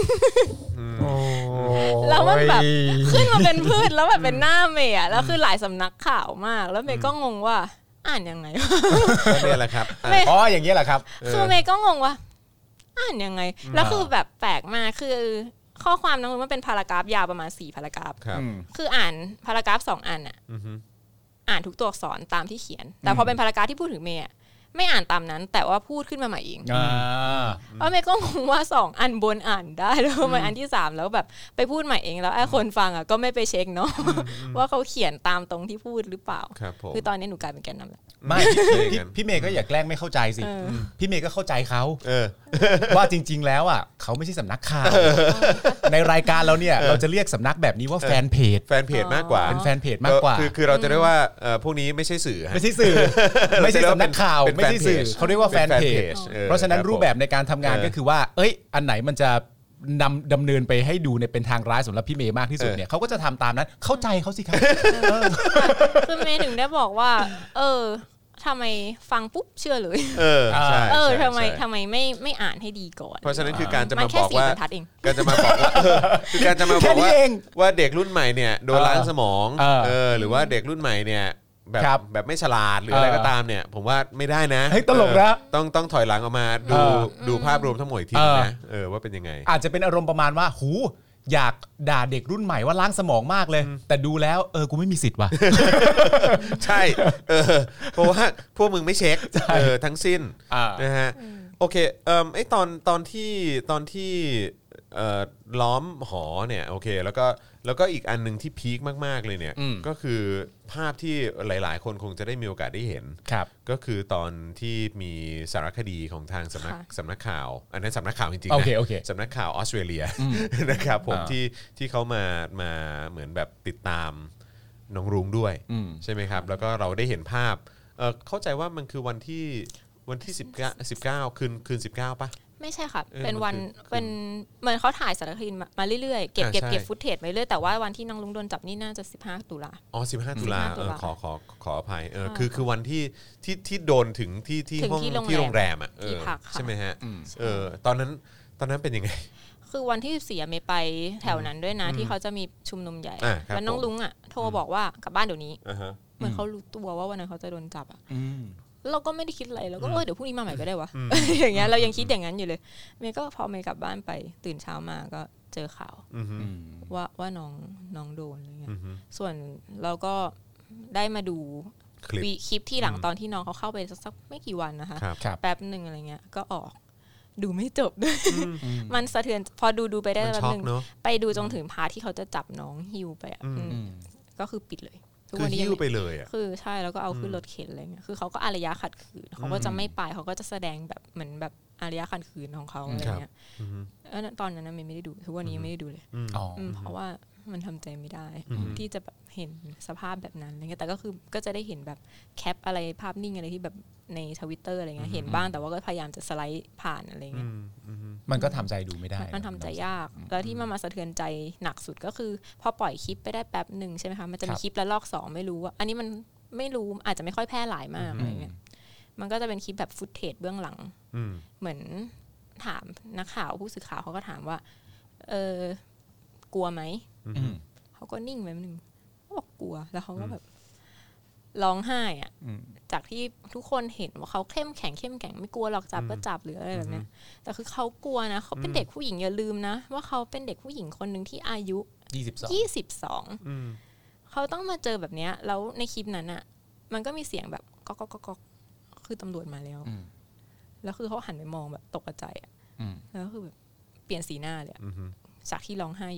แล้วมันแบบขึ้นมาเป็นพืชแล้วแบบเป็นหน้าเมย์อ่ะแล้วคือหลายสำนักข่าวมากแล้วเมย์ก็งงว่าอ่านยังไงนี่แหละครับอ๋ออย่างนี้แหละครับคือเมย์ก็งงว่าอ่านยังไงแล้วคือแบบแปลกมากคือข้อความน้องลุงมันเป็นพารากราฟยาวประมาณสี่พารากราฟคืออ่านพารากราฟสองอันอ่ะอ่านทุกตัวอักษรตามที่เขียนแต่พอเป็นพารากราฟที่พูดถึงเมย์ไม่อ่านตามนั้นแต่ว่าพูดขึ้นมาใหม่เองเพราะเมย์ก็งงว่าสองอันบนอ่านได้แล้วทำไมอันที่สามแล้วแบบไปพูดใหม่เองแล้วไอ้คนฟังอ่ะก็ไม่ไปเช็คเนาะว่าเขาเขียนตามตรงที่พูดหรือเปล่าคือตอนนี้หนูกลายเป็นแกนนำแล้วไม่พี่เมย์ก็อย่าแกล้งไม่เข้าใจสิพี่เมย์ก็เข้าใจเขาว่าจริงๆแล้วอ่ะเขาไม่ใช่สำนักข่าวในรายการเราเนี่ยเราจะเรียกสำนักแบบนี้ว่าแฟนเพจแฟนเพจมากกว่าเป็นแฟนเพจมากกว่าคือคือเราจะเรียกว่าพวกนี้ไม่ใช่สื่อไม่ใช่สื่อไม่ใช่สำนักข่าวไม่ใช่สื่อเขาเรียกว่าแฟนเพจเพราะฉะนั้นรูปแบบในการทำงานก็คือว่าเอ้ยอันไหนมันจะนำดำเนินไปให้ดูในเป็นทางร้ายสำหรับพี่เมย์มากที่สุดเนี่ยเขาก็จะทำตามนั้นเข้าใจเขาสิครับคือเมย์ถึงได้บอกว่าเออทำไมฟังปุ๊บเชื่อเลยเออใช่เออทำไมทำไมไม่ไม่อ่านให้ดีก่อนเพราะฉะนั้นคือการจะมาบอกว่าการจะมาบอกว่าคือการจะมาบอกว่าว่าเด็กรุ่นใหม่เนี่ยโดนล้างสมองเออหรือว่าเด็กรุ่นใหม่เนี่ยแบบแบบไม่ฉลาดหรืออะไรก็ตามเนี่ยผมว่าไม่ได้นะเฮ้ยตลกนะต้องต้องถอยหลังออกมาดูดูภาพรวมทั้งหมดอีกทีนะเออว่าเป็นยังไงอาจจะเป็นอารมณ์ประมาณว่าหูอยากด่าเด็กรุ่นใหม่ว่าล้างสมองมากเลยแต่ดูแล้วเออกูไม่มีสิทธิ์ว่ะใช่เออเพราะว่าพวกมึงไม่เช็คเออทั้งสิ้นนะฮะโอเคเออไอตอนตอนที่ตอนที่เอ่อล้อมหอเนี่ยโอเคแล้วก็แล้วก็อีกอันนึงที่พีคมากๆเลยเนี่ยก็คือภาพที่หลายๆคนคงจะได้มีโอกาสได้เห็นก็คือตอนที่มีสารคดีของทางสำนักสำนักข่าวอันนั้นสำนักข่าวจริงๆนะสำนักข่าวออสเตรเลียนะครับผมที่ที่เขามามาเหมือนแบบติดตามน้องรุ้งด้วยใช่ไหมครับแล้วก็เราได้เห็นภาพเออเข้าใจว่ามันคือวันที่วันที่สิบเก้า สิบเก้าคืนคืนสิบเก้าป่ะไม่ใช่ค่ะเป็นวันเป็นเหมือนเขาถ่ายสารคดีมาเรื่อยๆเก็บเก็บเก็บฟุตเทจไปเรื่อยแต่ว่าวันที่น้องลุงโดนจับนี่น่าจะสิบห้าตุลาอ๋อสิบห้าตุลาเออขอขอขออภัยเออคือคือวันที่ที่ที่โดนถึงที่ที่ห้องที่โรงแรมอ่ะเออใช่ไหมฮะเออตอนนั้นตอนนั้นเป็นยังไงคือวันที่สิบสี่เมย์ไปแถวนั้นด้วยนะที่เขาจะมีชุมนุมใหญ่แล้วน้องลุงอ่ะโทรบอกว่ากลับบ้านเดี๋ยวนี้เหมือนเขารู้ตัวว่าวันนั้นเขาจะโดนจับอ่ะเราก็ไม่ได้คิดอะไรเราก็เออเดี๋ยวพรุ่งนี้มาใหม่ก็ได้วะอย่างเงี้ยเรายังคิดอย่างนั้นอยู่เลยเมย์ก็พอเมย์กลับบ้านไปตื่นเช้ามาก็เจอข่าวว่าว่าน้องน้องโดนอะไรเงี้ยส่วนเราก็ได้มาดูคลิปที่หลังตอนที่น้องเขาเข้าไปสักไม่กี่วันนะคะแป๊บนึงอะไรเงี้ยก็ออกดูไม่จบด้วยมันสะเทือนพอดูดูไปได้แป๊บนึงไปดูจนถึงพาร์ทที่เขาจะจับน้องฮิวไปอ่ะก็คือปิดเลยคือหิ้วไปเลยอ่ะคือใช่แล้วก็เอาขึ้นรถเข็นอะไรเงี้ยคือเขาก็อารยะขัดขืนเขาก็จะไม่ไปเขาก็จะแสดงแบบเหมือนแบบอารยะขัดขืนของเขาอะไรเงี้ยเออตอนนั้นไม่ได้ดูทุกวันนี้ไม่ได้ดูเลยเพราะว่ามันทำใจไม่ได้ที่จะแบบเห็นสภาพแบบนั้นอะไรเงี้ยแต่ก็คือก็จะได้เห็นแบบแคปอะไรภาพนิ่งอะไรที่แบบใน Twitter อะไรเงี้ยเห็นบ้างแต่ว่าก็พยายามจะสไลด์ผ่านอะไรเงี้ยมันก็ทำใจดูไม่ได้มันทำใจยากแล้วที่มามาสะเทือนใจหนักสุดก็คือพอปล่อยคลิปไปได้แป๊บนึงใช่ไหมคะมันจะมีคลิปแล้วลอกสองไม่รู้ว่าอันนี้มันไม่รู้อาจจะไม่ค่อยแพร่หลายมากอะไรเงี้ยมันก็จะเป็นคลิปแบบฟุตเทจเบื้องหลังเหมือนถามนักข่าวผู้สื่อข่าวเขาก็ถามว่าเออกลัวไหมเขาก็นิ่งไปนึงเขาบอกกลัวแล้วเขาก็แบบร้องไห้อ่ะจากที่ทุกคนเห็นว่าเขาเข้มแข็งเข้มแข็งไม่กลัวหรอกจับก็จับหรืออะไรแบบนี้แต่คือเขากลัวนะเขาเป็นเด็กผู้หญิงอย่าลืมนะว่าเขาเป็นเด็กผู้หญิงคนนึงที่อายุยี่สิบสองยี่สิบสองเขาต้องมาเจอแบบนี้แล้วในคลิปนั้นอ่ะมันก็มีเสียงแบบก๊อกก๊อกก๊อกคือตำรวจมาแล้วแล้วคือเขาหันไปมองแบบตกใจอ่ะแล้วคือแบบเปลี่ยนสีหน้าเลยจากที่ร้องไห้อยู่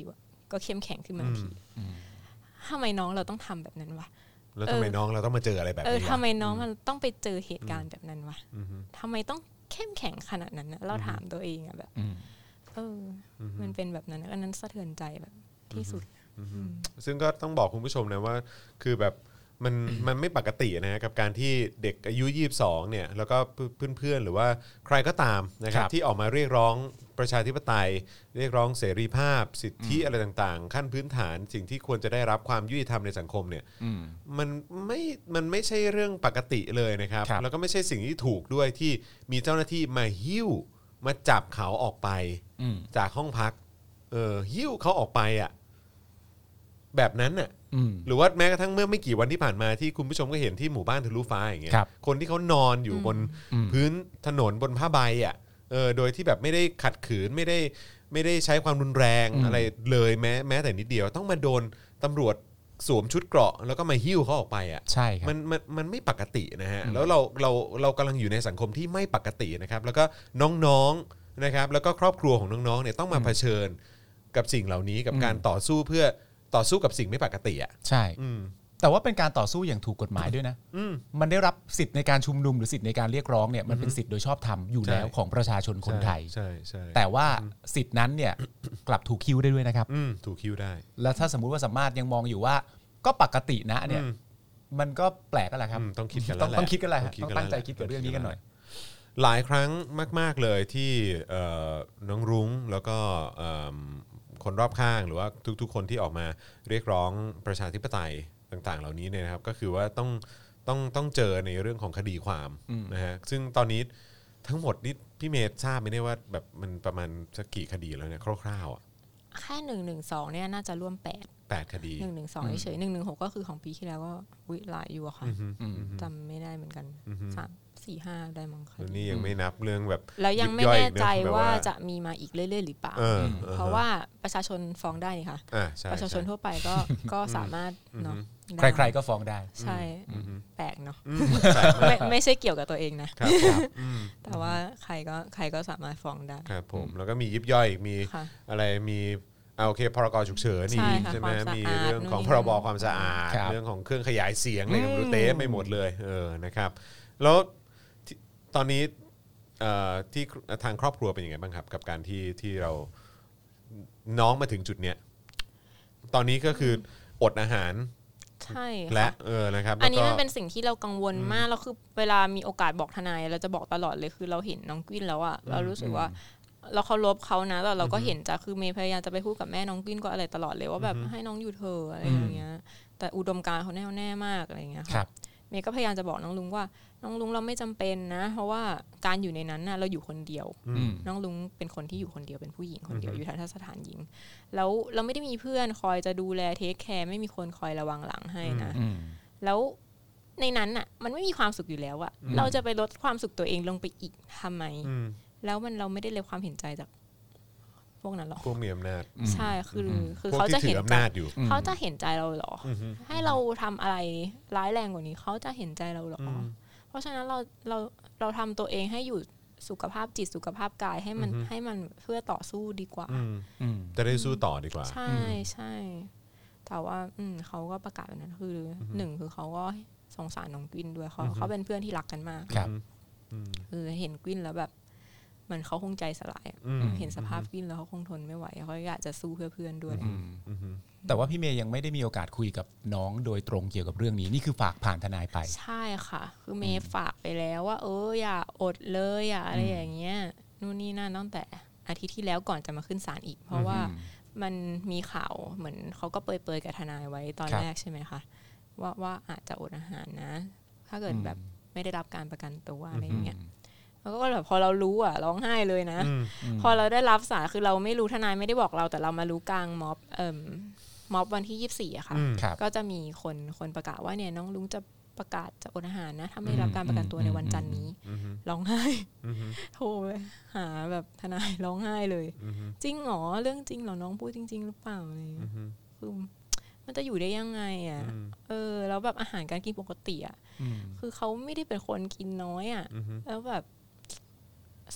ก็เข้มแข็งขึ้นมาทีทำไมน้องเราต้องทำแบบนั้นวะแล้วทำไมน้องเราต้องมาเจออะไรแบบนี้เออทำไมน้องมันต้องไปเจอเหตุการณ์แบบนั้นวะทำไมต้องเข้มแข็งขนาดนั้นนะเราถามตัวเองอะแบบเออมันเป็นแบบนั้นอันนั้นสะเทือนใจแบบที่สุดซึ่งก็ต้องบอกคุณผู้ชมนะว่าคือแบบมันมันไม่ปกตินะกับการที่เด็กอายุยี่สิบสองเนี่ยแล้วก็เพื่อนๆหรือว่าใครก็ตามนะครับที่ออกมาเรียกร้องประชาธิปไตยเรียกร้องเสรีภาพสิทธิอะไรต่างๆขั้นพื้นฐานสิ่งที่ควรจะได้รับความยุติธรรมในสังคมเนี่ยมันไม่มันไม่ใช่เรื่องปกติเลยนะครับแล้วก็ไม่ใช่สิ่งที่ถูกด้วยที่มีเจ้าหน้าที่มาหิ้วมาจับเขาออกไปจากห้องพักเออหิ้วเขาออกไปอ่ะแบบนั้นน่ะหรือว่าแม้กระทั่งเมื่อไม่กี่วันที่ผ่านมาที่คุณผู้ชมก็เห็นที่หมู่บ้านทะลุฟ้าอย่างเงี้ย ค, คนที่เขานอนอยู่บนพื้นถนนบนผ้าใบอ่ะเออโดยที่แบบไม่ได้ขัดขืนไม่ได้ไม่ได้ใช้ความรุนแรงอะไรเลยแม้แม้แต่นิดเดียวต้องมาโดนตำรวจสวมชุดเกราะแล้วก็มาหิ้วเขาออกไปอ่ะใช่ครับมันมันมันไม่ปกตินะฮะแล้วเราเราเรากำลังอยู่ในสังคมที่ไม่ปกตินะครับแล้วก็น้องๆนะครับแล้วก็ครอบครัวของน้องๆเนี่ยต้องมาเผชิญกับสิ่งเหล่านี้กับการต่อสู้เพื่อต่อสู้กับสิ่งไม่ปกติอ่ะใช่แต่ว่าเป็นการต่อสู้อย่างถูกกฎหมายด้วยนะมันได้รับสิทธิ์ในการชุมนุมหรือสิทธิ์ในการเรียกร้องเนี่ยมันเป็นสิทธิ์โดยชอบธรรมอยู่แล้วของประชาชนคนไทยใช่ใช่แต่ว่าสิทธิ์นั้นเนี่ยกลับถูกคิ้วได้ด้วยนะครับถูกคิ้วได้แล้วถ้าสมมุติว่าสามารถยังมองอยู่ว่าก็ปกตินะเนี่ยมันก็แปลกกันแหละครับต้องคิดกันแล้วต้องคิดกันแหละต้องตั้งใจคิดกับเรื่องนี้กันหน่อยหลายครั้งมากๆเลยที่น้องรุ้งแล้วก็คนรอบข้างหรือว่าทุกๆคนที่ออกมาเรียกร้องประชาธิปไตยต่างๆเหล่านี้เนี่ยนะครับก็คือว่าต้องต้องต้องเจอในเรื่องของคดีความนะฮะซึ่งตอนนี้ทั้งหมดนี่พี่เมย์ทราบไหมเนี่ยว่าแบบมันประมาณสักกี่คดีแล้วเนี่ยคร่าวๆอ่ะแค่หนึ่งหนึ่งสองเนี่ยน่าจะร่วมแปดแปดคดีหนึ่งหนึ่งสองเฉยหนึ่งหนึ่งหกก็คือของปีที่แล้วก็วิหลายอยู่อะค่ะจำไม่ได้เหมือนกันสามสี่ห้าได้มั้งค่ะนี่ยังไม่นับเรื่องแบบแล้วยังไม่แน่ใจว่าจะมีมาอีกเรื่อยๆหรือเปล่าเพราะว่าประชาชนฟ้องได้นี่ค่ะประชาชนทั่วไปก็ก็สามารถเนาะใครๆก็ฟ้องได้ใช่แปลกเนาะไม่ไม่ใช่เกี่ยวกับตัวเองนะแต่ว่าใครก็ใครก็สามารถฟ้องได้ครับผมแล้วก็มียิบย่อยมีอะไรมีโอเคพรกฉุกเฉินนี่ใช่ไหมมีเรื่องของพรบความสะอาดเรื่องของเครื่องขยายเสียงอะไรกับรูเต้ไม่หมดเลยเออนะครับแล้วตอนนี้ที่ทางครอบครัวเป็นยังไงบ้างครับกับการที่ที่เราน้องมาถึงจุดเนี้ยตอนนี้ก็คืออดอาหารใช่และเออนะครับอันนี้มันเป็นสิ่งที่เรากังวลมากแล้วคือเวลามีโอกาสบอกทนายเราจะบอกตลอดเลยคือเราเห็นน้องกิ้นแล้วอะเรารู้สึกว่าเราเคารพเขานะแต่เราก็เห็นจ้ะคือเมย์พยายามจะไปพูดกับแม่น้องกิ้นก็อะไรตลอดเลยว่าแบบให้น้องอยู่เถอะอะไรอย่างเงี้ยแต่อุดมการณ์เขาแน่วแน่มากอะไรอย่างเงี้ยค่ะเมย์ก็พยายามจะบอกน้องลุงว่าน้องลุงเราไม่จำเป็นนะเพราะว่าการอยู่ในนั้นน่ะเราอยู่คนเดียวน้องลุงเป็นคนที่อยู่คนเดียวเป็นผู้หญิงคนเดียวอยู่ทันทสถานหญิงแล้วเราไม่ได้มีเพื่อนคอยจะดูแลเทคแคร์ไม่มีคนคอยระวังหลังให้นะแล้วในนั้นน่ะมันไม่มีความสุขอยู่แล้วอะเราจะไปลดความสุขตัวเองลงไปอีกทำไมแล้วมันเราไม่ได้รับความเห็นใจจากพวกนั้นหรอพวกมีอำนาจใช่คือคือเขาจะเห็นใจเขาจะเห็นใจเราหรอให้เราทำอะไรร้ายแรงกว่านี้เขาจะเห็นใจเราหรอเพราะฉะนั้นเราเราเราทำตัวเองให้อยู่สุขภาพจิตสุขภาพกายให้มันให้มันเพื่อต่อสู้ดีกว่าจะได้สู้ต่อดีกว่าใช่ใช่แต่ว่าเขาก็ประกาศแบบนั้นคือหนึ่งคือเขาก็สงสารน้องกิ้นด้วยเขาเขาเป็นเพื่อนที่รักกันมากคือเห็นกิ้นแล้วแบบเหมือนเขาคงใจสลายเห็นสภาพกิ้นแล้วเขาคงทนไม่ไหวเขาอยากจะสู้เพื่อเพื่อนด้วยแต่ว่าพี่เมย์ยังไม่ได้มีโอกาสคุยกับน้องโดยตรงเกี่ยวกับเรื่องนี้นี่คือฝากผ่านทนายไปใช่ค่ะคือเมย์ฝากไปแล้วว่าเอออย่าอดเลยอย่าอะไรอย่างเงี้ยนู่นนี่นั่นตั้งแต่อาทิตย์ที่แล้วก่อนจะมาขึ้นศาลอีกเพราะว่ามันมีข่าวเหมือนเขาก็เปรยๆกับทนายไว้ตอนแรกใช่ไหมคะว่าว่าอาจจะอดอาหารนะถ้าเกิดแบบไม่ได้รับการประกันตัวอะไรอย่างเงี้ยแล้วก็แบบพอเรารู้อ่ะร้องไห้เลยนะพอเราได้รับสารคือเราไม่รู้ทนายไม่ได้บอกเราแต่เรามารู้กลางม็อบเอ่อม็อบวันที่ยี่สิบสี่อะค่ะก็จะมีคนคนประกาศว่าเนี่ยน้องลุงจะประกาศจะอดอาหารนะถ้าไม่รับการประกันตัวในวันจันทร์นี้ร้องไห้โทรไปหาแบบทนายร้องไห้เลยจริงหรอเรื่องจริงหรอน้องพูดจริงๆหรือเปล่าอะไรคือมันจะอยู่ได้ยังไงอ่ะเออแล้วแบบอาหารการกินปกติอ่ะคือเขาไม่ได้เป็นคนกินน้อยอ่ะแล้วแบบ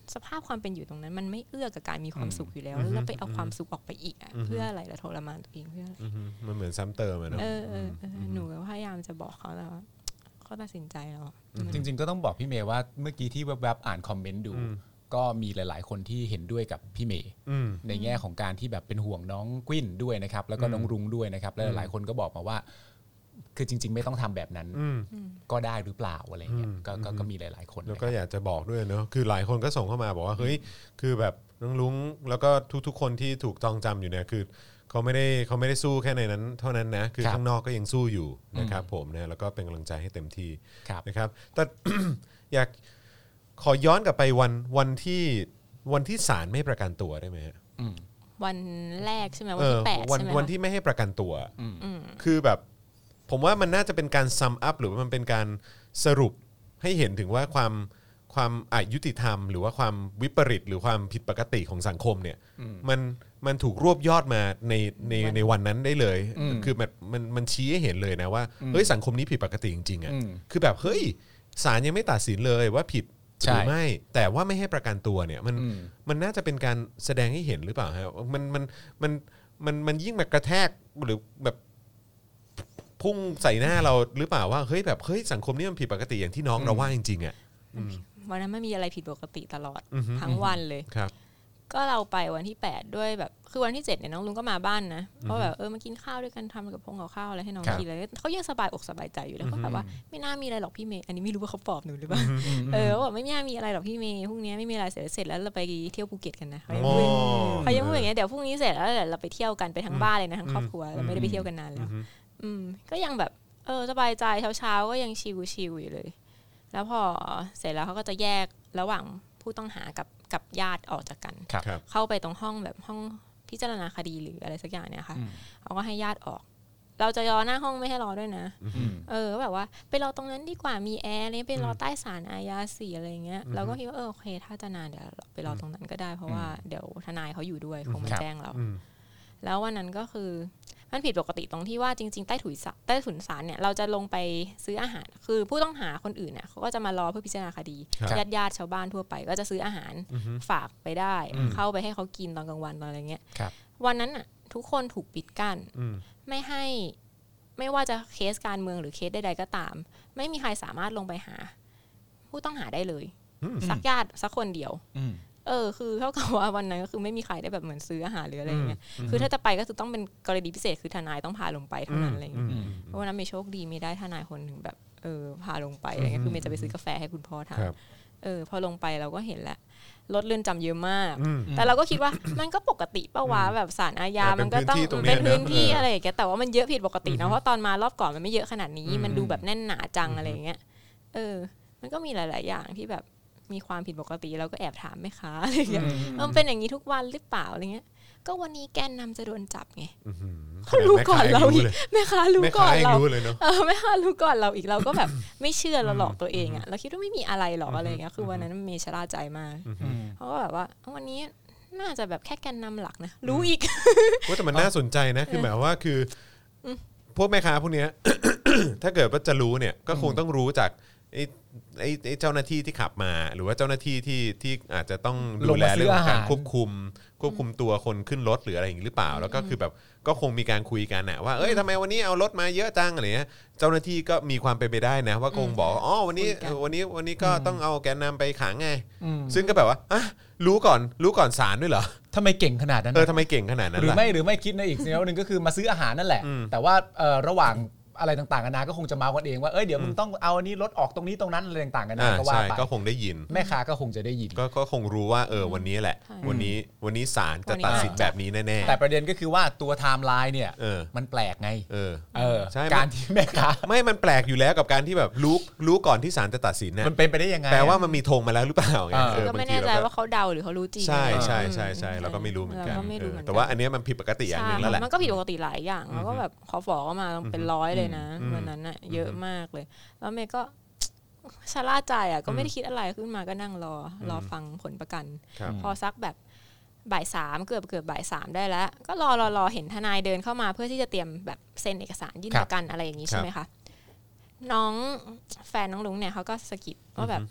สภาพความเป็นอยู่ตรงนั้นมันไม่เอื้อกับการมีความสุขอยู่แล้วแล้วไปเอาความสุขออกไปอีกอ่ะเพื่ออะไรล่ะทรมานตัวเองเพื่ออะไรมันเหมือนซ้ำเติมอ่ะเนาะเออหนูพยายามจะบอกเขาแล้วเขาตัดสินใจแล้วจริงๆก็ต้องบอกพี่เมย์ว่าเมื่อกี้ที่แวบๆอ่านคอมเมนต์ดูก็มีหลายๆคนที่เห็นด้วยกับพี่เมย์ในแง่ของการที่แบบเป็นห่วงน้องกวิ้นด้วยนะครับแล้วก็น้องรุ้งด้วยนะครับแล้วหลายคนก็บอกมาว่าคือจริงๆไม่ต้องทำแบบนั้นก็ได้หรือเปล่าอะไรเงี้ยก็ก็มีหลายๆคนแล้วก็อยากจะบอกด้วยเนอะคือหลายคนก็ส่งเข้ามาบอกว่าเฮ้ยคือแบบน้องรุ้งแล้วก็ทุกๆคนที่ถูกจองจำอยู่เนี่ยคือเขาไม่ได้เขาไม่ได้สู้แค่ในนั้นเท่านั้นนะคือข้างนอกก็ยังสู้อยู่นะครับผมนะแล้วก็เป็นกำลังใจให้เต็มที่นะครับแต่ อยากขอย้อนกลับไปวันวันที่วันที่ศาลไม่ประกันตัวได้ไหมฮะวันแรกใช่ไหมวันที่แปดใช่ไหมวันที่ไม่ให้ประกันตัวคือแบบผมว่ามันน่าจะเป็นการซัมอัพหรือว่ามันเป็นการสรุปให้เห็นถึงว่าความความอายุติธรรมหรือว่าความวิปริตหรือความผิดปกติของสังคมเนี่ยมันมันถูกรวบยอดมาในในในวันนั้นได้เลยคือแบบมันมันชี้ให้เห็นเลยนะว่าเฮ้ยสังคมนี้ผิดปกติจริงๆอ่ะคือแบบเฮ้ยศาลยังไม่ตัดสินเลยว่าผิดหรือไม่แต่ว่าไม่ให้ประกันตัวเนี่ยมันมันน่าจะเป็นการแสดงให้เห็นหรือเปล่าฮะมันมันมันมันมันยิ่งแบบกระแทกหรือแบบพุ่งใส่หน้าเราหรือเปล่าว่าเฮ้ยแบบเฮ้ยสังคมนี้มันผิดปกติอย่างที่น้องเราว่าจริงๆอ่ะวันนั้นไม่มีอะไรผิดปกติตลอดทั้งวันเลยครับก็เราไปวันที่แปดด้วยแบบคือวันที่เจ็ดเนี่ยน้องลุงก็มาบ้านนะเพราะแบบเออมากินข้าวด้วยกันทำกับพงกับข้าวอะไรให้น้องกินเลยเขายังสบายอกสบายใจอยู่แล้วก็แบบว่าไม่น่ามีอะไรหรอกพี่เมย์อันนี้ไม่รู้ว่าเขาปลอบหนูหรือเปล่าเออบอกไม่น่ามีอะไรหรอกพี่เมย์พรุ่งนี้ไม่มีอะไรเสร็จเสร็จแล้วเราไปเที่ยวภูเก็ตกันนะเขายังพูดเขายังพูดอย่างเงี้ยเดี๋ยวพรุ่งนี้เสร็จแล้วเราไปเที่ยวกันไปทั้งบ้านเลยนะทั้งครอบครัวเราไม่ได้ไปเที่ยวกันนานแล้วอืมก็ยังแบบเออสบายใจเช้าๆก็ยังชิลๆอยู่เลยแล้วพอเสร็จแล้วเขาก็จะแยกระหว่างผู้ต้องหากับกับญาติออกจากกันเข้าไปตรงห้องแบบห้องพิจารณาคดีหรืออะไรสักอย่างเนี่ยค่ะเขาก็ให้ญาติออกเราจะรอหน้าห้องไม่ให้รอด้วยนะเออแบบว่าไปรอตรงนั้นดีกว่ามีแอร์อะไรไปรอใต้ศาลอาญาสี่อะไรเงี้ยเราก็คิดว่าเออโอเคถ้าจะนานเดี๋ยวไปรอตรงนั้นก็ได้เพราะว่าเดี๋ยวทนายเขาอยู่ด้วยคงมาแจ้งเราแล้ววันนั้นก็คือมันผิดปกติตรงที่ว่าจริงๆใต้ถุนใต้ถุนศาลเนี่ยเราจะลงไปซื้ออาหารคือผู้ต้องหาคนอื่นเนี่ยเขาก็จะมารอเพื่อพิจารณาคดีญาติญาติชาวบ้านทั่วไปก็จะซื้ออาหารฝากไปได้เข้าไปให้เขากินตอนกลางวันตอนอะไรเงี้ยวันนั้นอ่ะทุกคนถูกปิดกั้นไม่ให้ไม่ว่าจะเคสการเมืองหรือเคสใดๆก็ตามไม่มีใครสามารถลงไปหาผู้ต้องหาได้เลยสักญาติสักคนเดียวเออคือเท่ากับว่าวันนั้นก็คือไม่มีใครได้แบบเหมือนซื้ออาหารหรืออะไรเงี้ยคือถ้าจะไปก็คือต้องเป็นกรณีพิเศษคือทนายต้องพาลงไปเท่านั้นอะไรเงี้ยเพราะวันนั้นเมย์โชคดีไม่ได้ทนายคนหนึ่งแบบเออพาลงไปอะไรเงี้ยคือเมย์จะไปซื้อกาแฟให้คุณพ่อทานเออพอลงไปเราก็เห็นแล้วรถเรือนจำเยอะมากแต่เราก็คิดว่ามันก็ปกติป่าววะแบบศาลอาญามันก็ต้องเป็นพื้นที่อะไรอย่างเงี้ยแต่ว่ามันเยอะผิดปกตินะเพราะตอนมารอบก่อนมันไม่เยอะขนาดนี้มันดูแบบแน่นหนาจังอะไรเงี้ยเออมันก็มีหลายๆอย่างที่แบบมีความผิดปกติเราก็แอบถามแม่ค้าอะไรอย่างเงี้ยมันเป็นอย่างนี้ทุกวันหรือเปล่าอะไรเงี้ยก็วันนี้แกนนำจะโดนจับไงเขารู้ก่อนเราอีกแม่ค้ารู้ก่อนเราเออแม่ค้ารู้ก่อนเราอีกเราก็แบบไม่เชื่อเราหลอกตัวเองอ่ะเราคิดว่าไม่มีอะไรหรอกอะไรเงี้ยคือวันนั้นเมย์ชราใจมากเขาก็แบบว่าวันนี้น่าจะแบบแค่แกนนำหลักนะรู้อีกว่าแต่มันน่าสนใจนะคือหมายว่าคือพวกแม่ค้าพวกเนี้ยถ้าเกิดว่าจะรู้เนี่ยก็คงต้องรู้จากไอ้ไอ้ไอ้เจ้าหน้าที่ที่ขับมาหรือว่าเจ้าหน้าที่ที่ที่อาจจะต้องดูแลเรื่องของการควบคุมควบคุมตัวคนขึ้นรถหรืออะไรอย่างนี้หรือเปล่าแล้วก็คือแบบก็คงมีการคุยกันนะว่าเอ้ยทำไมวันนี้เอารถมาเยอะจังอะไรเงี้ยเจ้าหน้าที่ก็มีความเป็นไปได้นะว่าคงบอกอ๋อวันนี้วันนี้วันนี้ก็ต้องเอาแกนนำไปขังไงซึ่งก็แบบว่าอ่ะรู้ก่อนรู้ก่อนศาลด้วยเหรอทำไมเก่งขนาดนั้นเออทำไมเก่งขนาดนั้นหรือไม่หรือไม่คิดในอีกแนวนึงก็คือมาซื้ออาหารนั่นแหละแต่ว่าระหว่างอะไรต่างๆกันานาก็คงจะมากันเองว่าเอ้ยเดี๋ยวมึงต้องเอาอันนี้ลดออกตรงนี้ตรงนั้นอะไรต่างๆกันานาก็ว่าไปก็คงได้ยินแม่ค้าก็คงจะได้ยินก็คงรู้ว่าเออวันนี้แหละวันนี้วันนี้ศาลจะตัดสินแบบนี้แน่ๆแต่ประเด็นก็คือว่าตัวไทม์ไลน์เนี่ยมันแปลกไงเออเออการที่แม่ค้าไม่มันแปลกอยู่แล้วกับการที่แบบรู้รู้ก่อนที่ศาลจะตัดสินนะมันเป็นไปได้ยังไงแปลว่ามันมีธงมาแล้วหรือเปล่าก็ไม่แน่ใจว่าเขาเดาหรือเขารู้จริงใช่ใช่ใช่ใช่เราก็ไม่รู้เหมือนกันแต่ว่าอันนี้มันผิดปกติอย่างนึงแล้วแหละมันก็ผิดปกติหลายอย่างแล้วก็แบบขอฝอมาเป็นร้อยเลยนะวันนั้นเยอะมากเลยแล้วเมย์ก็ชะล่าใจอ่ะก็ไม่ได้คิดอะไรขึ้นมาก็นั่งรอรอฟังผลประกันพอสักแบบบ่ายสามเกือบเกือบบ่ายสามได้แล้วก็รอรอรอเห็นทนายเดินเข้ามาเพื่อที่จะเตรียมแบบเซ็นเอกสารยื่นประกันอะไรอย่างนี้ใช่ไหมคะน้องแฟนน้องลุงเนี่ยเขาก็สะกิดว่าแบบ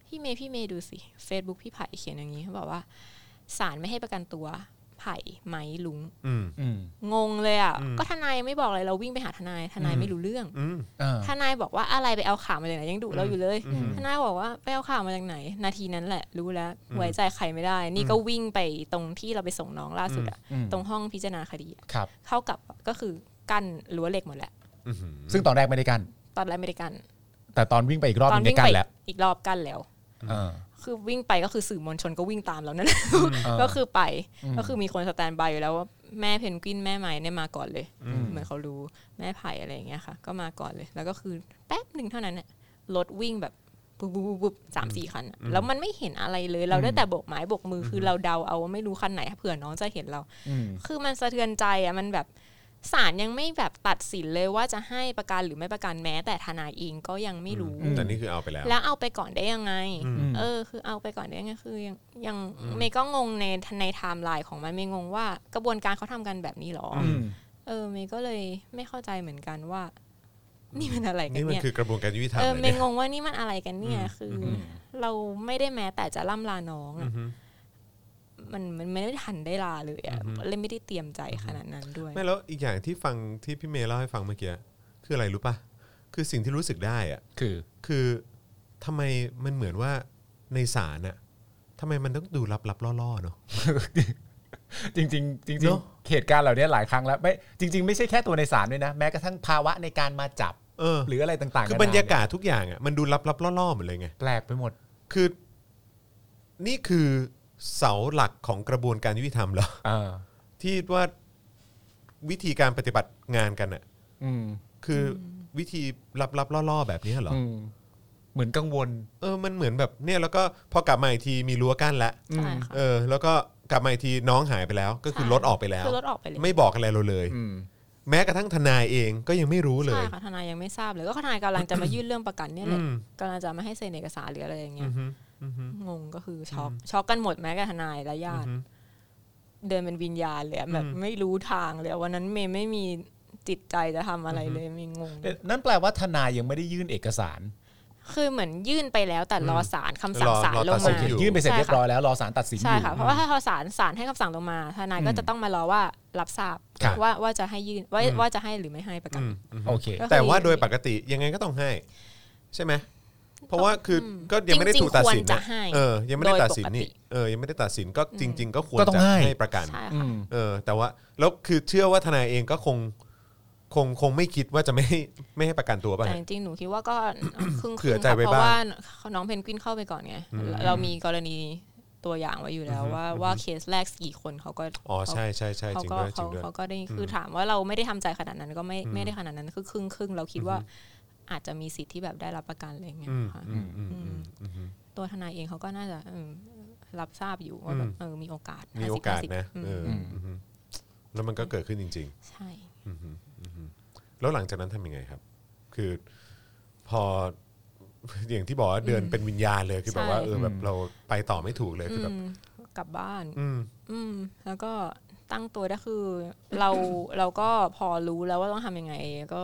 พี่เมย์พี่เมย์ดูสิ Facebook พี่ไผ่เขียนอย่างนี้เขาบอกว่าศาลไม่ให้ประกันตัวไผ่ไหมลุงงงเลยอ่ะก็ทนายไม่บอกอะไรเราวิ่งไปหาทนายทนายไม่รู้เรื่องทนายบอกว่าอะไรไปเอาข่าวมาจากไหนยังดุเราอยู่เลยทนายบอกว่าไปเอาข่าวมาจากไหนนาทีนั้นแหละรู้แล้วไว้ใจใครไม่ได้นี่ก็วิ่งไปตรงที่เราไปส่งน้องล่าสุดอ่ะตรงห้องพิจารณาคดีเข้ากับก็คือกั้นรั้วเหล็กหมดแหละซึ่งตอนแรกไม่ได้กั้นตอนแรกไม่ได้กั้นแต่ตอนวิ่งไปอีกรอบนึงได้กั้นแล้วอีกรอบกั้นแล้วคือวิ่งไปก็คือสื่อมวลชนก็วิ่งตามแล้วนั่นก็คือไปก็คือมีคนสแตนบายอยู่แล้วว่าแม่เพนกวินแม่ไม้เนี่ยมาก่อนเลยเหมือนเขารู้แม่ไผ่อะไรอย่างเงี้ยค่ะก็มาก่อนเลยแล้วก็คือแป๊บหนึ่งเท่านั้นเนี่ยรถวิ่งแบบปุ๊บปุ๊บปุ๊บสามสี่คันแล้วมันไม่เห็นอะไรเลยเราได้แต่โบกไม้โบกมือคือเราเดาเอาว่าไม่รู้คันไหนเผื่อน้องจะเห็นเราคือมันสะเทือนใจอ่ะมันแบบศาลยังไม่แบบตัดสินเลยว่าจะให้ประกันหรือไม่ประกันแม้แต่ทนายเองก็ยังไม่รู้แต่นี่คือเอาไปแล้วแล้วเอาไปก่อนได้ยังไงเออคือเอาไปก่อนได้ยังไงคือยังยังเมย์ก็งงในในไทม์ไลน์ของมันเมย์งงว่ากระบวนการเขาทำกันแบบนี้หรอเออเมย์ก็เลยไม่เข้าใจเหมือนกันว่านี่มันอะไรกันเนี่ยนี่มันคือกระบวนการยุติธรรมเออเมย์งงว่านี่มันอะไรกันเนี่ยคือเราไม่ได้แม้แต่จะล่ำลาน้องอ่ะมันมันไม่ได้ทันได้ลาเลยอ่ะเลยไม่ได้เตรียมใจขนาดนั้นด้วยไม่แล้วอีกอย่างที่ฟังที่พี่เมย์เล่าให้ฟังเมื่อกี้คืออะไรรู้ป่ะคือสิ่งที่รู้สึกได้อ่ะคือคือทำไมมันเหมือนว่าในศาลอ่ะทำไมมันต้องดูลับๆล่อๆเนาะจริงๆจริงๆเหตุการณ์เหล่านี้หลายครั้งแล้วไม่จริงๆไม่ใช่แค่ตัวในศาลด้วยนะแม้กระทั่งภาวะในการมาจับหรืออะไรต่างๆคือบรรยากาศทุกอย่างอ่ะมันดูลับๆล่อๆหมดเลยไงแปลกไปหมดคือนี่คือเสาหลักของกระบวนการยุติธรรมเหรอที่ว่าวิธีการปฏิบัติงานกันอ่ะคือวิธีลับๆล่อๆแบบนี้เหรอเหมือนกังวลเออมันเหมือนแบบเนี่ยแล้วก็พอกลับมาอีกทีมีรั้วกั้นแล้วเออแล้วก็กลับมาอีกทีน้องหายไปแล้วก็คือรถออกไปแล้วไม่บอกอะไรเราเลยแม้กระทั่งทนายเองก็ยังไม่รู้เลยใช่ค่ะทนายยังไม่ทราบเลยก็ทนายกำลังจะมายื่นเรื่องประกันเนี่ยแหละกำลังจะมาให้เซ็นเอกสารหรืออะไรอย่างเงี้ยงงก็คือช็อกช็อกกันหมดแม้กับทนายและญาติเดินเป็นวิญญาณเลยแบบไม่รู้ทางเลยวันนั้นเมย์ไม่มีจิตใจจะทำอะไรเลยมีงงนั่นแปลว่าทนายยังไม่ได้ยื่นเอกสารคือเหมือนยื่นไปแล้วแต่รอศาลคำสั่งศาลลงมายื่นไปเสร็จเรียบร้อยแล้วรอศาลตัดสินอยู่ใช่ค่ะเพราะว่าถ้าศาลศาลให้คำสั่งลงมาทนายก็จะต้องมารอว่ารับทราบว่าว่าจะให้ยื่นว่าว่าจะให้หรือไม่ให้ประกันโอเคแต่ว่าโดยปกติยังไงก็ต้องให้ใช่ไหมเพราะว่าคือก็ยังไม่ได้ถูกตัดสินนะเออยังไม่ได้ตัดสินนี่เออยังไม่ได้ตัดสินก็จริงๆก็ควรจะให้ประกันเออแต่ว่าแล้วคือเชื่อว่าทนายเองก็คงคงคงไม่คิดว่าจะไม่ไม่ให้ประกันตัวป่ะแต่จริงๆหนูคิดว่าก็ครึ่งๆเพราะว่าน้องเพนกวินเข้าไปก่อนไงเรามีกรณีตัวอย่างไว้อยู่แล้วว่าว่าเคสแรกสี่คนเขาก็อ๋อใช่ใช่ใช่จริงด้วยจริงด้วยเขาก็ได้คือถามว่าเราไม่ได้ทำใจขนาดนั้นก็ไม่ไม่ได้ขนาดนั้นคือครึ่งครึ่งเราคิดว่าอาจจะมีสิทธิ์ที่แบบได้รับประกันอะไรเงี้ยค่ะตัวทนายเองเขาก็น่าจะรับทราบอยู่ว่าแบบเออมีโอกาสมีโอกาสนะแล้วมันก็เกิดขึ้นจริงๆใช่แล้วหลังจากนั้นทำยังไงครับคือพออย่างที่บอกว่าเดินเป็นวิญญาณเลยคือแบบว่าเออแบบเราไปต่อไม่ถูกเลยคือแบบกลับบ้านอืมแล้วก็ตั้งตัวได้คือเราเราก็พอรู้แล้วว่าต้องทำยังไงก็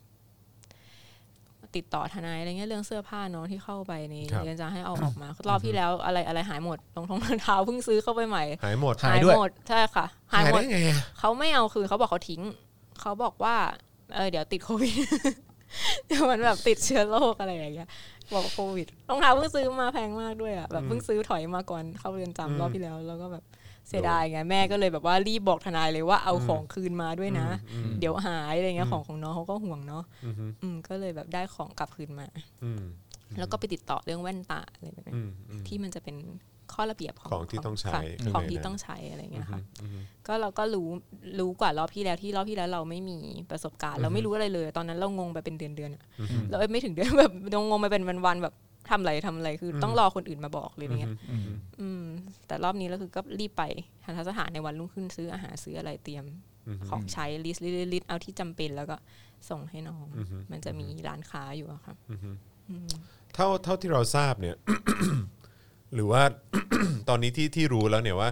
ติดต่อทนายอะไรเงี้ยเรื่องเสื้อผ้าน้องที่เข้าไปในเรือนจำให้เอาออกมารอบที่แล้วอะไรอะไรหายหมดรองเท้าเพิ่งซื้อเข้าไปใหม่หายหมดหายหมดใช่ค่ะหายหมดเขาไม่เอาคือเขาบอกเขาทิ้งเขาบอกว่าเออเดี๋ยวติดโควิดเดี๋ยวมันแบบติดเชื้อโรคอะไรอย่างเงี้ยบอกโควิดรองเท้าเพิ่งซื้อมาแพงมากด้วยอ่ะแบบเพิ่งซื้อถอยมาก่อนเข้าเรือนจำรอบที่แล้วแล้วก็แบบเสียดายไงแม่ก็เลยแบบว่ารีบบอกทนายเลยว่าเอาของคืนมาด้วยนะเดี๋ยวหายอะไรเงี้ยของของน้องเขาก็ห่วงเนาะอืมก็เลยแบบได้ของกลับคืนมาแล้วก็ไปติดต่อเรื่องแว่นตาอะไรแบบนี้ที่มันจะเป็นข้อระเบียบของที่ต้องใช้ของที่ต้องใช้อะไรเงี้ยค่ะก็เราก็รู้รู้กว่ารอบที่แล้วที่รอบที่แล้วเราไม่มีประสบการณ์เราไม่รู้อะไรเลยตอนนั้นเรางงไปเป็นเดือนๆเราไม่ถึงเดือนแบบงงไปเป็นวันๆแบบทำอะไรทำอะไรคือต้องรอคนอื่นมาบอกเลยอย่างเงี้ยแต่รอบนี้เราคือก็รีบไปทันทสถานในวันรุ่งขึ้นซื้ออาหารซื้ออะไรเตรียมของใช้ลิสต์ลิสต์เอาที่จำเป็นแล้วก็ส่งให้น้องมันจะมีร้านค้าอยู่อะครับเท่าเท่าที่เราทราบเนี่ยหรือว่า ตอนนี้ที่ที่รู้แล้วเนี่ยว่า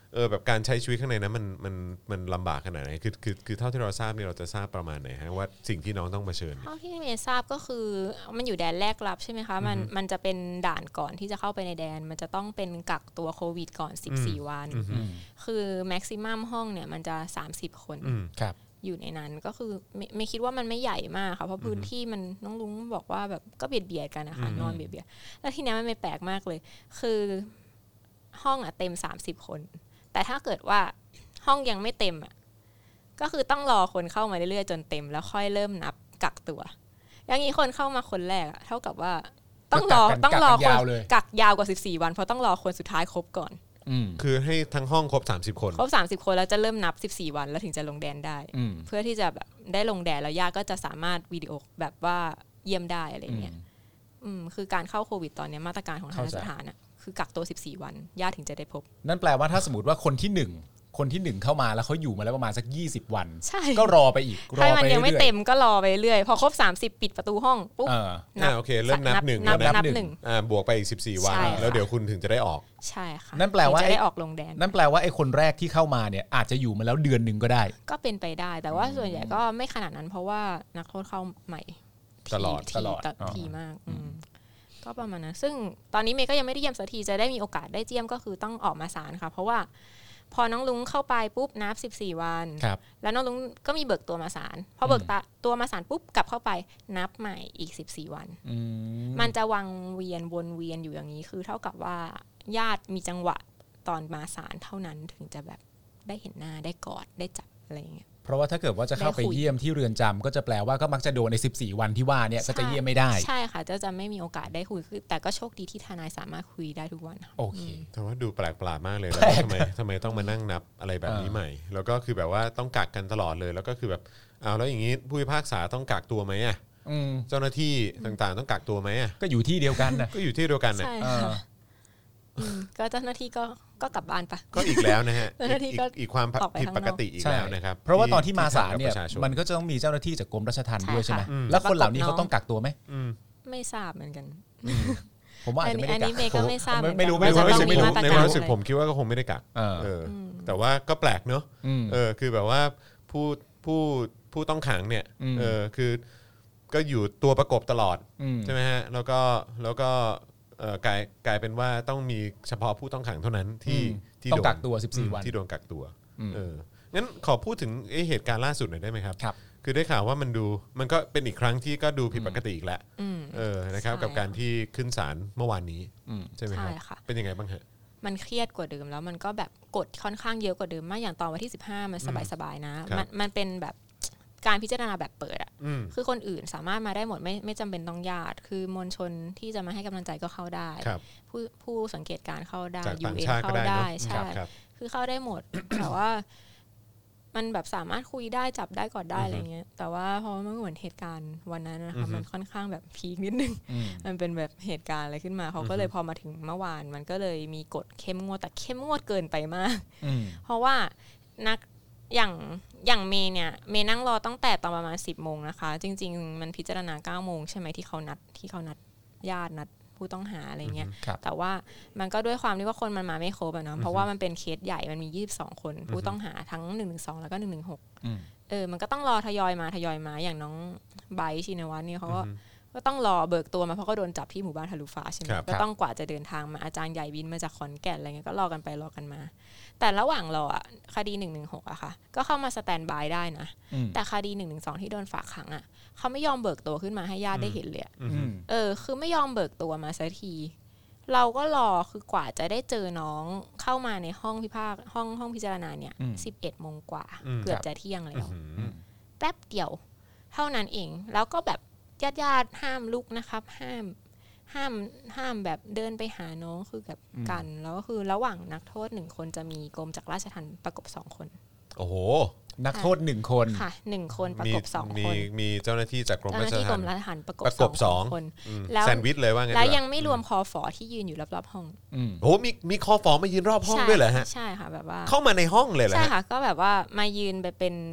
เออแบบการใช้ชีวิตข้างในนั้นมันมันมันลำบากขนาดไหนคือคือคือเท่าที่เราทราบนี่เราจะทราบประมาณไหนฮะว่าสิ่งที่น้องต้องเผชิญเท่าที่เมย์ทราบก็คือมันอยู่แดนแรกรับใช่ไหมคะมันมันจะเป็นด่านก่อนที่จะเข้าไปในแดนมันจะต้องเป็นกักตัวโควิดก่อนสิบสี่วันคือแม็กซิมัมห้องเนี่ยมันจะสามสิบคนครับอยู่ในนั้นก็คือไม่ไม่คิดว่ามันไม่ใหญ่มากค่ะเพราะพื้นที่มันน้องลุงบอกว่าแบบก็เบียดเบียดกันนะคะนอนเบียดเบียดแล้วทีนี้มันไม่แปลกมากเลยคือห้องอ่ะเต็มสามสิบคนแต่ถ้าเกิดว่าห้องยังไม่เต็มอ่ะก็คือต้องรอคนเข้ามาเรื่อยๆจนเต็มแล้วค่อยเริ่มนับกักตัวอย่างนี้คนเข้ามาคนแรกอ่ะเท่ากับว่าต้องรอต้องรอคนกักยาวกว่าสิบสี่วันเพราะต้องรอคนสุดท้ายครบก่อนคือให้ทั้งห้องครบสามสิบคนครบสามสิบคนแล้วจะเริ่มนับสิบสี่วันแล้วถึงจะลงแดนได้เพื่อที่จะแบบได้ลงแดนแล้วญาติก็จะสามารถวิดีโอแบบว่าเยี่ยมได้อะไรเงี้ยอืมคือการเข้าโควิดตอนนี้มาตรการของทางสถานน่ะคือกักตัวสิบสี่วันญาติถึงจะได้พบนั่นแปลว่าถ้าสมมติว่าคนที่หนึ่งคนที่หนึ่งเข้ามาแล้วเขาอยู่มาแล้วประมาณสักยี่สิบวันก็รอไปอีกรอไปเรื่อยๆถ้ามันยังไม่เต็มก็รอไปเรื่อยพอครบสามสิบปิดประตูห้องปุ๊บอ่าโอเคเริ่มนับหนึ่งนับนับหนึ่งอ่าบวกไปอีกสิบสี่วันแล้วเดี๋ยวคุณถึงจะได้ออกใช่ค่ะนั่นแปลว่าจะได้ออกลงแดนนั่นแปลว่าไอ้คนแรกที่เข้ามาเนี่ยอาจจะอยู่มาแล้วเดือนนึงก็ได้ก็เป็นไปได้แต่ว่าส่วนใหญ่ก็ไม่ขนาดนั้นเพราะว่านักโทษเข้าใหม่ตลอดตลอดทีมากก็ประมาณนั้นซึ่งตอนนี้เมย์ก็ยังไม่ได้เยี่ยมสักทีจะได้มีโอกาสได้เยี่ยมก็คือต้องออกมาศาลค่ะเพราะว่าพอน้องลุงเข้าไปปุ๊บนับสิบสี่วันแล้วน้องลุงก็มีเบิกตัวมาศาลพอเบิกตัวมาศาลปุ๊บกลับเข้าไปนับใหม่อีกสิบสี่วันมันจะวังเวียนวนเวียนอยู่อย่างนี้คือเท่ากับว่าญาติมีจังหวะตอนมาศาลเท่านั้นถึงจะแบบได้เห็นหน้าได้กอดได้จับอะไรอย่างเงี้ยเพราะว่าถ้าเกิดว่าจะเข้าไปเยี่ยมที่เรือนจำก็จะแปลว่าก็มักจะโดนในสิบสี่วันที่ว่าเนี่ยก็จะเยี่ยมไม่ได้ใช่ค่ะจะจะไม่มีโอกาสได้คุยแต่ก็โชคดีที่ทนายสามารถคุยได้ทุกวันโอเคแต่ว่าดูแปลกประหลาดมากเลยแล้วทำไมทำไมต้องมานั่งนับอะไรแบบนี้ใหม่แล้วก็คือแบบว่าต้องกักกันตลอดเลยแล้วก็คือแบบเอาแล้วอย่างนี้ผู้พิพากษาต้องกักตัวไหมอ่ะเจ้าหน้าที่ต่างๆต้องกักตัวไหมอ่ะก็อยู่ที่เดียวกันนะก็อยู่ที่เดียวกันนะก็เจ้าหน้าที่ก็ก็กลับบ้านปะก็อีกแล้วนะฮะอีกความผิดปกติอีกแล้วนะครับเพราะว่าตอนที่มาศาลเนี่ยมันก็จะต้องมีเจ้าหน้าที่จากกรมราชทัณฑ์ด้วยใช่ไหมแล้วคนเหล่านี้เขาต้องกักตัวไหมไม่ทราบเหมือนกันผมว่าอาจจะไม่ได้กักไม่รู้ไม่รู้ไม่รู้ไม่รู้ในความรู้สึกผมคิดว่าก็คงไม่ได้กักเออแต่ว่าก็แปลกเนอะเออคือแบบว่าผู้ผู้ผู้ต้องขังเนี่ยเออคือก็อยู่ตัวประกบตลอดใช่ไหมฮะแล้วก็แล้วก็กลายกลายเป็นว่าต้องมีเฉพาะผู้ต้องขังเท่านั้นที่ที่ต้องกักตัวสิบสี่วันที่โดนกักตัวเอองั้นขอพูดถึงเหตุการณ์ล่าสุดหน่อยได้ไหมครับครับคือได้ข่าวว่ามันดูมันก็เป็นอีกครั้งที่ก็ดูผิดปกติอีกแล้วเออนะครับกับการที่ขึ้นศาลเมื่อวานนี้ใช่ไหมครับเป็นยังไงบ้างฮะมันเครียดกว่าเดิมแล้วมันก็แบบกดค่อนข้างเยอะกว่าเดิมมากอย่างตอนวันที่สิบห้ามันสบายๆนะมันมันเป็นแบบการพิจารณาแบบเปิดอ่ะคือคนอื่นสามารถมาได้หมดไม่ไม่จำเป็นต้องญาติคือมวลชนที่จะมาให้กำลังใจก็เข้าได้ผู้ผู้สังเกตการเข้าได้ ยู เอ็น เข้าได้ใช่คือเข้าได้หมดแต่ว่ามันแบบสามารถคุยได้จับได้กอดได้อะไรเงี้ยแต่ว่าพอมันเหมือนเหตุการณ์วันนั้นนะคะมันค่อนข้างแบบพีคนิดนึงมันเป็นแบบเหตุการณ์อะไรขึ้นมาเขาก็เลยพอมาถึงเมื่อวานมันก็เลยมีกฎเข้มงวดแต่เข้มงวดเกินไปมากเพราะว่านักอย่างอย่างเมย์เนี่ยเมย์นั่งรอตั้งแต่ตอนประมาณสิบโมงนะคะจริงๆมันพิจารณาเก้าโมงใช่ไหมที่เขานัดที่เขานัดญาตินัดผู้ต้องหาอะไรเงี้ยแต่ว่ามันก็ด้วยความที่ว่าคนมันมาไม่ครบอ่ะเนาะเพราะว่ามันเป็นเคสใหญ่มันมียี่สิบสองคนผู้ต้องหาทั้งหนึ่งหนึ่งสองแล้วก็หนึ่งหนึ่งหกเออมันก็ต้องรอทยอยมาทยอยมาอย่างน้องไบร์ทชินวัตรเนี่ยเขาก็ก็ต้องรอเบิกตัวมาเพราะเขาโดนจับที่หมู่บ้านทะลุฟ้าใช่ไหมก็ต้องกว่าจะเดินทางมาอาจารย์ใหญ่บินมาจากขอนแก่นอะไรเงี้ยก็รอกันไปรอกันมาแต่ระหว่างรออ่ะคดีหนึ่งหนึ่งหกอะค่ะก็เข้ามาสแตนบายได้นะแต่คดีหนึ่งหนึ่งสองที่โดนฝากขังอะเขาไม่ยอมเบิกตัวขึ้นมาให้ญาติได้เห็นเลยเออคือไม่ยอมเบิกตัวมาสักทีเราก็รอคือกว่าจะได้เจอน้องเข้ามาในห้องพิพากษาห้องห้องพิจารณาเนี่ยสิบเอ็ดโมงกว่าเกือบจะเที่ยงแล้วแป๊บเดียวเท่านั้นเองแล้วก็แบบญาติญาติห้ามลุกนะครับห้ามห้ามห้ามแบบเดินไปหาน้องคือแบบกันแล้วก็คือระหว่างนักโทษหนึ่งคนจะมีกรมจากราชทัณฑ์ประกบสองคนโอ้โหนักโทษหนึ่งคนค่ะหนึ่งคนประกบสองคนมีเจ้าหน้าที่จากกรมราชทัณฑ์ประกบสองคนแล้วแซนด์วิชเลยว่างั้นแล้วยังไม่รวมคอฝอที่ยืนอยู่รอบๆห้องโอ้มีมีคอฝอมายืนรอบห้องด้วยเหรอฮะใช่ค่ะแบบว่าเข้ามาในห้องเลยเหรอใช่ค่ะก็แบบว่ามายืนไปเป็น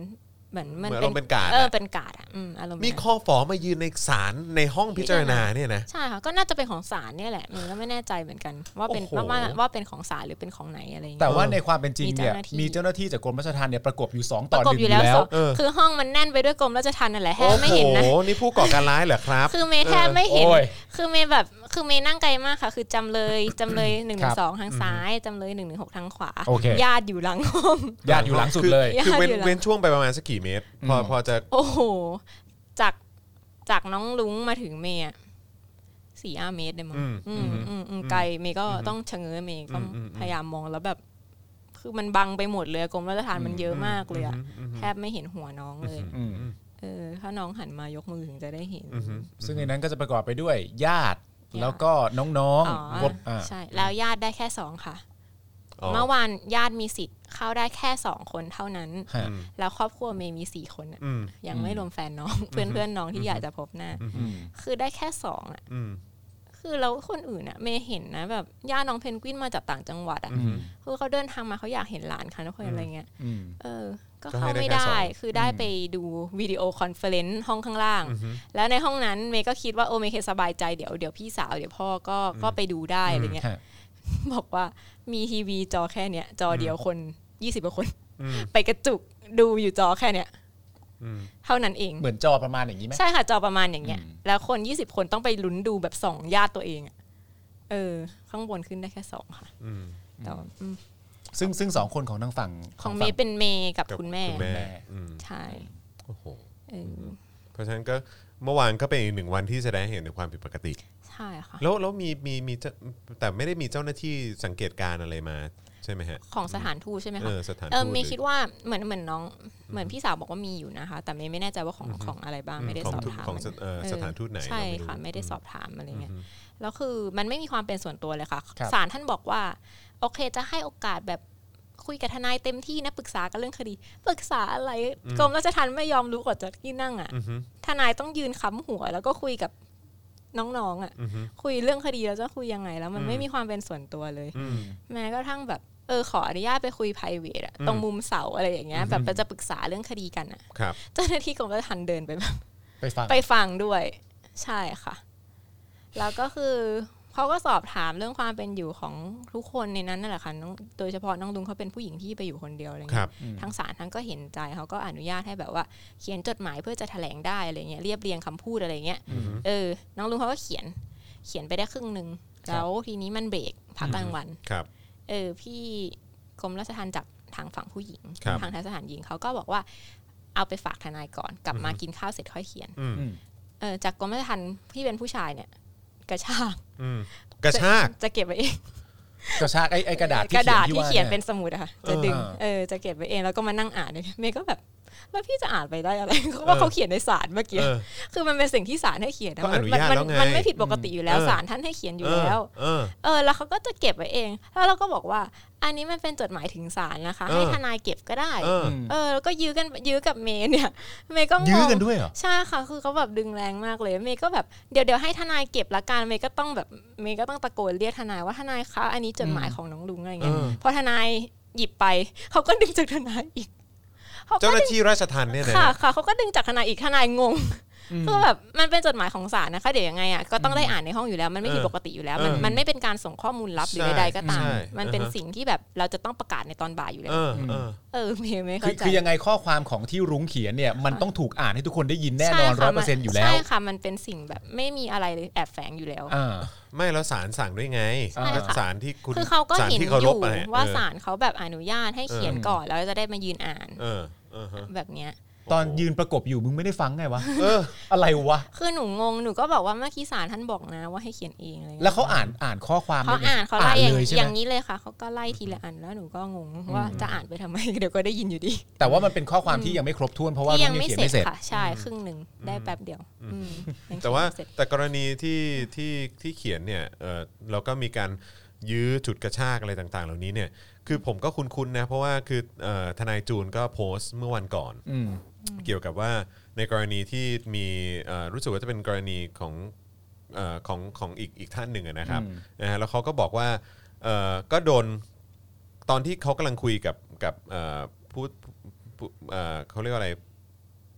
เหมือนมันเป็นการ์ดเออเป็นการ์ดอ่ะอืมอารมณ์มีข้อฟ้องมายืนในศาลในห้องพิจารณาเนี่ยนะใช่ค่ะก็น่าจะเป็นของศาลเนี่ยแหละมันก็ไม่แน่ใจเหมือนกันว่าเป็นว่าว่าเป็นของศาลหรือเป็นของไหนอะไรอย่างเงี้ยแต่ว่าในความเป็นจริงเนี่ยมีเจ้าหน้าที่จากกรมราชทัณฑ์เนี่ยประกบอยู่สองต่อหนึ่งอยู่แล้วคือห้องมันแน่นไปด้วยกรมราชทัณฑ์นั่นแหละแทบไม่เห็นนะโอ้โหนี่ผู้ก่อการร้ายเหรอครับคือเมย์แทบไม่เห็นคือเมย์แบบคือเมย์นั่งไกลมากค่ะคือจำเลยจำเลยหนึ่งหนึ่งสองทางซ้ายจำเลยหนึ่งหนึ่งหกทางขวาญาติอยู่หลังห้องญาติอยู่หลังสุดเลยคือเว้นเว้นช่วงไปประมาณสักกี่เมตรพอพอจะโอ้โหจากจากน้องลุงมาถึงเมย์สี่ห้าเมตรเลยมั้งอืมอืมอืมไกลเมย์ก็ต้องชะเง้อเมย์ก็พยายามมองแล้วแบบคือมันบังไปหมดเลยกรมราชทัณฑ์มันเยอะมากเลยอะแทบไม่เห็นหัวน้องเลยเออถ้าน้องหันมายกมือถึงจะได้เห็นซึ่งในนั้นก็จะประกอบไปด้วยญาติแล้วก็น้องๆใช่แล้วญาติได้แค่สองค่ะเมื่อวานญาติมีสิทธิ์เข้าได้แค่สองคนเท่านั้นแล้วครอบครัวเมย์มีสี่คนอ่ะยังไม่รวมแฟนน้องเพื่อนเพื่อนน้องที่อยากจะพบหน้าคือได้แค่สองอ่ะคือแล้วคนอื่นอ่ะเมย์เห็นนะแบบญาติน้องเพนกวินมาจากต่างจังหวัดอ่ะคือเขาเดินทางมาเขาอยากเห็นหลานเขาทุกคนอะไรเงี้ยเออก็เข้าไม่ได้คือได้ไปดูวิดีโอคอนเฟอเรนซ์ห้องข้างล่างแล้วในห้องนั้นเมย์ก็คิดว่าโอเมย์สบายใจเดี๋ยวเดี๋ยวพี่สาวเดี๋ยวพ่อก็ก็ไปดูได้อะไรเงี้ยบอกว่ามีทีวีจอแค่เนี้ยจอเดียวคนยี่สิบกว่าคนไปกระจุกดูอยู่จอแค่เนี้ยเท่านั้นเองเหมือนจอประมาณอย่างนี้ไหมใช่ค่ะจอประมาณอย่างเงี้ยแล้วคนยี่สิบคนต้องไปลุ้นดูแบบสองญาติตัวเองอ่ะเออข้างบนขึ้นได้แค่สองค่ะแต่ซึ่งซึ่งสองคนของทางฝั่งของเมย์เป็นเมย์กับคุณแม่ใช่โอ้โหเพราะฉะนั้นก็เมื่อวานก็เป็นอีกหนึ่งวันที่แสดงเห็นถึงความผิดปกติใช่ค่ะแล้วแล้วมีมีมีแต่ไม่ได้มีเจ้าหน้าที่สังเกตการอะไรมาใช่ไหมฮะของสถานทูตใช่ไหมคะเออสถานทูตเออเมย์คิดว่าเหมือนเหมือนน้องเหมือนพี่สาวบอกว่ามีอยู่นะคะแต่เมย์ไม่แน่ใจว่าของของอะไรบ้างไม่ได้สอบถามของสถานทูตไหนใช่ค่ะไม่ได้สอบถามอะไรเงี้ยแล้วคือมันไม่มีความเป็นส่วนตัวเลยค่ะศาลท่านบอกว่าโอเคจะให้โอกาสแบบคุยกับทนายเต็มที่นะปรึกษากันเรื่องคดีปรึกษาอะไรกรมราชทัณฑ์ไม่ยอมรู้ก่อนจากที่นั่งอ่ะทนายต้องยืนค้ำหัวแล้วก็คุยกับน้องๆอ่ะคุยเรื่องคดีแล้วจะคุยยังไงแล้วมันไม่มีความเป็นส่วนตัวเลยแม้กระทั่งแบบเออขออนุญาตไปคุย private อ่ะตรงมุมเสาอะไรอย่างเงี้ยแบบจะปรึกษาเรื่องคดีกันอ่ะเจ้าหน้าที่กรมราชทัณฑ์เดินไปแบบไปฟังไปฟังด้วยใช่ค่ะแล้วก็คือเขาก็สอบถามเรื่องความเป็นอยู่ของทุกคนในนั้นนั่นแหละค่ะโดยเฉพาะน้องลุงเขาเป็นผู้หญิงที่ไปอยู่คนเดียวอะไรเงี้ยทั้งศาลทั้งก็เห็นใจเขาก็อนุญาตให้แบบว่าเขียนจดหมายเพื่อจะแถลงได้อะไรเงี้ยเรียบเรียงคำพูดอะไรเงี้ยเออน้องลุงเขาก็เขียนเขียนไปได้ครึ่งนึงแล้วทีนี้มันเบรกพักกลางวันเออพี่กรมราชทัณฑ์จากทางฝั่งผู้หญิงทางทางสถานหญิงเขาก็บอกว่าเอาไปฝากทนายก่อนกลับมากินข้าวเสร็จค่อยเขียนเออจากกรมราชทัณฑ์ที่เป็นผู้ชายเนี่ยกระชากกระชากจะเก็บไว้เองกระชากไอ้ไอ้กระดาษกระดาษที่เขียนเป็นสมุดอะค่ะจะดึงเออจะเก็บไว้เองแล้วก็มานั่งอ่านเมย์ก็แบบแล้วพี่จะอ่านไปได้อะไรเพราะว่าเขาเขียนในศาลเมื่อกี้คือมันเป็นสิ่งที่ศาลให้เขียนมันมันไม่ผิดปกติอยู่แล้วศาลท่านให้เขียนอยู่แล้วเออแล้วเขาก็จะเก็บไว้เองแล้วเราก็บอกว่าอันนี้มันเป็นจดหมายถึงศาลนะคะให้ทนายเก็บก็ได้เออแล้วก็ยื้อกันยื้อกับเมย์เนี่ยเมย์ก็ยื้อกันด้วยเหรอใช่ค่ะคือเขาแบบดึงแรงมากเลยเมย์ก็แบบเดี๋ยวเดี๋ยวให้ทนายเก็บละกันเมย์ก็ต้องแบบเมย์ก็ต้องตะโกนเรียกทนายว่าทนายคะอันนี้จดหมายของน้องลุงอะไรเงี้ยพอทนายหยิบไปเขาก็ดึงจากทนายอีกเจ้าหน้าที่ราชทัณฑ์เนี่ยนะค่ะค่ะเขาก็ดึงจากทนายอีกทนายงงคือแบบมันเป็นจดหมายของศาลนะคะเดี๋ยวยังไงอ่ะก็ต้องได้อ่านในห้องอยู่แล้วมันไม่ผิดปกติอยู่แล้วมันมันไม่เป็นการส่งข้อมูลลับหรือใดๆก็ตามมันเป็นสิ่งที่แบบเราจะต้องประกาศในตอนบ่ายอยู่แล้วเออไม่เข้าใจคือยังไงข้อความของที่รุ้งเขียนเนี่ยมันต้องถูกอ่านให้ทุกคนได้ยินแน่นอน ร้อยเปอร์เซ็นต์ อยู่แล้วใช่ค่ะมันเป็นสิ่งแบบไม่มีอะไรแอบแฝงอยู่แล้วไม่แล้วศาลสั่งด้วยไงศาลที่คุณคือเขาก็เห็นอยู่ว่าศาลเขาแบบอนุญาตให้เขียนก่อนแล้วจะได้มายืนอ่านแบบเนี้ยตอนยืนประกบอยู่มึงไม่ได้ฟังไงวะเอออะไรวะคือหนูงงหนูก็บอกว่าเมื่อกี้ศาลท่านบอกนะว่าให้เขียนเองอะไรแล้วเขาอ่านอ่านข้อความเขาอ่านเขาไล่อย่างนี้เลยค่ะเขาก็ไล่ทีละอันแล้วหนูก็งงว่าจะอ่านไปทำไมเดี๋ยวก็ได้ยินอยู่ดีแต่ว่ามันเป็นข้อความที่ยังไม่ครบถ้วนเพราะว่ายังไม่เสร็จค่ะใช่ครึ่งนึงได้แป๊บเดียวแต่ว่าแต่กรณีที่ที่ที่เขียนเนี่ยเออเราก็มีการยื้อฉุดกระชากอะไรต่างๆเหล่านี้เนี่ยคือผมก็คุ้นๆนะเพราะว่าคือทนายจูนก็โพสต์เมื่อวันก่อนเกี่ยวกับว่าในกรณีที่มีรู้สึกว่าจะเป็นกรณีของของของอีกอีกท่านหนึ่งนะครับนะฮะแล้วเขาก็บอกว่าก็โดนตอนที่เขากำลังคุยกับกับผู้เขาเรียกว่าอะไร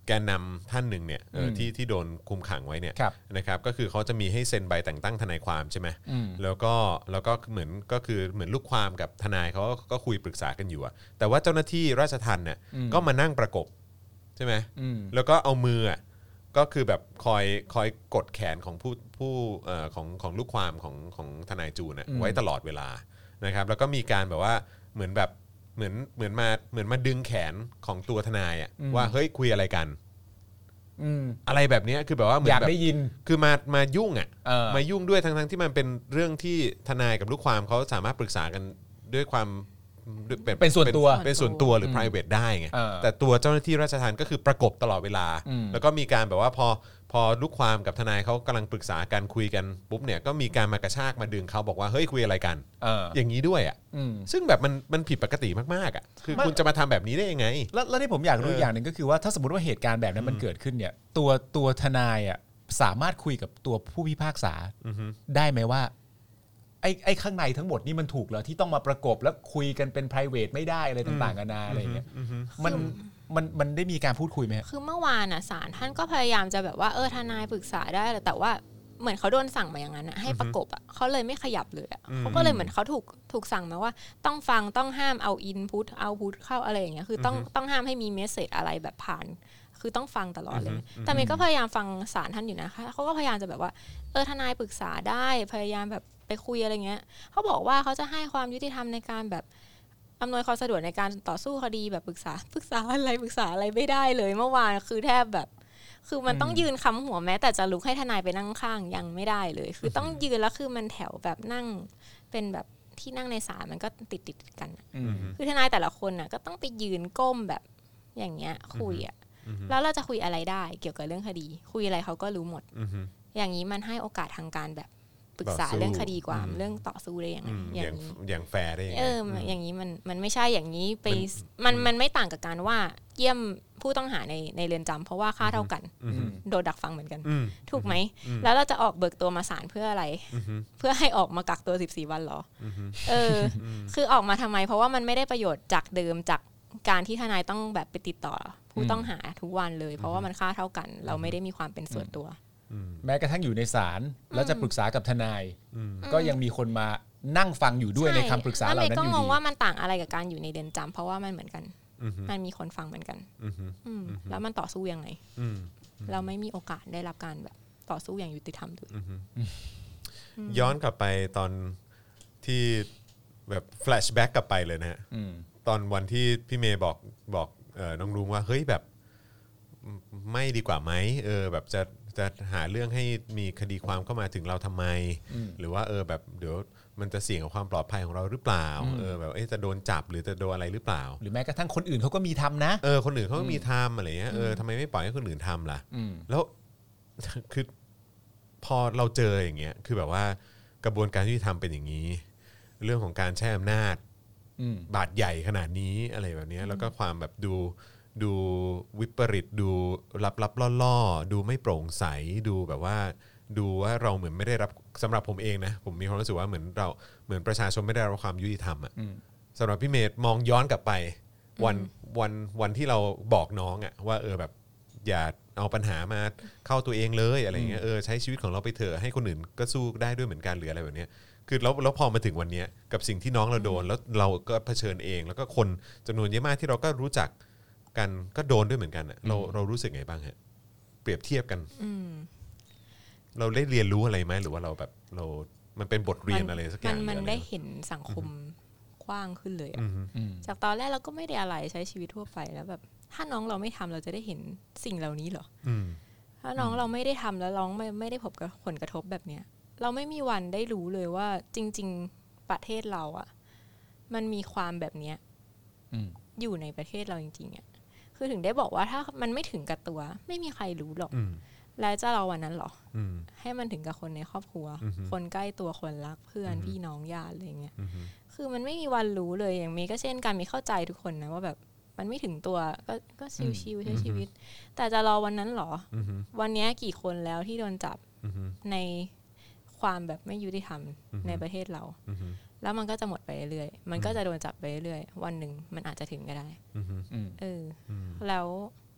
แกนนำท่านหนึ่งเนี่ยที่ที่โดนคุมขังไว้เนี่ยนะครับก็คือเขาจะมีให้เซ็นใบแต่งตั้งทนายความใช่ไหมแล้วก็แล้วก็เหมือนก็คือเหมือนลูกความกับทนายเขาก็คุยปรึกษากันอยู่อะแต่ว่าเจ้าหน้าที่ราชทัณฑ์เนี่ยก็มานั่งประกบใช่ไหมแล้วก็เอามืออะก็คือแบบคอยคอยกดแขนของผู้ผู้เอ่อของของลูกความของของทนายจูนเนี่ยไว้ตลอดเวลานะครับแล้วก็มีการแบบว่าเหมือนแบบเหมือนเหมือนมาเหมือนมาดึงแขนของตัวทนายอ่ะว่าเฮ้ยคุยอะไรกันอะไรแบบนี้คือแบบว่าเหมือนอยากได้ยินคือมามายุ่งอ่ะมายุ่งด้วยทั้งทั้งที่มันเป็นเรื่องที่ทนายกับลูกความเขาสามารถปรึกษากันด้วยความเป็นส่วนตัวเป็นส่วนตัวหรือ private ได้ไงแต่ตัวเจ้าหน้าที่ราชทัณฑ์ก็คือประกบตลอดเวลาแล้วก็มีการแบบว่าพอพอลูกความกับทนายเขากำลังปรึกษากันคุยกันปุ๊บเนี่ยก็มีการมากระชากมาดึงเขาบอกว่าเฮ้ยคุยอะไรกันอย่างนี้ด้วยอ่ะซึ่งแบบมันมันผิดปกติมากๆอ่ะคือคุณจะมาทำแบบนี้ได้ยังไงแล้วแล้วที่ผมอยากรู้อย่างหนึ่งก็คือว่าถ้าสมมติว่าเหตุการณ์แบบนั้นมันเกิดขึ้นเนี่ยตัวตัวทนายอ่ะสามารถคุยกับตัวผู้พิพากษาได้ไหมว่าไอ้ไอ้ข้างในทั้งหมดนี่มันถูกเหรอที่ต้องมาประกบแล้วคุยกันเป็น private ไม่ได้อะไรต่างๆกันานาอะไรอย่างเงี้ยมันมันมันได้มีการพูดคุยไหมคือเมื่อวานน่ะศาลท่านก็พยายามจะแบบว่าเออทนายปรึกษาได้แต่ว่าเหมือนเขาโดนสั่งมาอย่างนั้นนะให้ประกบอ่ะเขาเลยไม่ขยับเลยอ่ะเขาก็เลยเหมือนเขาถูกถูกสั่งมาว่าต้องฟังต้องห้ามเอาอินพุตเอาพุตเข้าอะไรอย่างเงี้ยคือต้องต้องห้ามให้มีเมสเสจอะไรแบบผ่านคือต้องฟังตลอดเลยแต่เมย์ก็พยายามฟังศาลท่านอยู่นะคะเขาก็พยายามจะแบบว่าเออทนายปรึกษาได้พยายามแบบไปคุยอะไรเงี้ยเขาบอกว่าเขาจะให้ความยุติธรรมในการแบบอำนวยความสะดวกในการต่อสู้คดีแบบปรึกษาปรึกษาอะไรปรึกษาอะไรไม่ได้เลยเมื่อวานคือแทบแบบคือมันต้องยืนค้ำหัวแม้แต่จะลุกให้ทนายไปนั่งข้างยังไม่ได้เลยคือต้องยืนแล้วคือมันแถวแบบนั่งเป็นแบบที่นั่งในศาลมันก็ติดติดกันคือทนายแต่ละคนน่ะก็ต้องไปยืนก้มแบบอย่างเงี้ยคุยอ่ะแล้วเราจะคุยอะไรได้เกี่ยวกับเรื่องคดีคุยอะไรเขาก็รู้หมดอย่างนี้มันให้โอกาสทางการแบบปรึกษาเรื่องคดีความเรื่องต่อสู้ได้ยังไงอย่างอย่างแฟร์ได้ยังไงเอออย่างนี้มันมันไม่ใช่อย่างนี้ไปมันมันไม่ต่างกับการว่าเยี่ยมผู้ต้องหาในในเรือนจำเพราะว่าค่าเท่ากันโดนดักฟังเหมือนกันถูกไหมแล้วเราจะออกเบิกตัวมาศาลเพื่ออะไรเพื่อให้ออกมากักตัวสิบสี่วันหรอเออคือออกมาทำไมเพราะว่ามันไม่ได้ประโยชน์จากเดิมจากการที่ทนายต้องแบบไปติดต่อผู้ต้องหาทุกวันเลยเพราะว่ามันค่าเท่ากันเราไม่ได้มีความเป็นส่วนตัวแม้กระทั่งอยู่ในศาลแล้วจะปรึกษากับทนายก็ยังมีคนมานั่งฟังอยู่ด้วยในคำปรึกษาเหล่านั้นอยู่ดีก็งงว่ามันต่างอะไรกับการอยู่ในเรือนจำเพราะว่ามันเหมือนกันมันมีคนฟังเหมือนกันแล้วมันต่อสู้ยังไงเราไม่มีโอกาสได้รับการแบบต่อสู้อย่างยุติธรรมด้วยย้อนกลับไปตอนที่แบบแฟลชแบ็กกลับไปเลยนะฮะตอนวันที่พี่เมย์บอกบอกน้องรุ้งว่าเฮ้ยแบบไม่ดีกว่าไหมเออแบบจะจะหาเรื่องให้มีคดีความเข้ามาถึงเราทำไมหรือว่าเออแบบเดี๋ยวมันจะเสี่ยงกับความปลอดภัยของเราหรือเปล่าเออแบบเอ๊ะจะโดนจับหรือจะโดนอะไรหรือเปล่าหรือแม้กระทั่งคนอื่นเขาก็มีทำนะเออคนอื่นเขาก็มีทำอะไรเงี้ยเออทำไมไม่ปล่อยให้คนอื่นทำล่ะแล้วคือพอเราเจออย่างเงี้ยคือแบบว่ากระบวนการที่ทำเป็นอย่างนี้เรื่องของการใช้อำนาจบาดใหญ่ขนาดนี้อะไรแบบนี้แล้วก็ความแบบดูดูวิปริตดูลับลับล่อๆดูไม่โปร่งใสดูแบบว่าดูว่าเราเหมือนไม่ได้รับสำหรับผมเองนะผมมีความรู้สึกว่าเหมือนเราเหมือนประชาชนไม่ได้รับความยุติธรรมอ่ะสำหรับพี่เมย์มองย้อนกลับไปวันวันวันที่เราบอกน้องอ่ะว่าเออแบบอย่าเอาปัญหามาเข้าตัวเองเลยอะไรเงี้ยเออใช้ชีวิตของเราไปเถอะให้คนอื่นก็สู้ได้ด้วยเหมือนกันหรืออะไรแบบนี้คือแล้วแล้วพอมาถึงวันนี้กับสิ่งที่น้องเราโดนแล้วเราก็เผชิญเองแล้วก็คนจำนวนเยอะมากที่เราก็รู้จักกันก็โดนด้วยเหมือนกันอ่ะเราเรารู้สึกไงบ้างฮะเปรียบเทียบกันเราได้เรียนรู้อะไรไหมหรือว่าเราแบบเรามันเป็นบทเรียนอะไรสักอย่างมันได้เห็นสังคมกว้างขึ้นเลยอ่ะจากตอนแรกเราก็ไม่ได้อะไรใช้ชีวิตทั่วไปแล้วแบบถ้าน้องเราไม่ทำเราจะได้เห็นสิ่งเหล่านี้เหรอถ้าน้องเราไม่ได้ทำแล้วน้องไม่ไม่ได้พบกับผลกระทบแบบเนี้ยเราไม่มีวันได้รู้เลยว่าจริงๆประเทศเราอ่ะมันมีความแบบเนี้ยอยู่ในประเทศเราจริงๆอ่ะคือถึงได้บอกว่าถ้ามันไม่ถึงกับตัวไม่มีใครรู้หรอกแล้วจะเราวันนั้นหรอให้มันถึงกับคนในครอบครัวคนใกล้ตัวคนรักเพื่อนพี่น้องญาติอะไรเงี้ยคือมันไม่มีวันรู้เลยอย่างมีก็เช่นกันมีเข้าใจทุกคนนะว่าแบบมันไม่ถึงตัวก็ก็ชิวๆใช้ชีวิตแต่จะรอวันนั้นหรอวันนี้กี่คนแล้วที่โดนจับในความแบบไม่ยุติธรรมในประเทศเราแล้วมันก็จะหมดไปเรื่อยๆมันก็จะโดนจับไปเรื่อยๆวันหนึ่งมันอาจจะถึงก็ได้เออแล้ว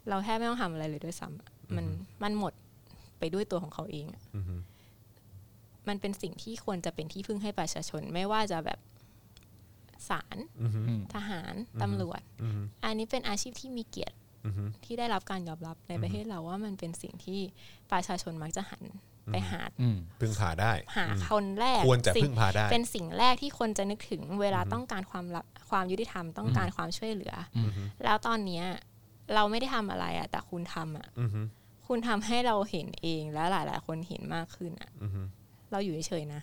เราแทบไม่ต้องทำอะไรเลยด้วยซ้ำมันมันหมดไปด้วยตัวของเขาเองมันเป็นสิ่งที่ควรจะเป็นที่พึ่งให้ประชาชนไม่ว่าจะแบบศาลทหารตำรวจอันนี้เป็นอาชีพที่มีเกียรติที่ได้รับการยอมรับในประเทศเราว่ามันเป็นสิ่งที่ประชาชนมักจะหันไปหาพึ่งพาได้หาคนแรกควรจะพึ่งพาได้เป็นสิ่งแรกที่คนจะนึกถึงเวลาต้องการความความยุติธรรมต้องการความช่วยเหลือแล้วตอนนี้เราไม่ได้ทำอะไรอ่ะแต่คุณทำอ่ะคุณทำให้เราเห็นเองและหลายๆคนเห็นมากขึ้นอ่ะเราอยู่เฉยๆนะ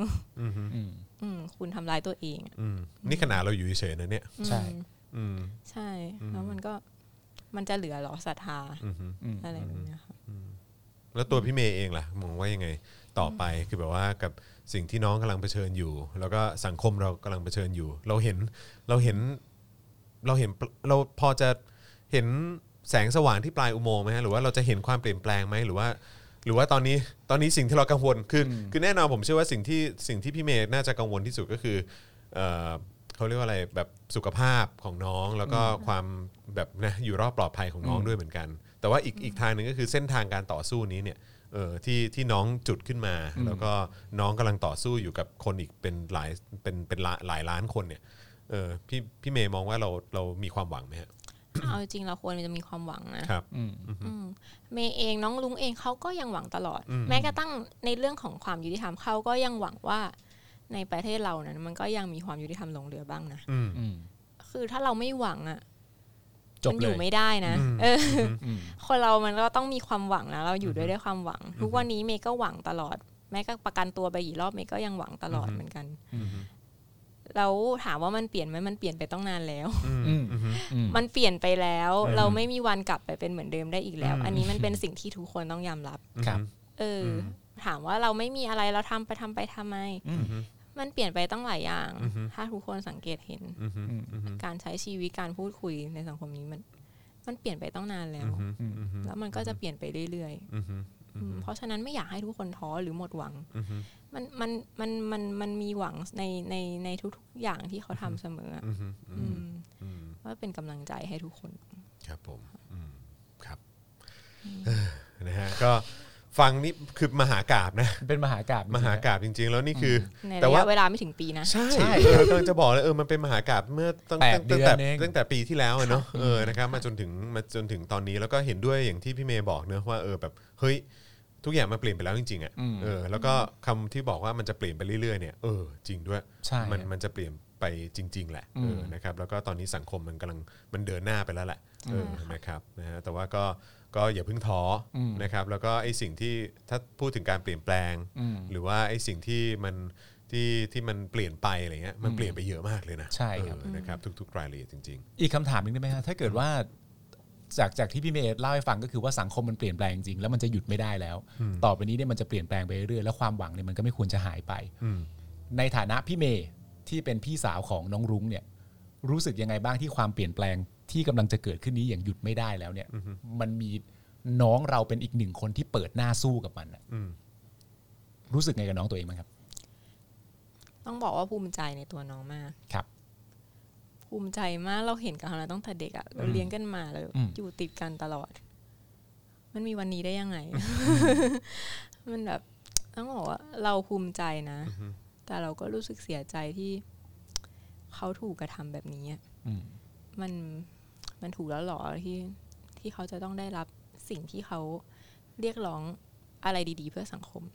คุณทำร้ายตัวเองนี่ขนาดเราอยู่เฉยๆนะเนี่ยใช่ใช่แล้วมันก็มันจะเหลือหรอศรัทธาอะไรแบบนี้ค่ะแล้วตัวพี่เมย์เองล่ะมองว่ายังไงต่อไปคือแบบว่ากับสิ่งที่น้องกำลังเผชิญอยู่แล้วก็สังคมเรากำลังเผชิญอยู่เราเห็นเราเห็นเราเห็นเราพอจะเห็นแสงสว่างที่ปลายอุโมงค์ไหมฮะหรือว่าเราจะเห็นความเปลี่ยนแปลงไหมหรือว่าหรือว่าตอนนี้ตอนนี้สิ่งที่เรากังวลคือคือแน่นอนผมเชื่อว่าสิ่งที่สิ่งที่พี่เมย์น่าจะกังวลที่สุดก็คือเอ่อเขาเรียกว่าอะไรแบบสุขภาพของน้องแล้วก็ความแบบนะอยู่รอบปลอดภัยของน้องด้วยเหมือนกันแต่ว่าอีกอีกทางนึงก็คือเส้นทางการต่อสู้นี้เนี่ยเออที่ที่น้องจุดขึ้นมาแล้วก็น้องกำลังต่อสู้อยู่กับคนอีกเป็นหลายเป็นเป็นหลายล้านคนเนี่ยเออพี่พี่เมย์มองว่าเราเรามีความหวังไหมฮะเอาจริงเราควรจะมีความหวังนะครับเมย์เองน้องลุงเองเขาก็ยังหวังตลอดแม้กระทั่งในเรื่องของความยุติธรรมเขาก็ยังหวังว่าในประเทศเรานั้นมันก็ยังมีความยุติธรรมหลงเหลือบ้างนะคือถ้าเราไม่หวังอ่ะมันอยู่ไม่ได้นะเออคนเรามันก็ต้องมีความหวังนะเราอยู่ด้วยด้วยความหวังทุกวันนี้เมย์ก็หวังตลอดแม้ก็ประกันตัวไปกี่รอบเมย์ก็ยังหวังตลอดเหมือนกันแล้วถามว่ามันเปลี่ยนไหมมันเปลี่ยนไปต้องนานแล้วมันเปลี่ยนไปแล้วเราไม่มีวันกลับไปเป็นเหมือนเดิมได้อีกแล้วอันนี้มันเป็นสิ่งที่ทุกคนต้องยอมรับเออถามว่าเราไม่มีอะไรเราทำไปทำไปทำไมมันเปลี่ยนไปต้องหลายอย่างถ้าทุกคนสังเกตเห็นการใช้ชีวิตการพูดคุยในสังคมนี้มันมันเปลี่ยนไปต้องนานแล้วแล้วมันก็จะเปลี่ยนไปเรื่อยๆเพราะฉะนั้นไม่อยากให้ทุกคนท้อหรือหมดหวังมันมันมันมันมันมีหวังในในในทุกๆอย่างที่เขาทำเสมอว่าเป็นกำลังใจให้ทุกคนครับผมครับนะฮะก็ฟังนี่คือมหากาพย์นะเป็นมหากาพย์มหากาพย์จริงๆแล้วนี่คือแต่ว่าเวลาไม่ถึงปีนะใช่เออกำลังจะบอกเลยเออมันเป็นมหากาพย์เมื่อตั้งแต่ตั้งแต่ปีที่แล้วเนาะเออนะครับมาจนถึงมาจนถึงตอนนี้แล้วก็เห็นด้วยอย่างที่พี่เมย์บอกเนอะว่าเออแบบเฮ้ยทุกอย่างมันเปลี่ยนไปแล้วจริงๆอ่ะเออแล้วก็คำที่บอกว่ามันจะเปลี่ยนไปเรื่อยๆเนี่ยเออจริงด้วยมันมันจะเปลี่ยนไปจริงๆแหละเออนะครับแล้วก็ตอนนี้สังคมมันกำลังมันเดินหน้าไปแล้วแหละเออนะครับนะฮะแต่ว่าก็ก็อย่าเพิ่งท้อนะครับแล้วก็ไอ้สิ่งที่ถ้าพูดถึงการเปลี่ยนแปลงหรือว่าไอ้สิ่งที่มันที่ที่มันเปลี่ยนไปอะไรเงี้ยมันเปลี่ยนไปเยอะมากเลยนะใช่ครับนะครับทุกๆรายละเอียดจริงๆอีกคำถามนึงได้ไหมครับถ้าเกิดว่าจากจากที่พี่เมย์เล่าให้ฟังก็คือว่าสังคมมันเปลี่ยนแปลงจริงแล้วมันจะหยุดไม่ได้แล้วต่อไปนี้เนี่ยมันจะเปลี่ยนแปลงไปเรื่อยๆแล้วความหวังเนี่ยมันก็ไม่ควรจะหายไปในฐานะพี่เมย์ที่เป็นพี่สาวของน้องรุ้งเนี่ยรู้สึกยังไงบ้างที่ความเปลี่ยนแปลงที่กำลังจะเกิดขึ้นนี้อย่างหยุดไม่ได้แล้วเนี่ยมันมีน้องเราเป็นอีกหนึ่งคนที่เปิดหน้าสู้กับมันรู้สึกไงกับน้องตัวเองบ้างครับต้องบอกว่าภูมิใจในตัวน้องมากครับภูมิใจมากเราเห็นกันมาตั้งแต่เด็กอ่ะเราเลี้ยงกันมาเราอยู่ติดกันตลอดมันมีวันนี้ได้ยังไง มันแบบต้องบอกว่าเราภูมิใจนะแต่เราก็รู้สึกเสียใจที่เขาถูกกระทำแบบนี้มันมันถูกแล้วหรอที่ที่เขาจะต้องได้รับสิ่งที่เขาเรียกร้องอะไรดีๆเพื่อสังคม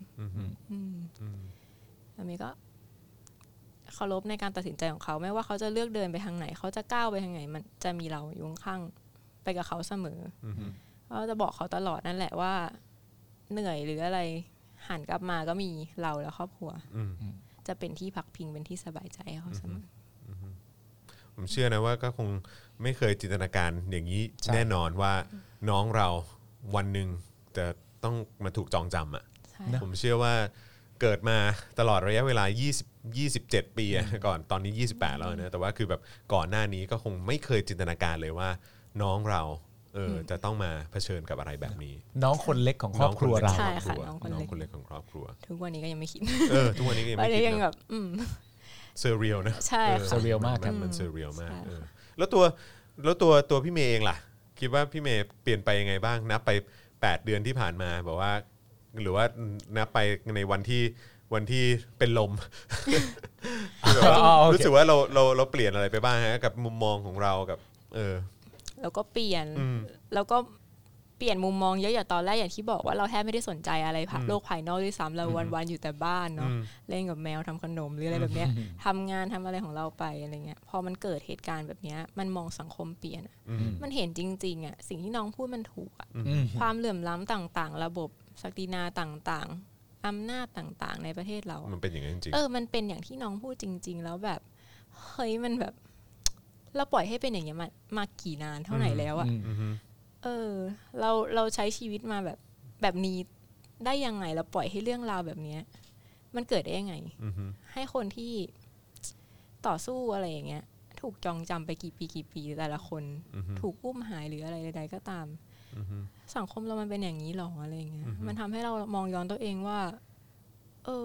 แล้วเมย์ก็เคารพในการตัดสินใจของเขาไม่ว่าเขาจะเลือกเดินไปทางไหนเขาจะก้าวไปทางไหนมันจะมีเราอยู่ข้างไปกับเขาเสมอเราจะบอกเขาตลอดนั่นแหละว่าเหนื่อยหรืออะไรหันกลับมาก็มีเราและครอบครัวจะเป็นที่พักพิงเป็นที่สบายใจให้เขาเสมอผมเชื่อนะว่าก็คงไม่เคยจินตนาการอย่างนี้แน่นอนว่าน้องเราวันหนึ่งจะต้องมาถูกจองจำอ่ะผมเชื่อว่าเกิดมาตลอดระยะเวลายี่สิบ ยี่สิบเจ็ดปีก่อนตอนนี้ยี่สิบแปดแล้วนะแต่ว่าคือแบบก่อนหน้านี้ก็คงไม่เคยจินตนาการเลยว่าน้องเราเออจะต้องมาเผชิญกับอะไรแบบนี้น้องคนเล็กของครอบครัวเราใช่ค่ะน้องคนเล็กของครอบครัวทุกวันนี้ก็ยังไม่คิดเออทุกวันนี้ก็ยังไม่คิดยังแบบอืมเซอร์เรียลนะใช่เซอร์เรียลมากครับมันเซอร์เรียลมากเออแล้วตัวแล้วตัวตัวพี่เมย์เองล่ะคคิดว่าพี่เมย์เปลี่ยนไปยังไงบ้างนับไปแปดเดือนที่ผ่านมาบอกว่าหรือว่านับไปในวันที่วันที่เป็นลม รู้สึกว่าเราเราเราเปลี่ยนอะไรไปบ้างฮะกับมุมมองของเรากับเออแล้วก็เปลี่ยนแล้วก็เปลี่ยนมุมมองเยอะอย่างตอนแรกอย่างที่บอกว่าเราแทบไม่ได้สนใจอะไรโลกภายนอกด้วยซ้ำเราวันๆอยู่แต่บ้านเนาะเล่นกับแมวทำขนมหรืออะไรแบบเนี้ยทำงานทำอะไรของเราไปอะไรเงี้ยพอมันเกิดเหตุการณ์แบบเนี้ยมันมองสังคมเปลี่ยนมันเห็นจริงๆอ่ะสิ่งที่น้องพูดมันถูกอ่ะความเหลื่อมล้ำต่างๆระบบศักดินาต่างๆอำนาจต่างๆในประเทศเรามันเป็นอย่างนั้นจริงเออมันเป็นอย่างที่น้องพูดจริงๆแล้วแบบเฮ้ยมันแบบเราปล่อยให้เป็นอย่างเงี้ยมามากี่นานเท่าไหร่แล้วอ่ะเออเราเราใช้ชีวิตมาแบบแบบนี้ได้ยังไงเราปล่อยให้เรื่องราวแบบนี้มันเกิดได้ยังไงให้คนที่ต่อสู้อะไรอย่างเงี้ยถูกจองจำไปกี่ปีกี่ปีแต่ละคนถูกอุ้มหายหรืออะไรใดๆก็ตามสังคมเรามันเป็นอย่างนี้หรออะไรอย่างเงี้ยมันทำให้เรามองย้อนตัวเองว่าเออ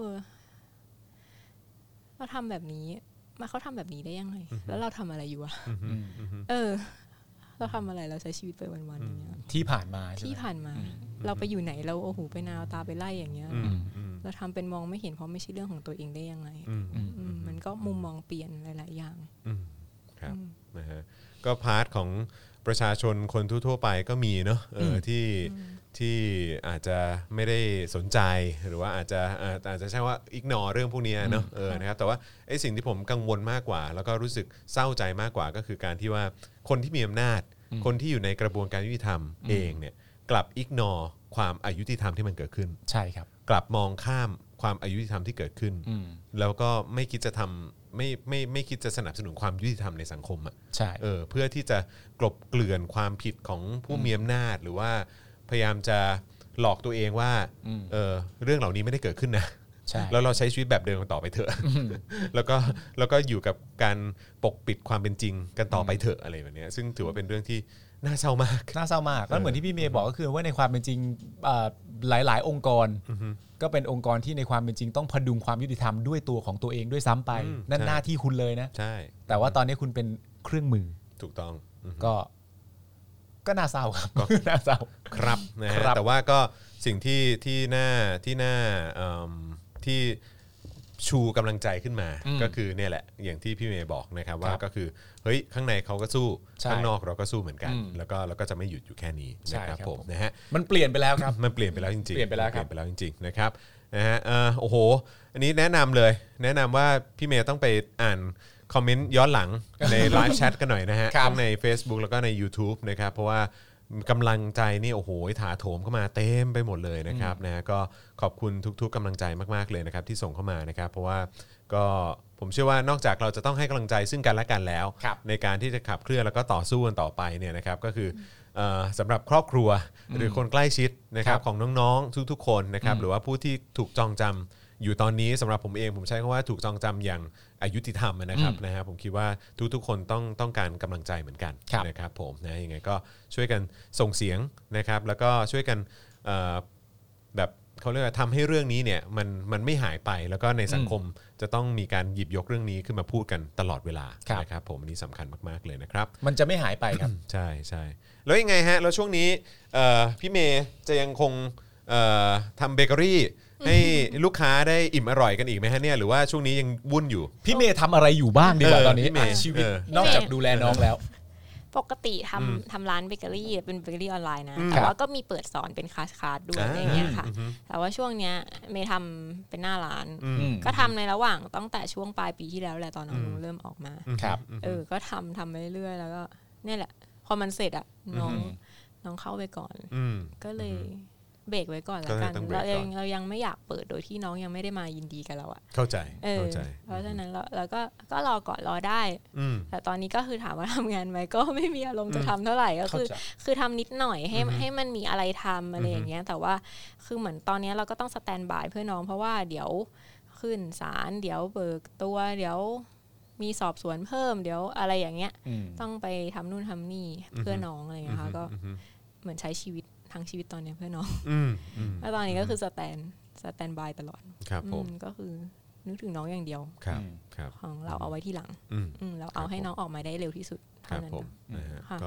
เราทำแบบนี้มาเขาทำแบบนี้ได้ยังไงแล้วเราทำอะไรอยู่อะเออเราทำอะไรเราใช้ชีวิตไปวันๆอย่างเงี้ยที่ผ่านมาที่ผ่านมาเราไปอยู่ไหนเราโอ้โหไปนาวตาไปไล่อย่างเงี้ยเราทำเป็นมองไม่เห็นเพราะไม่ใช่เรื่องของตัวเองได้ยังไงมันก็มุมมองเปลี่ยนหลายๆอย่างครับนะฮะก็พาร์ทของประชาชนคนทั่วๆไปก็มีเนาะเออที่ที่อาจจะไม่ได้สนใจหรือว่าอาจจะอาจจะใช่ว่าอิกนอเรื่องพวกนี้เนาะเออนะครับแต่ว่าไอ้สิ่งที่ผมกังวลมากกว่าแล้วก็รู้สึกเศร้าใจมากกว่าก็คือการที่ว่าคนที่มีอำนาจคนที่อยู่ในกระบวนการยุติธรรมเองเนี่ยกลับอิกนอความอายุติธรรมที่มันเกิดขึ้นใช่ครับกลับมองข้ามความอายุติธรรมที่เกิดขึ้นแล้วก็ไม่คิดจะทำไม่ไม่ไม่คิดจะสนับสนุนความยุติธรรมในสังคมอ่ะใช่เออเพื่อที่จะกลบเกลื่อนความผิดของผู้มีอำนาจหรือว่าพยายามจะหลอกตัวเองว่าเออเรื่องเหล่านี้ไม่ได้เกิดขึ้นนะแล้วเราใช้ชีวิตแบบเดิมกันต่อไปเถอะแล้วก็แล้วก็อยู่กับการปกปิดความเป็นจริงกันต่อไปเถอะอะไรแบบนี้ซึ่งถือว่าเป็นเรื่องที่น่าเศร้ามากน่าเศร้ามากก็เหมือนที่พี่เมย์บอกก็คือว่าในความเป็นจริงหลายๆองค์กรก็เป็นองค์กรที่ในความเป็นจริงต้องพดุงความยุติธรรมด้วยตัวของตัวเองด้วยซ้ำไปนั่นหน้าที่คุณเลยนะใช่แต่ว่าตอนนี้คุณเป็นเครื่องมือถูกต้องก็ก็น่าเศร้าครับน่าเศร้าครับนะฮะแต่ว่าก็สิ่งที่ที่น่าที่น่าที่ชูกำลังใจขึ้นมาก็คือเนี่ยแหละอย่างที่พี่เมย์บอกนะครับว่าก็คือเฮ้ยข้างในเขาก็สู้ข้างนอกเราก็สู้เหมือนกันแล้วก็เราก็จะไม่หยุดอยู่แค่นี้นะครับผมนะฮะมันเปลี่ยนไปแล้วครับมันเปลี่ยนไปแล้วจริงๆเปลี่ยนไปแล้วเปลี่ยนไปแล้วจริงๆนะครับนะฮะโอ้โหอันนี้แนะนำเลยแนะนำว่าพี่เมย์ต้องไปอ่านคอมเมนต์ย้อนหลังในไลฟ์แชทกันหน่อยนะฮะทั้งใน Facebook แล้วก็ใน YouTube นะครับเพราะว่ากำลังใจนี่โอ้โหถาโถมเข้ามาเต็มไปหมดเลยนะครับนะก็ขอบคุณทุกๆกำลังใจมากๆเลยนะครับที่ส่งเข้ามานะครับเพราะว่าก็ผมเชื่อว่านอกจากเราจะต้องให้กำลังใจซึ่งกันและกันแล้วในการที่จะขับเคลื่อนแล้วก็ต่อสู้กันต่อไปเนี่ยนะครับก็คือสำหรับครอบครัวหรือคนใกล้ชิดนะครับของน้องๆทุกๆคนนะครับหรือว่าผู้ที่ถูกจองจำอยู่ตอนนี้สำหรับผมเองผมใช้คำว่าถูกจองจำอย่างอายุติธรรมนะครับนะฮะผมคิดว่าทุกๆคนต้องต้องการกำลังใจเหมือนกันนะครับผมนะยังไงก็ช่วยกันส่งเสียงนะครับแล้วก็ช่วยกันแบบเขาเรียกว่าทำให้เรื่องนี้เนี่ยมันมันไม่หายไปแล้วก็ในสังคมจะต้องมีการหยิบยกเรื่องนี้ขึ้นมาพูดกันตลอดเวลานะครับผมนี่สำคัญมากๆเลยนะครับมันจะไม่หายไปครับใช่ใช่แล้วยังไงฮะแล้วช่วงนี้พี่เมย์จะยังคงทำเบเกอรี่ให้ลูกค้าได้อิ่มอร่อยกันอีกไหมฮะเนี่ยหรือว่าช่วงนี้ยังวุ่นอยู่พี่เมย์ทำอะไรอยู่บ้างดีกว่าตอนนี้ชีวิตนอกจากดูแลน้องแล้วปกติทำทำร้านเบเกอรี่เป็นเบเกอรี่ออนไลน์นะแต่ว่าก็มีเปิดสอนเป็นคลาสคลาสด้วยอะไรเงี้ยค่ะแต่ว่าช่วงเนี้ยเมย์ทำเป็นหน้าร้านก็ทำในระหว่างตั้งแต่ช่วงปลายปีที่แล้วแหละตอนน้องเริ่มออกมาเออก็ทำทำไปเรื่อยๆแล้วก็เนี่ยแหละพอมันเสร็จอ่ะน้องน้องเข้าไปก่อนก็เลยเบรกไว้ก่อนแล้วกันเรายังเรายังไม่อยากเปิดโดยที่น้องยังไม่ได้มายินดีกับเราอ่ะเข้าใจเข้าใจเพราะฉะนั้นเราเราก็ก็รอก่อนรอได้แต่ตอนนี้ก็คือถามว่าทำงานไหมก็ไม่มีอารมณ์จะทำเท่าไหร่ก็คือคือทำนิดหน่อยให้ให้มันมีอะไรทำอะไรอย่างเงี้ยแต่ว่าคือเหมือนตอนนี้เราก็ต้องสแตนบายเพื่อน้องเพราะว่าเดี๋ยวขึ้นศาลเดี๋ยวเบิกตัวเดี๋ยวมีสอบสวนเพิ่มเดี๋ยวอะไรอย่างเงี้ยต้องไปทำนู่นทำนี่เพื่อน้องอะไรอย่างเงี้ยค่ะก็เหมือนใช้ชีวิตทั้งชีวิตตอนนี้เพื่อน้องแล้วตอนนี้ก็คือสแตนสแตนบายตลอดครับผมก็คือนึกถึงน้องอย่างเดียวครับครับของเราเอาไว้ที่หลังเราเอาให้น้องออกมาได้เร็วที่สุดเท่านั้นก็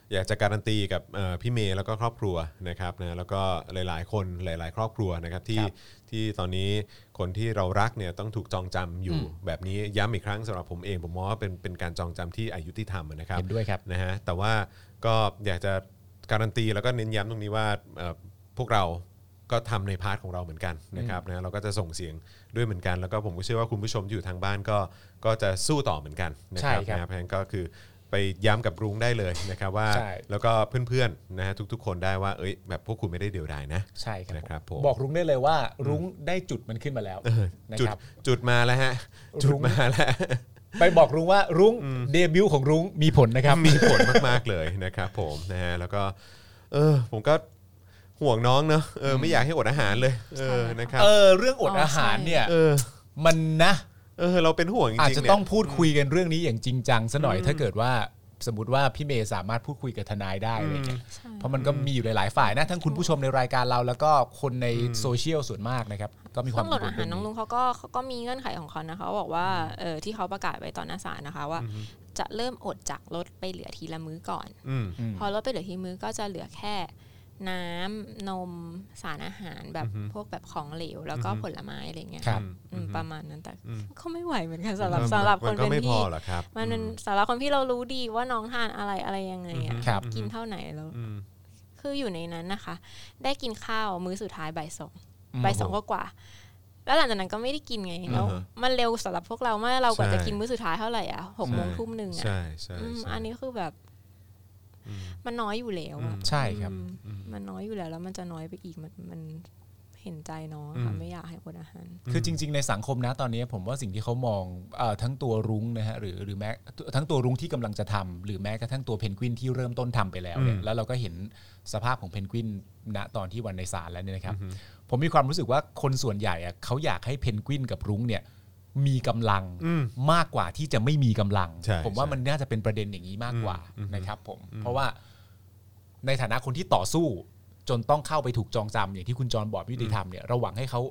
อยากจะการันตีกับพี่เมย์แล้วก็ครอบครัวนะครับนะแล้วก็หลายๆคนหลายๆครอบครัวนะครับที่ที่ตอนนี้คนที่เรารักเนี่ยต้องถูกจองจำอยู่แบบนี้ย้ำอีกครั้งสำหรับผมเองผมมองว่าเป็นเป็นการจองจำที่อายุที่ทำนะครับเห็นด้วยครับนะฮะแต่ว่าก็อยากจะการันตีแล้วก็เน้นย้ำตรงนี้ว่าพวกเราก็ทำในพาร์ทของเราเหมือนกันนะครับนะเราก็จะส่งเสียงด้วยเหมือนกันแล้วก็ผมก็เชื่อว่าคุณผู้ชมอยู่ทางบ้านก็ก็จะสู้ต่อเหมือนกันนะครับนะเพราะฉะนั้นก็คือไปย้ำกับรุ้งได้เลยนะครับว่าแล้วก็เพื่อนๆนะฮะทุกๆคนได้ว่าเอ้ยแบบพวกคุณไม่ได้เดียวดายนะใช่ครับนะครับผมบอกรุ้งได้เลยว่ารุ้งได้จุดมันขึ้นมาแล้วนะครับจุดมาแล้วฮะจุดมาแล้วไปบอกรุ้งว่ารุ้งเดบิวต์ของรุ้งมีผลนะครับมีผลมากๆเลยนะครับผมนะฮะแล้วก็เออผมก็ห่วงน้องเนอะเออไม่อยากให้อดอาหารเลยเออนะครับเออเรื่องอดอาหารเนี่ยเออมันนะเออเราเป็นห่วงจริงๆอาจจะต้องพูดคุยกันเรื่องนี้อย่างจริงจังซะหน่อยถ้าเกิดว่าสมมติว่าพี่เมย์สามารถพูดคุยกับทนายได้อะไรเงี้ยเพราะมันก็มีอยู่หลายๆฝ่ายนะทั้งคุณผู้ชมในรายการเราแล้วก็คนในโซเชียลส่วนมากนะครับก็มีความต้องลดอาหารน้องลุงเขาก็เขาก็มีเงื่อนไขของเขานะคะบอกว่าเออที่เขาประกาศไว้ตอนหน้าศาลนะคะว่าจะเริ่มอดจากลดไปเหลือทีละมื้อก่อนพอลดไปเหลือทีมื้อก็จะเหลือแค่น้ำนมสารอาหารแบบพวกแบบของเหลวแล้วก็ผลไม้อะไรเงี้ยประมาณนั้นแต่ก็ไม่ไหวเหมือนกันสำหรับสำหรับคนเป็นพี่มันสำหรับคนที่เรารู้ดีว่าน้องทานอะไรอะไรยังไงอ่ะกินเท่าไหนแล้วคืออยู่ในนั้นนะคะได้กินข้าวมื้อสุดท้ายบ่ายสองบ่ายสองก็กว่าแล้วหลังจากนั้นก็ไม่ได้กินไงแล้วมันเร็วสำหรับพวกเราเมื่อเรากว่าจะกินมื้อสุดท้ายเท่าไหร่อ่ะหกโมงทุ่มหนึ่งอ่ะอันนี้คือแบบมันน้อยอยู่แล้วใช่ครับมันน้อยอยู่แล้วแล้วมันจะน้อยไปอีกมันมันเห็นใจน้องค่ะไม่อยากให้อดอาหารคือจริงๆในสังคมนะตอนนี้ผมว่าสิ่งที่เขามองทั้งตัวรุ้งนะฮะหรือหรือแม้ทั้งตัวรุ้งที่กำลังจะทำหรือแม้กระทั่งตัวเพนกวินที่เริ่มต้นทำไปแล้วเนี่ยแล้วเราก็เห็นสภาพของเพนกวินณตอนที่วันในศาลแล้วเนี่ยนะครับผมมีความรู้สึกว่าคนส่วนใหญ่เขาอยากให้เพนกวินกับรุ้งเนี่ยมีกำลังมากกว่าที่จะไม่มีกำลังผมว่ามันน่าจะเป็นประเด็นอย่างนี้มากกว่านะครับผมเพราะว่าในฐานะคนที่ต่อสู้จนต้องเข้าไปถูกจองจำอย่างที่คุณจรบอกยุติธรรมเนี่ยเราหวังให้เขา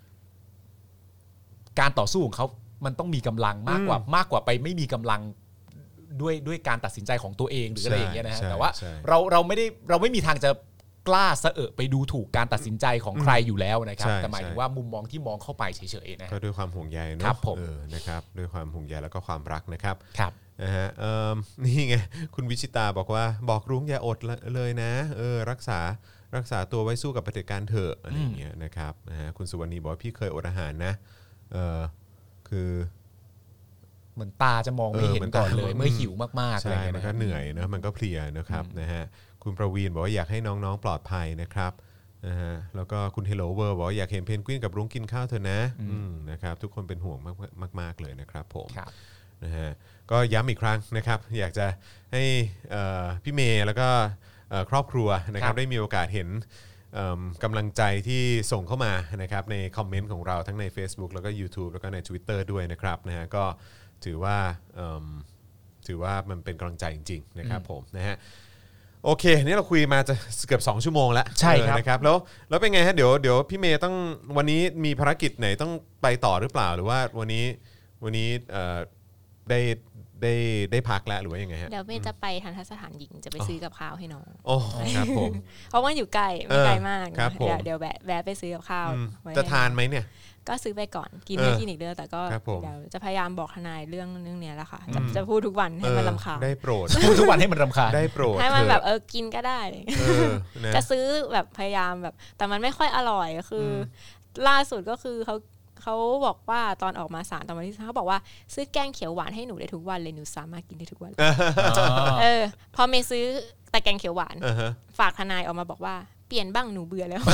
การต่อสู้ของเขามันต้องมีกำลังมากกว่ามากกว่าไปไม่มีกำลังด้วยด้วยการตัดสินใจของตัวเองหรืออะไรอย่างเงี้ยนะฮะแต่ว่าเราเราไม่ได้เราไม่มีทางจะกล้าเสอะไปดูถูกการตัดสินใจของใครอยู่แล้วนะครับแต่หมายถึงว่ามุมมองที่มองเข้าไปเฉยๆนะก็ด้วยความห่วงใยเนาะเออนะครับด้วยความห่วงใยแล้วก็ความรักนะครับครับนะฮะเอ่อนี่ไงคุณวิชิตาบอกว่าบอกรุ้งอย่าอดเลยนะเออรักษารักษาตัวไว้สู้กับเผด็จการเถอะอะไรอย่างเงี้ยนะครับนะฮะคุณสุวรรณีบอกว่าพี่เคยอดอาหารนะเออคือเหมือนตาจะมองไม่เห็นก่อนเลยเมื่อหิวมากๆอะไรเงี้ยมันก็เหนื่อยนะมันก็เพลียนะครับนะฮะคุณประวีณบอกว่าอยากให้น้องๆปลอดภัยนะครับนะฮะแล้วก็คุณเฮลโลเวิร์บอกว่าอยากเห็นเพนกวินกับรุ้งกินข้าวเถอะนะนะครับทุกคนเป็นห่วงมากมากๆเลยนะครับผมนะฮะก็ย้ำอีกครั้งนะครับอยากจะให้พี่เมย์แล้วก็ครอบครัวนะครับได้มีโอกาสเห็นกำลังใจที่ส่งเข้ามานะครับในคอมเมนต์ของเราทั้งใน Facebook แล้วก็ YouTube แล้วก็ใน Twitter ด้วยนะครับนะฮะก็ถือว่าถือว่ามันเป็นกำลังใจจริงๆนะครับผมนะฮะโอเคนี่เราคุยมาจะเกือบสองชั่วโมงแล้วใช่ครับนะครับแล้วแล้วเป็นไงฮะเดี๋ยวเดี๋ยวพี่เมย์ต้องวันนี้มีภารกิจไหนต้องไปต่อหรือเปล่าหรือว่าวันนี้วันนี้ได้ได้ได้พักแล้วหรือว่ายังไงฮะเดี๋ยวเมย์จะไปทันทสถานหญิงจะไปซื้อกับข้าวให้น้องโอ้ครับผมเพราะว่าอยู่ใกล้ไม่ไกลมากเดี๋ยวเดี๋ยวแวะแวะไปซื้อกับข้าวจะทานไหมเนี่ยก็ซื้อไปก่อนกินไม่กินอีกเดือนแต่ก็เดี๋ยวจะพยายามบอกทนายเรื่องเรื่องนี้แหละค่ะจะจะพูดทุกวันให้มันรำคาญได้โปรดพูดทุกวันให้มันรำคาญได้โปรดให้มันแบบเออกินก็ได้จะซื้อแบบพยายามแบบแต่มันไม่ค่อยอร่อยคือล่าสุดก็คือเขาเขาบอกว่าตอนออกมาศาลตอนวันที่เขาบอกว่าซื้อแกงเขียวหวานให้หนูได้ทุกวันเลยหนูสามารถกินได้ทุกวันเออพอเมย์ซื้อแต่แกงเขียวหวานฝากทนายออกมาบอกว่าเปลี่ยนบ้างหนูเบื่อแล้ว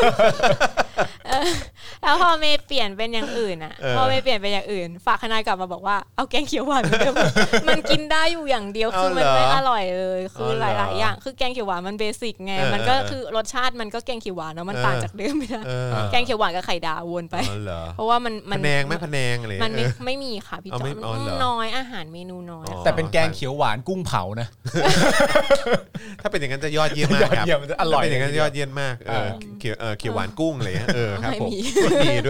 แล้วพอเมย์เปลี่ยนเป็นอย่างอื่นอ่ะพอเมย์เปลี่ยนเป็นอย่างอื่นฝากทนายกลับมาบอกว่าเอาแกงเขียวหวานเหมือนเดิมมันกินได้อยู่อย่างเดียวคือมันไม่อร่อยเลยคือหลายๆอย่างคือแกงเขียวหวานมันเบสิกไงมันก็คือรสชาติมันก็แกงเขียวหวานเนาะมันต่างจากเดิมไม่ได้แกงเขียวหวานกับไข่ดาววนไปเพราะว่ามันมันแพนงไม่พะแนงอะไรมันไม่ไม่มีค่ะพี่จอมน้อยอาหารเมนูน้อยแต่เป็นแกงเขียวหวานกุ้งเผานะถ้าเป็นอย่างนั้นจะยอดเยี่ยมมากครับอร่อยเป็นอย่างนั้นยอดเยี่ยมมากเออเขียวเออเขียวหวานกุ้งอะไรเงี้ยเออครับผมดีด้วย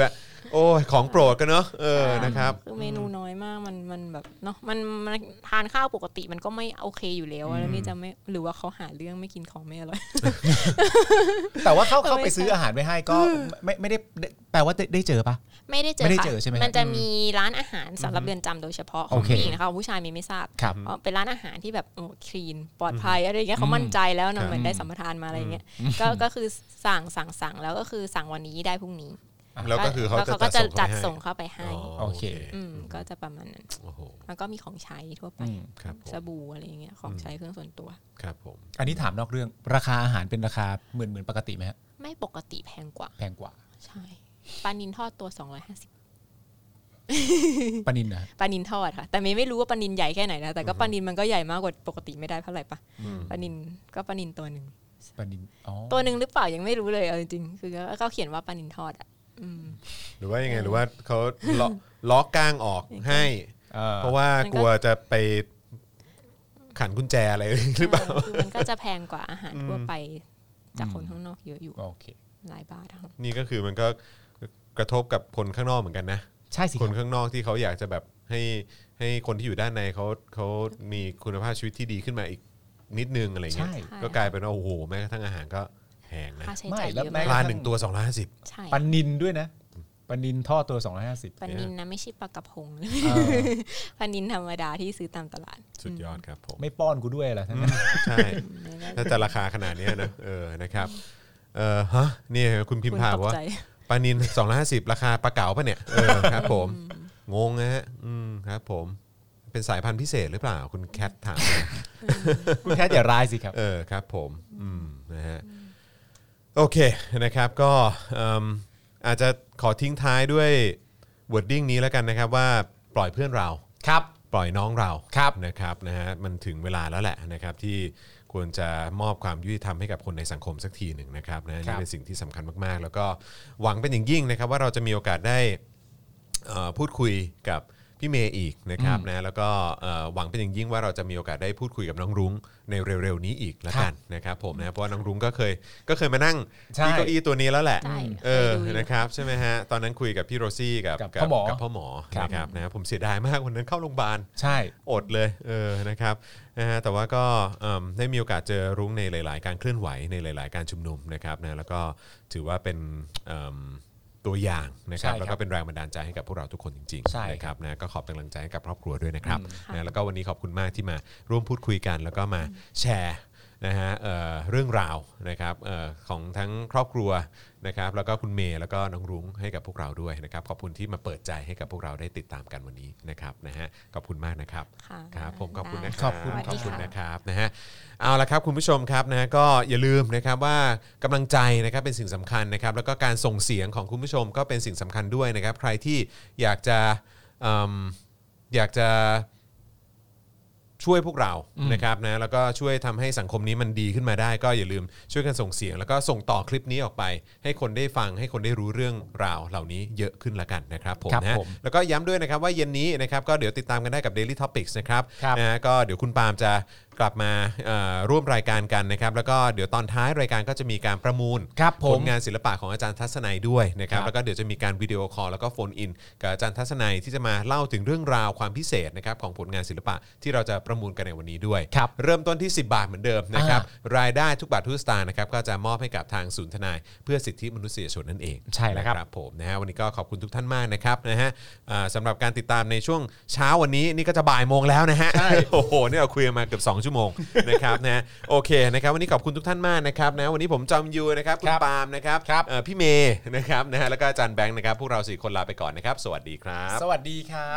โอ้ยของโปรดกันเนาะเออนะครับคือเมนูน้อยมากมันมันแบบเนาะมันมันทานข้าวปกติมันก็ไม่โอเคอยู่แล้วแล้วนี่จะไม่หรือว่าเขาหาเรื่องไม่กินของไม่อร่อยแต่ว่าเขาเข้าไปซื้ออาหารไปให้ก็ไม่ไม่ได้แปลว่าได้เจอปะไม่ได้เจอไม่ได้เจอใช่ไหมมันจะมีร้านอาหารสำหรับเรือนจำโดยเฉพาะของผู้หญิงนะคะผู้ชายมีไม่ทราบเป็นร้านอาหารที่แบบโอ้คลีนปลอดภัยอะไรอย่างเงี้ยเขามั่นใจแล้วนะเหมือนได้สัมปทานมาอะไรอย่างเงี้ยก็ก็คือสั่งสั่งสั่งแล้วก็คือสั่งวันนี้ได้พรุ่งนี้แล้วก็คือเขาก็จะจัดส่งเข้าไปให้โอเคอืมก็จะประมาณนั้นแล้วก็มีของใช้ทั่วไปสบู่อะไรอย่างเงี้ยของใช้เครื่องส่วนตัวครับผมอันนี้ถามนอกเรื่องราคาอาหารเป็นราคาเหมือนเหมือนปกติไหมฮะไม่ปกติแพงกว่าแพงกว่าใช่ปลานิลทอดตัวสองร้อยห้าสิบปลานิลนะปลานิลทอดค่ะแต่เมย์ไม่รู้ว่าปลานิลใหญ่แค่ไหนนะแต่ก็ปลานิลมันก็ใหญ่มากกว่าปกติไม่ได้เท่าไหร่ปะปลานิลก็ปลานิลตัวนึงปลานิลตัวนึงหรือเปล่ายังไม่รู้เลยเอาจริงๆคือเขาเขียนว่าปลานิลทอดอ่ะหรือว่ายังไงหรือว่าเขาล้อกล้างออกให้เพราะว่ากลัวจะไปขันกุญแจอะไรหรือเปล่าคือมันก็จะแพงกว่าอาหารทั่วไปจากคนข้างนอกเยอะอยู่หลายบาททั้งนี่ก็คือมันก็กระทบกับคนข้างนอกเหมือนกันนะใช่สิคนข้างนอกที่เขาอยากจะแบบให้ให้คนที่อยู่ด้านในเขาเขามีคุณภาพชีวิตที่ดีขึ้นมาอีกนิดนึงอะไรเงี้ยก็กลายเป็นว่าโอ้โหแม้กระทั่งอาหารก็แพงนะไม่แล้วปลาหนึ่งตัวสองร้อยห้าสิบปลานิลด้วยนะปลานิลทอดตัวสองร้อยห้าสิบปลานิลนะไม่ใช่ปลากระพงปลานิลธรรมดาที่ซื้อตามตลาดสุดยอดครับผมไม่ป้อนกูด้วยล่ะทั้งนั้นใช่ถ้าจะราคาขนาดนี้นะเออนะครับเออฮะนี่คุณพิมพ์พาว่าปลานิลสองร้อยห้าสิบราคาปลาเก๋าป่ะเนี่ยเออครับผมงงนะฮะอืมครับผมเป็นสายพันธุ์พิเศษหรือเปล่าคุณแคทถามคุณแคทอย่าร้ายสิครับเออครับผมอืมนะฮะโอเคนะครับก็อาจจะขอทิ้งท้ายด้วย wording นี้แล้วกันนะครับว่าปล่อยเพื่อนเราครับปล่อยน้องเราครับนะครับนะฮะมันถึงเวลาแล้วแหละนะครับที่ควรจะมอบความยุติธรรมให้กับคนในสังคมสักทีหนึ่งนะครับนะนี่เป็นสิ่งที่สำคัญมากๆแล้วก็หวังเป็นอย่างยิ่งนะครับว่าเราจะมีโอกาสได้พูดคุยกับพี่เมย์อีกนะครับนะแล้วก็หวังเป็นอย่างยิ่งว่าเราจะมีโอกาสได้พูดคุยกับน้องรุ้งในเร็วๆนี้อีกแล้วกันนะครับผมนะเพราะว่าน้องรุ้งก็เคยก็เคยมานั่งที่เก้าอี้ตัวนี้แล้วแหละเออนะครับใช่ไหมฮะตอนนั้นคุยกับพี่โรซี่กับกับพ่อหมอกับพ่อหมอนะครับนะผมเสียดายมากวันนั้นเข้าโรงพยาบาลใช่อดเลยเออนะครับนะฮะแต่ว่าก็ได้มีโอกาสเจอรุ้งในหลายๆการเคลื่อนไหวในหลายๆการชุมนุมนะครับนะแล้วก็ถือว่าเป็นตัวอย่างนะครับแล้วก็เป็นแรงบันดาลใจให้กับพวกเราทุกคนจริงๆนะครับนะก็ขอบกำลังใจให้กับครอบครัวด้วยนะครับนะแล้วก็วันนี้ขอบคุณมากที่มาร่วมพูดคุยกันแล้วก็มาแชร์นะฮะ เอ่อ เรื่องราวนะครับเอ่อของทั้งครอบครัวนะครับแล้วก็คุณเมย์แล้วก็น้องรุ้งให้กับพวกเราด้วยนะครับขอบคุณที่มาเปิดใจให้กับพวกเราได้ติดตามกันวันนี้นะครับนะฮะขอบคุณมากนะครับครับผมขอบคุณนะครับขอบคุณขอบคุณนะครับนะฮะเอาละครับคุณผู้ชมครับนะก็อย่าลืมนะครับว่ากำลังใจนะครับเป็นสิ่งสำคัญนะครับแล้วก็การส่งเสียงของคุณผู้ชมก็เป็นสิ่งสำคัญด้วยนะครับใครที่อยากจะอยากจะช่วยพวกเรานะครับนะแล้วก็ช่วยทำให้สังคมนี้มันดีขึ้นมาได้ก็อย่าลืมช่วยกันส่งเสียงแล้วก็ส่งต่อคลิปนี้ออกไปให้คนได้ฟังให้คนได้รู้เรื่องราวเหล่านี้เยอะขึ้นละกันนะครับผมนะแล้วก็ย้ำด้วยนะครับว่าเย็นนี้นะครับก็เดี๋ยวติดตามกันได้กับ Daily Topics นะครับนะก็เดี๋ยวคุณปาล์มจะกลับมาร่วมรายการกันนะครับแล้วก็เดี๋ยวตอนท้ายรายการก็จะมีการประมูลผลงานศิลปะของอาจารย์ทัศนัยด้วยนะครับแล้วก็เดี๋ยวจะมีการวิดีโอคอลแล้วก็โฟนอินกับอาจารย์ทัศนัยที่จะมาเล่าถึงเรื่องราวความพิเศษนะครับของผลงานศิลปะที่เราจะประมูลกันในวันนี้ด้วยเริ่มต้นที่สิบบาทเหมือนเดิมนะครับรายได้ทุกบาททุกสตางค์นะครับก็จะมอบให้กับทางศูนย์ทนายเพื่อสิทธิมนุษยชนนั่นเองใช่แล้วครับผมนะฮะวันนี้ก็ขอบคุณทุกท่านมากนะครับนะฮะสำหรับการติดตามในช่วงเช้าวันนี้นี่ก็จะบ่ายโมงแล้วนะฮะโอ้โหนี่เราคุยมาเกือบสองชั่วโมงนะครับนะโอเคนะครับวันนี้ขอบคุณทุกท่านมากนะครับนะวันนี้ผมจอมยูนะครับคุณปาล์มนะครับพี่เมย์นะครับนะฮะแล้วก็อาจารย์แบงค์นะครับพวกเราสี่คนลาไปก่อนนะครับสวัสดีครับสวัสดีครับ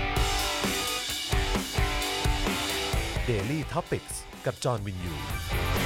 Daily Topics กับจอห์นวินยู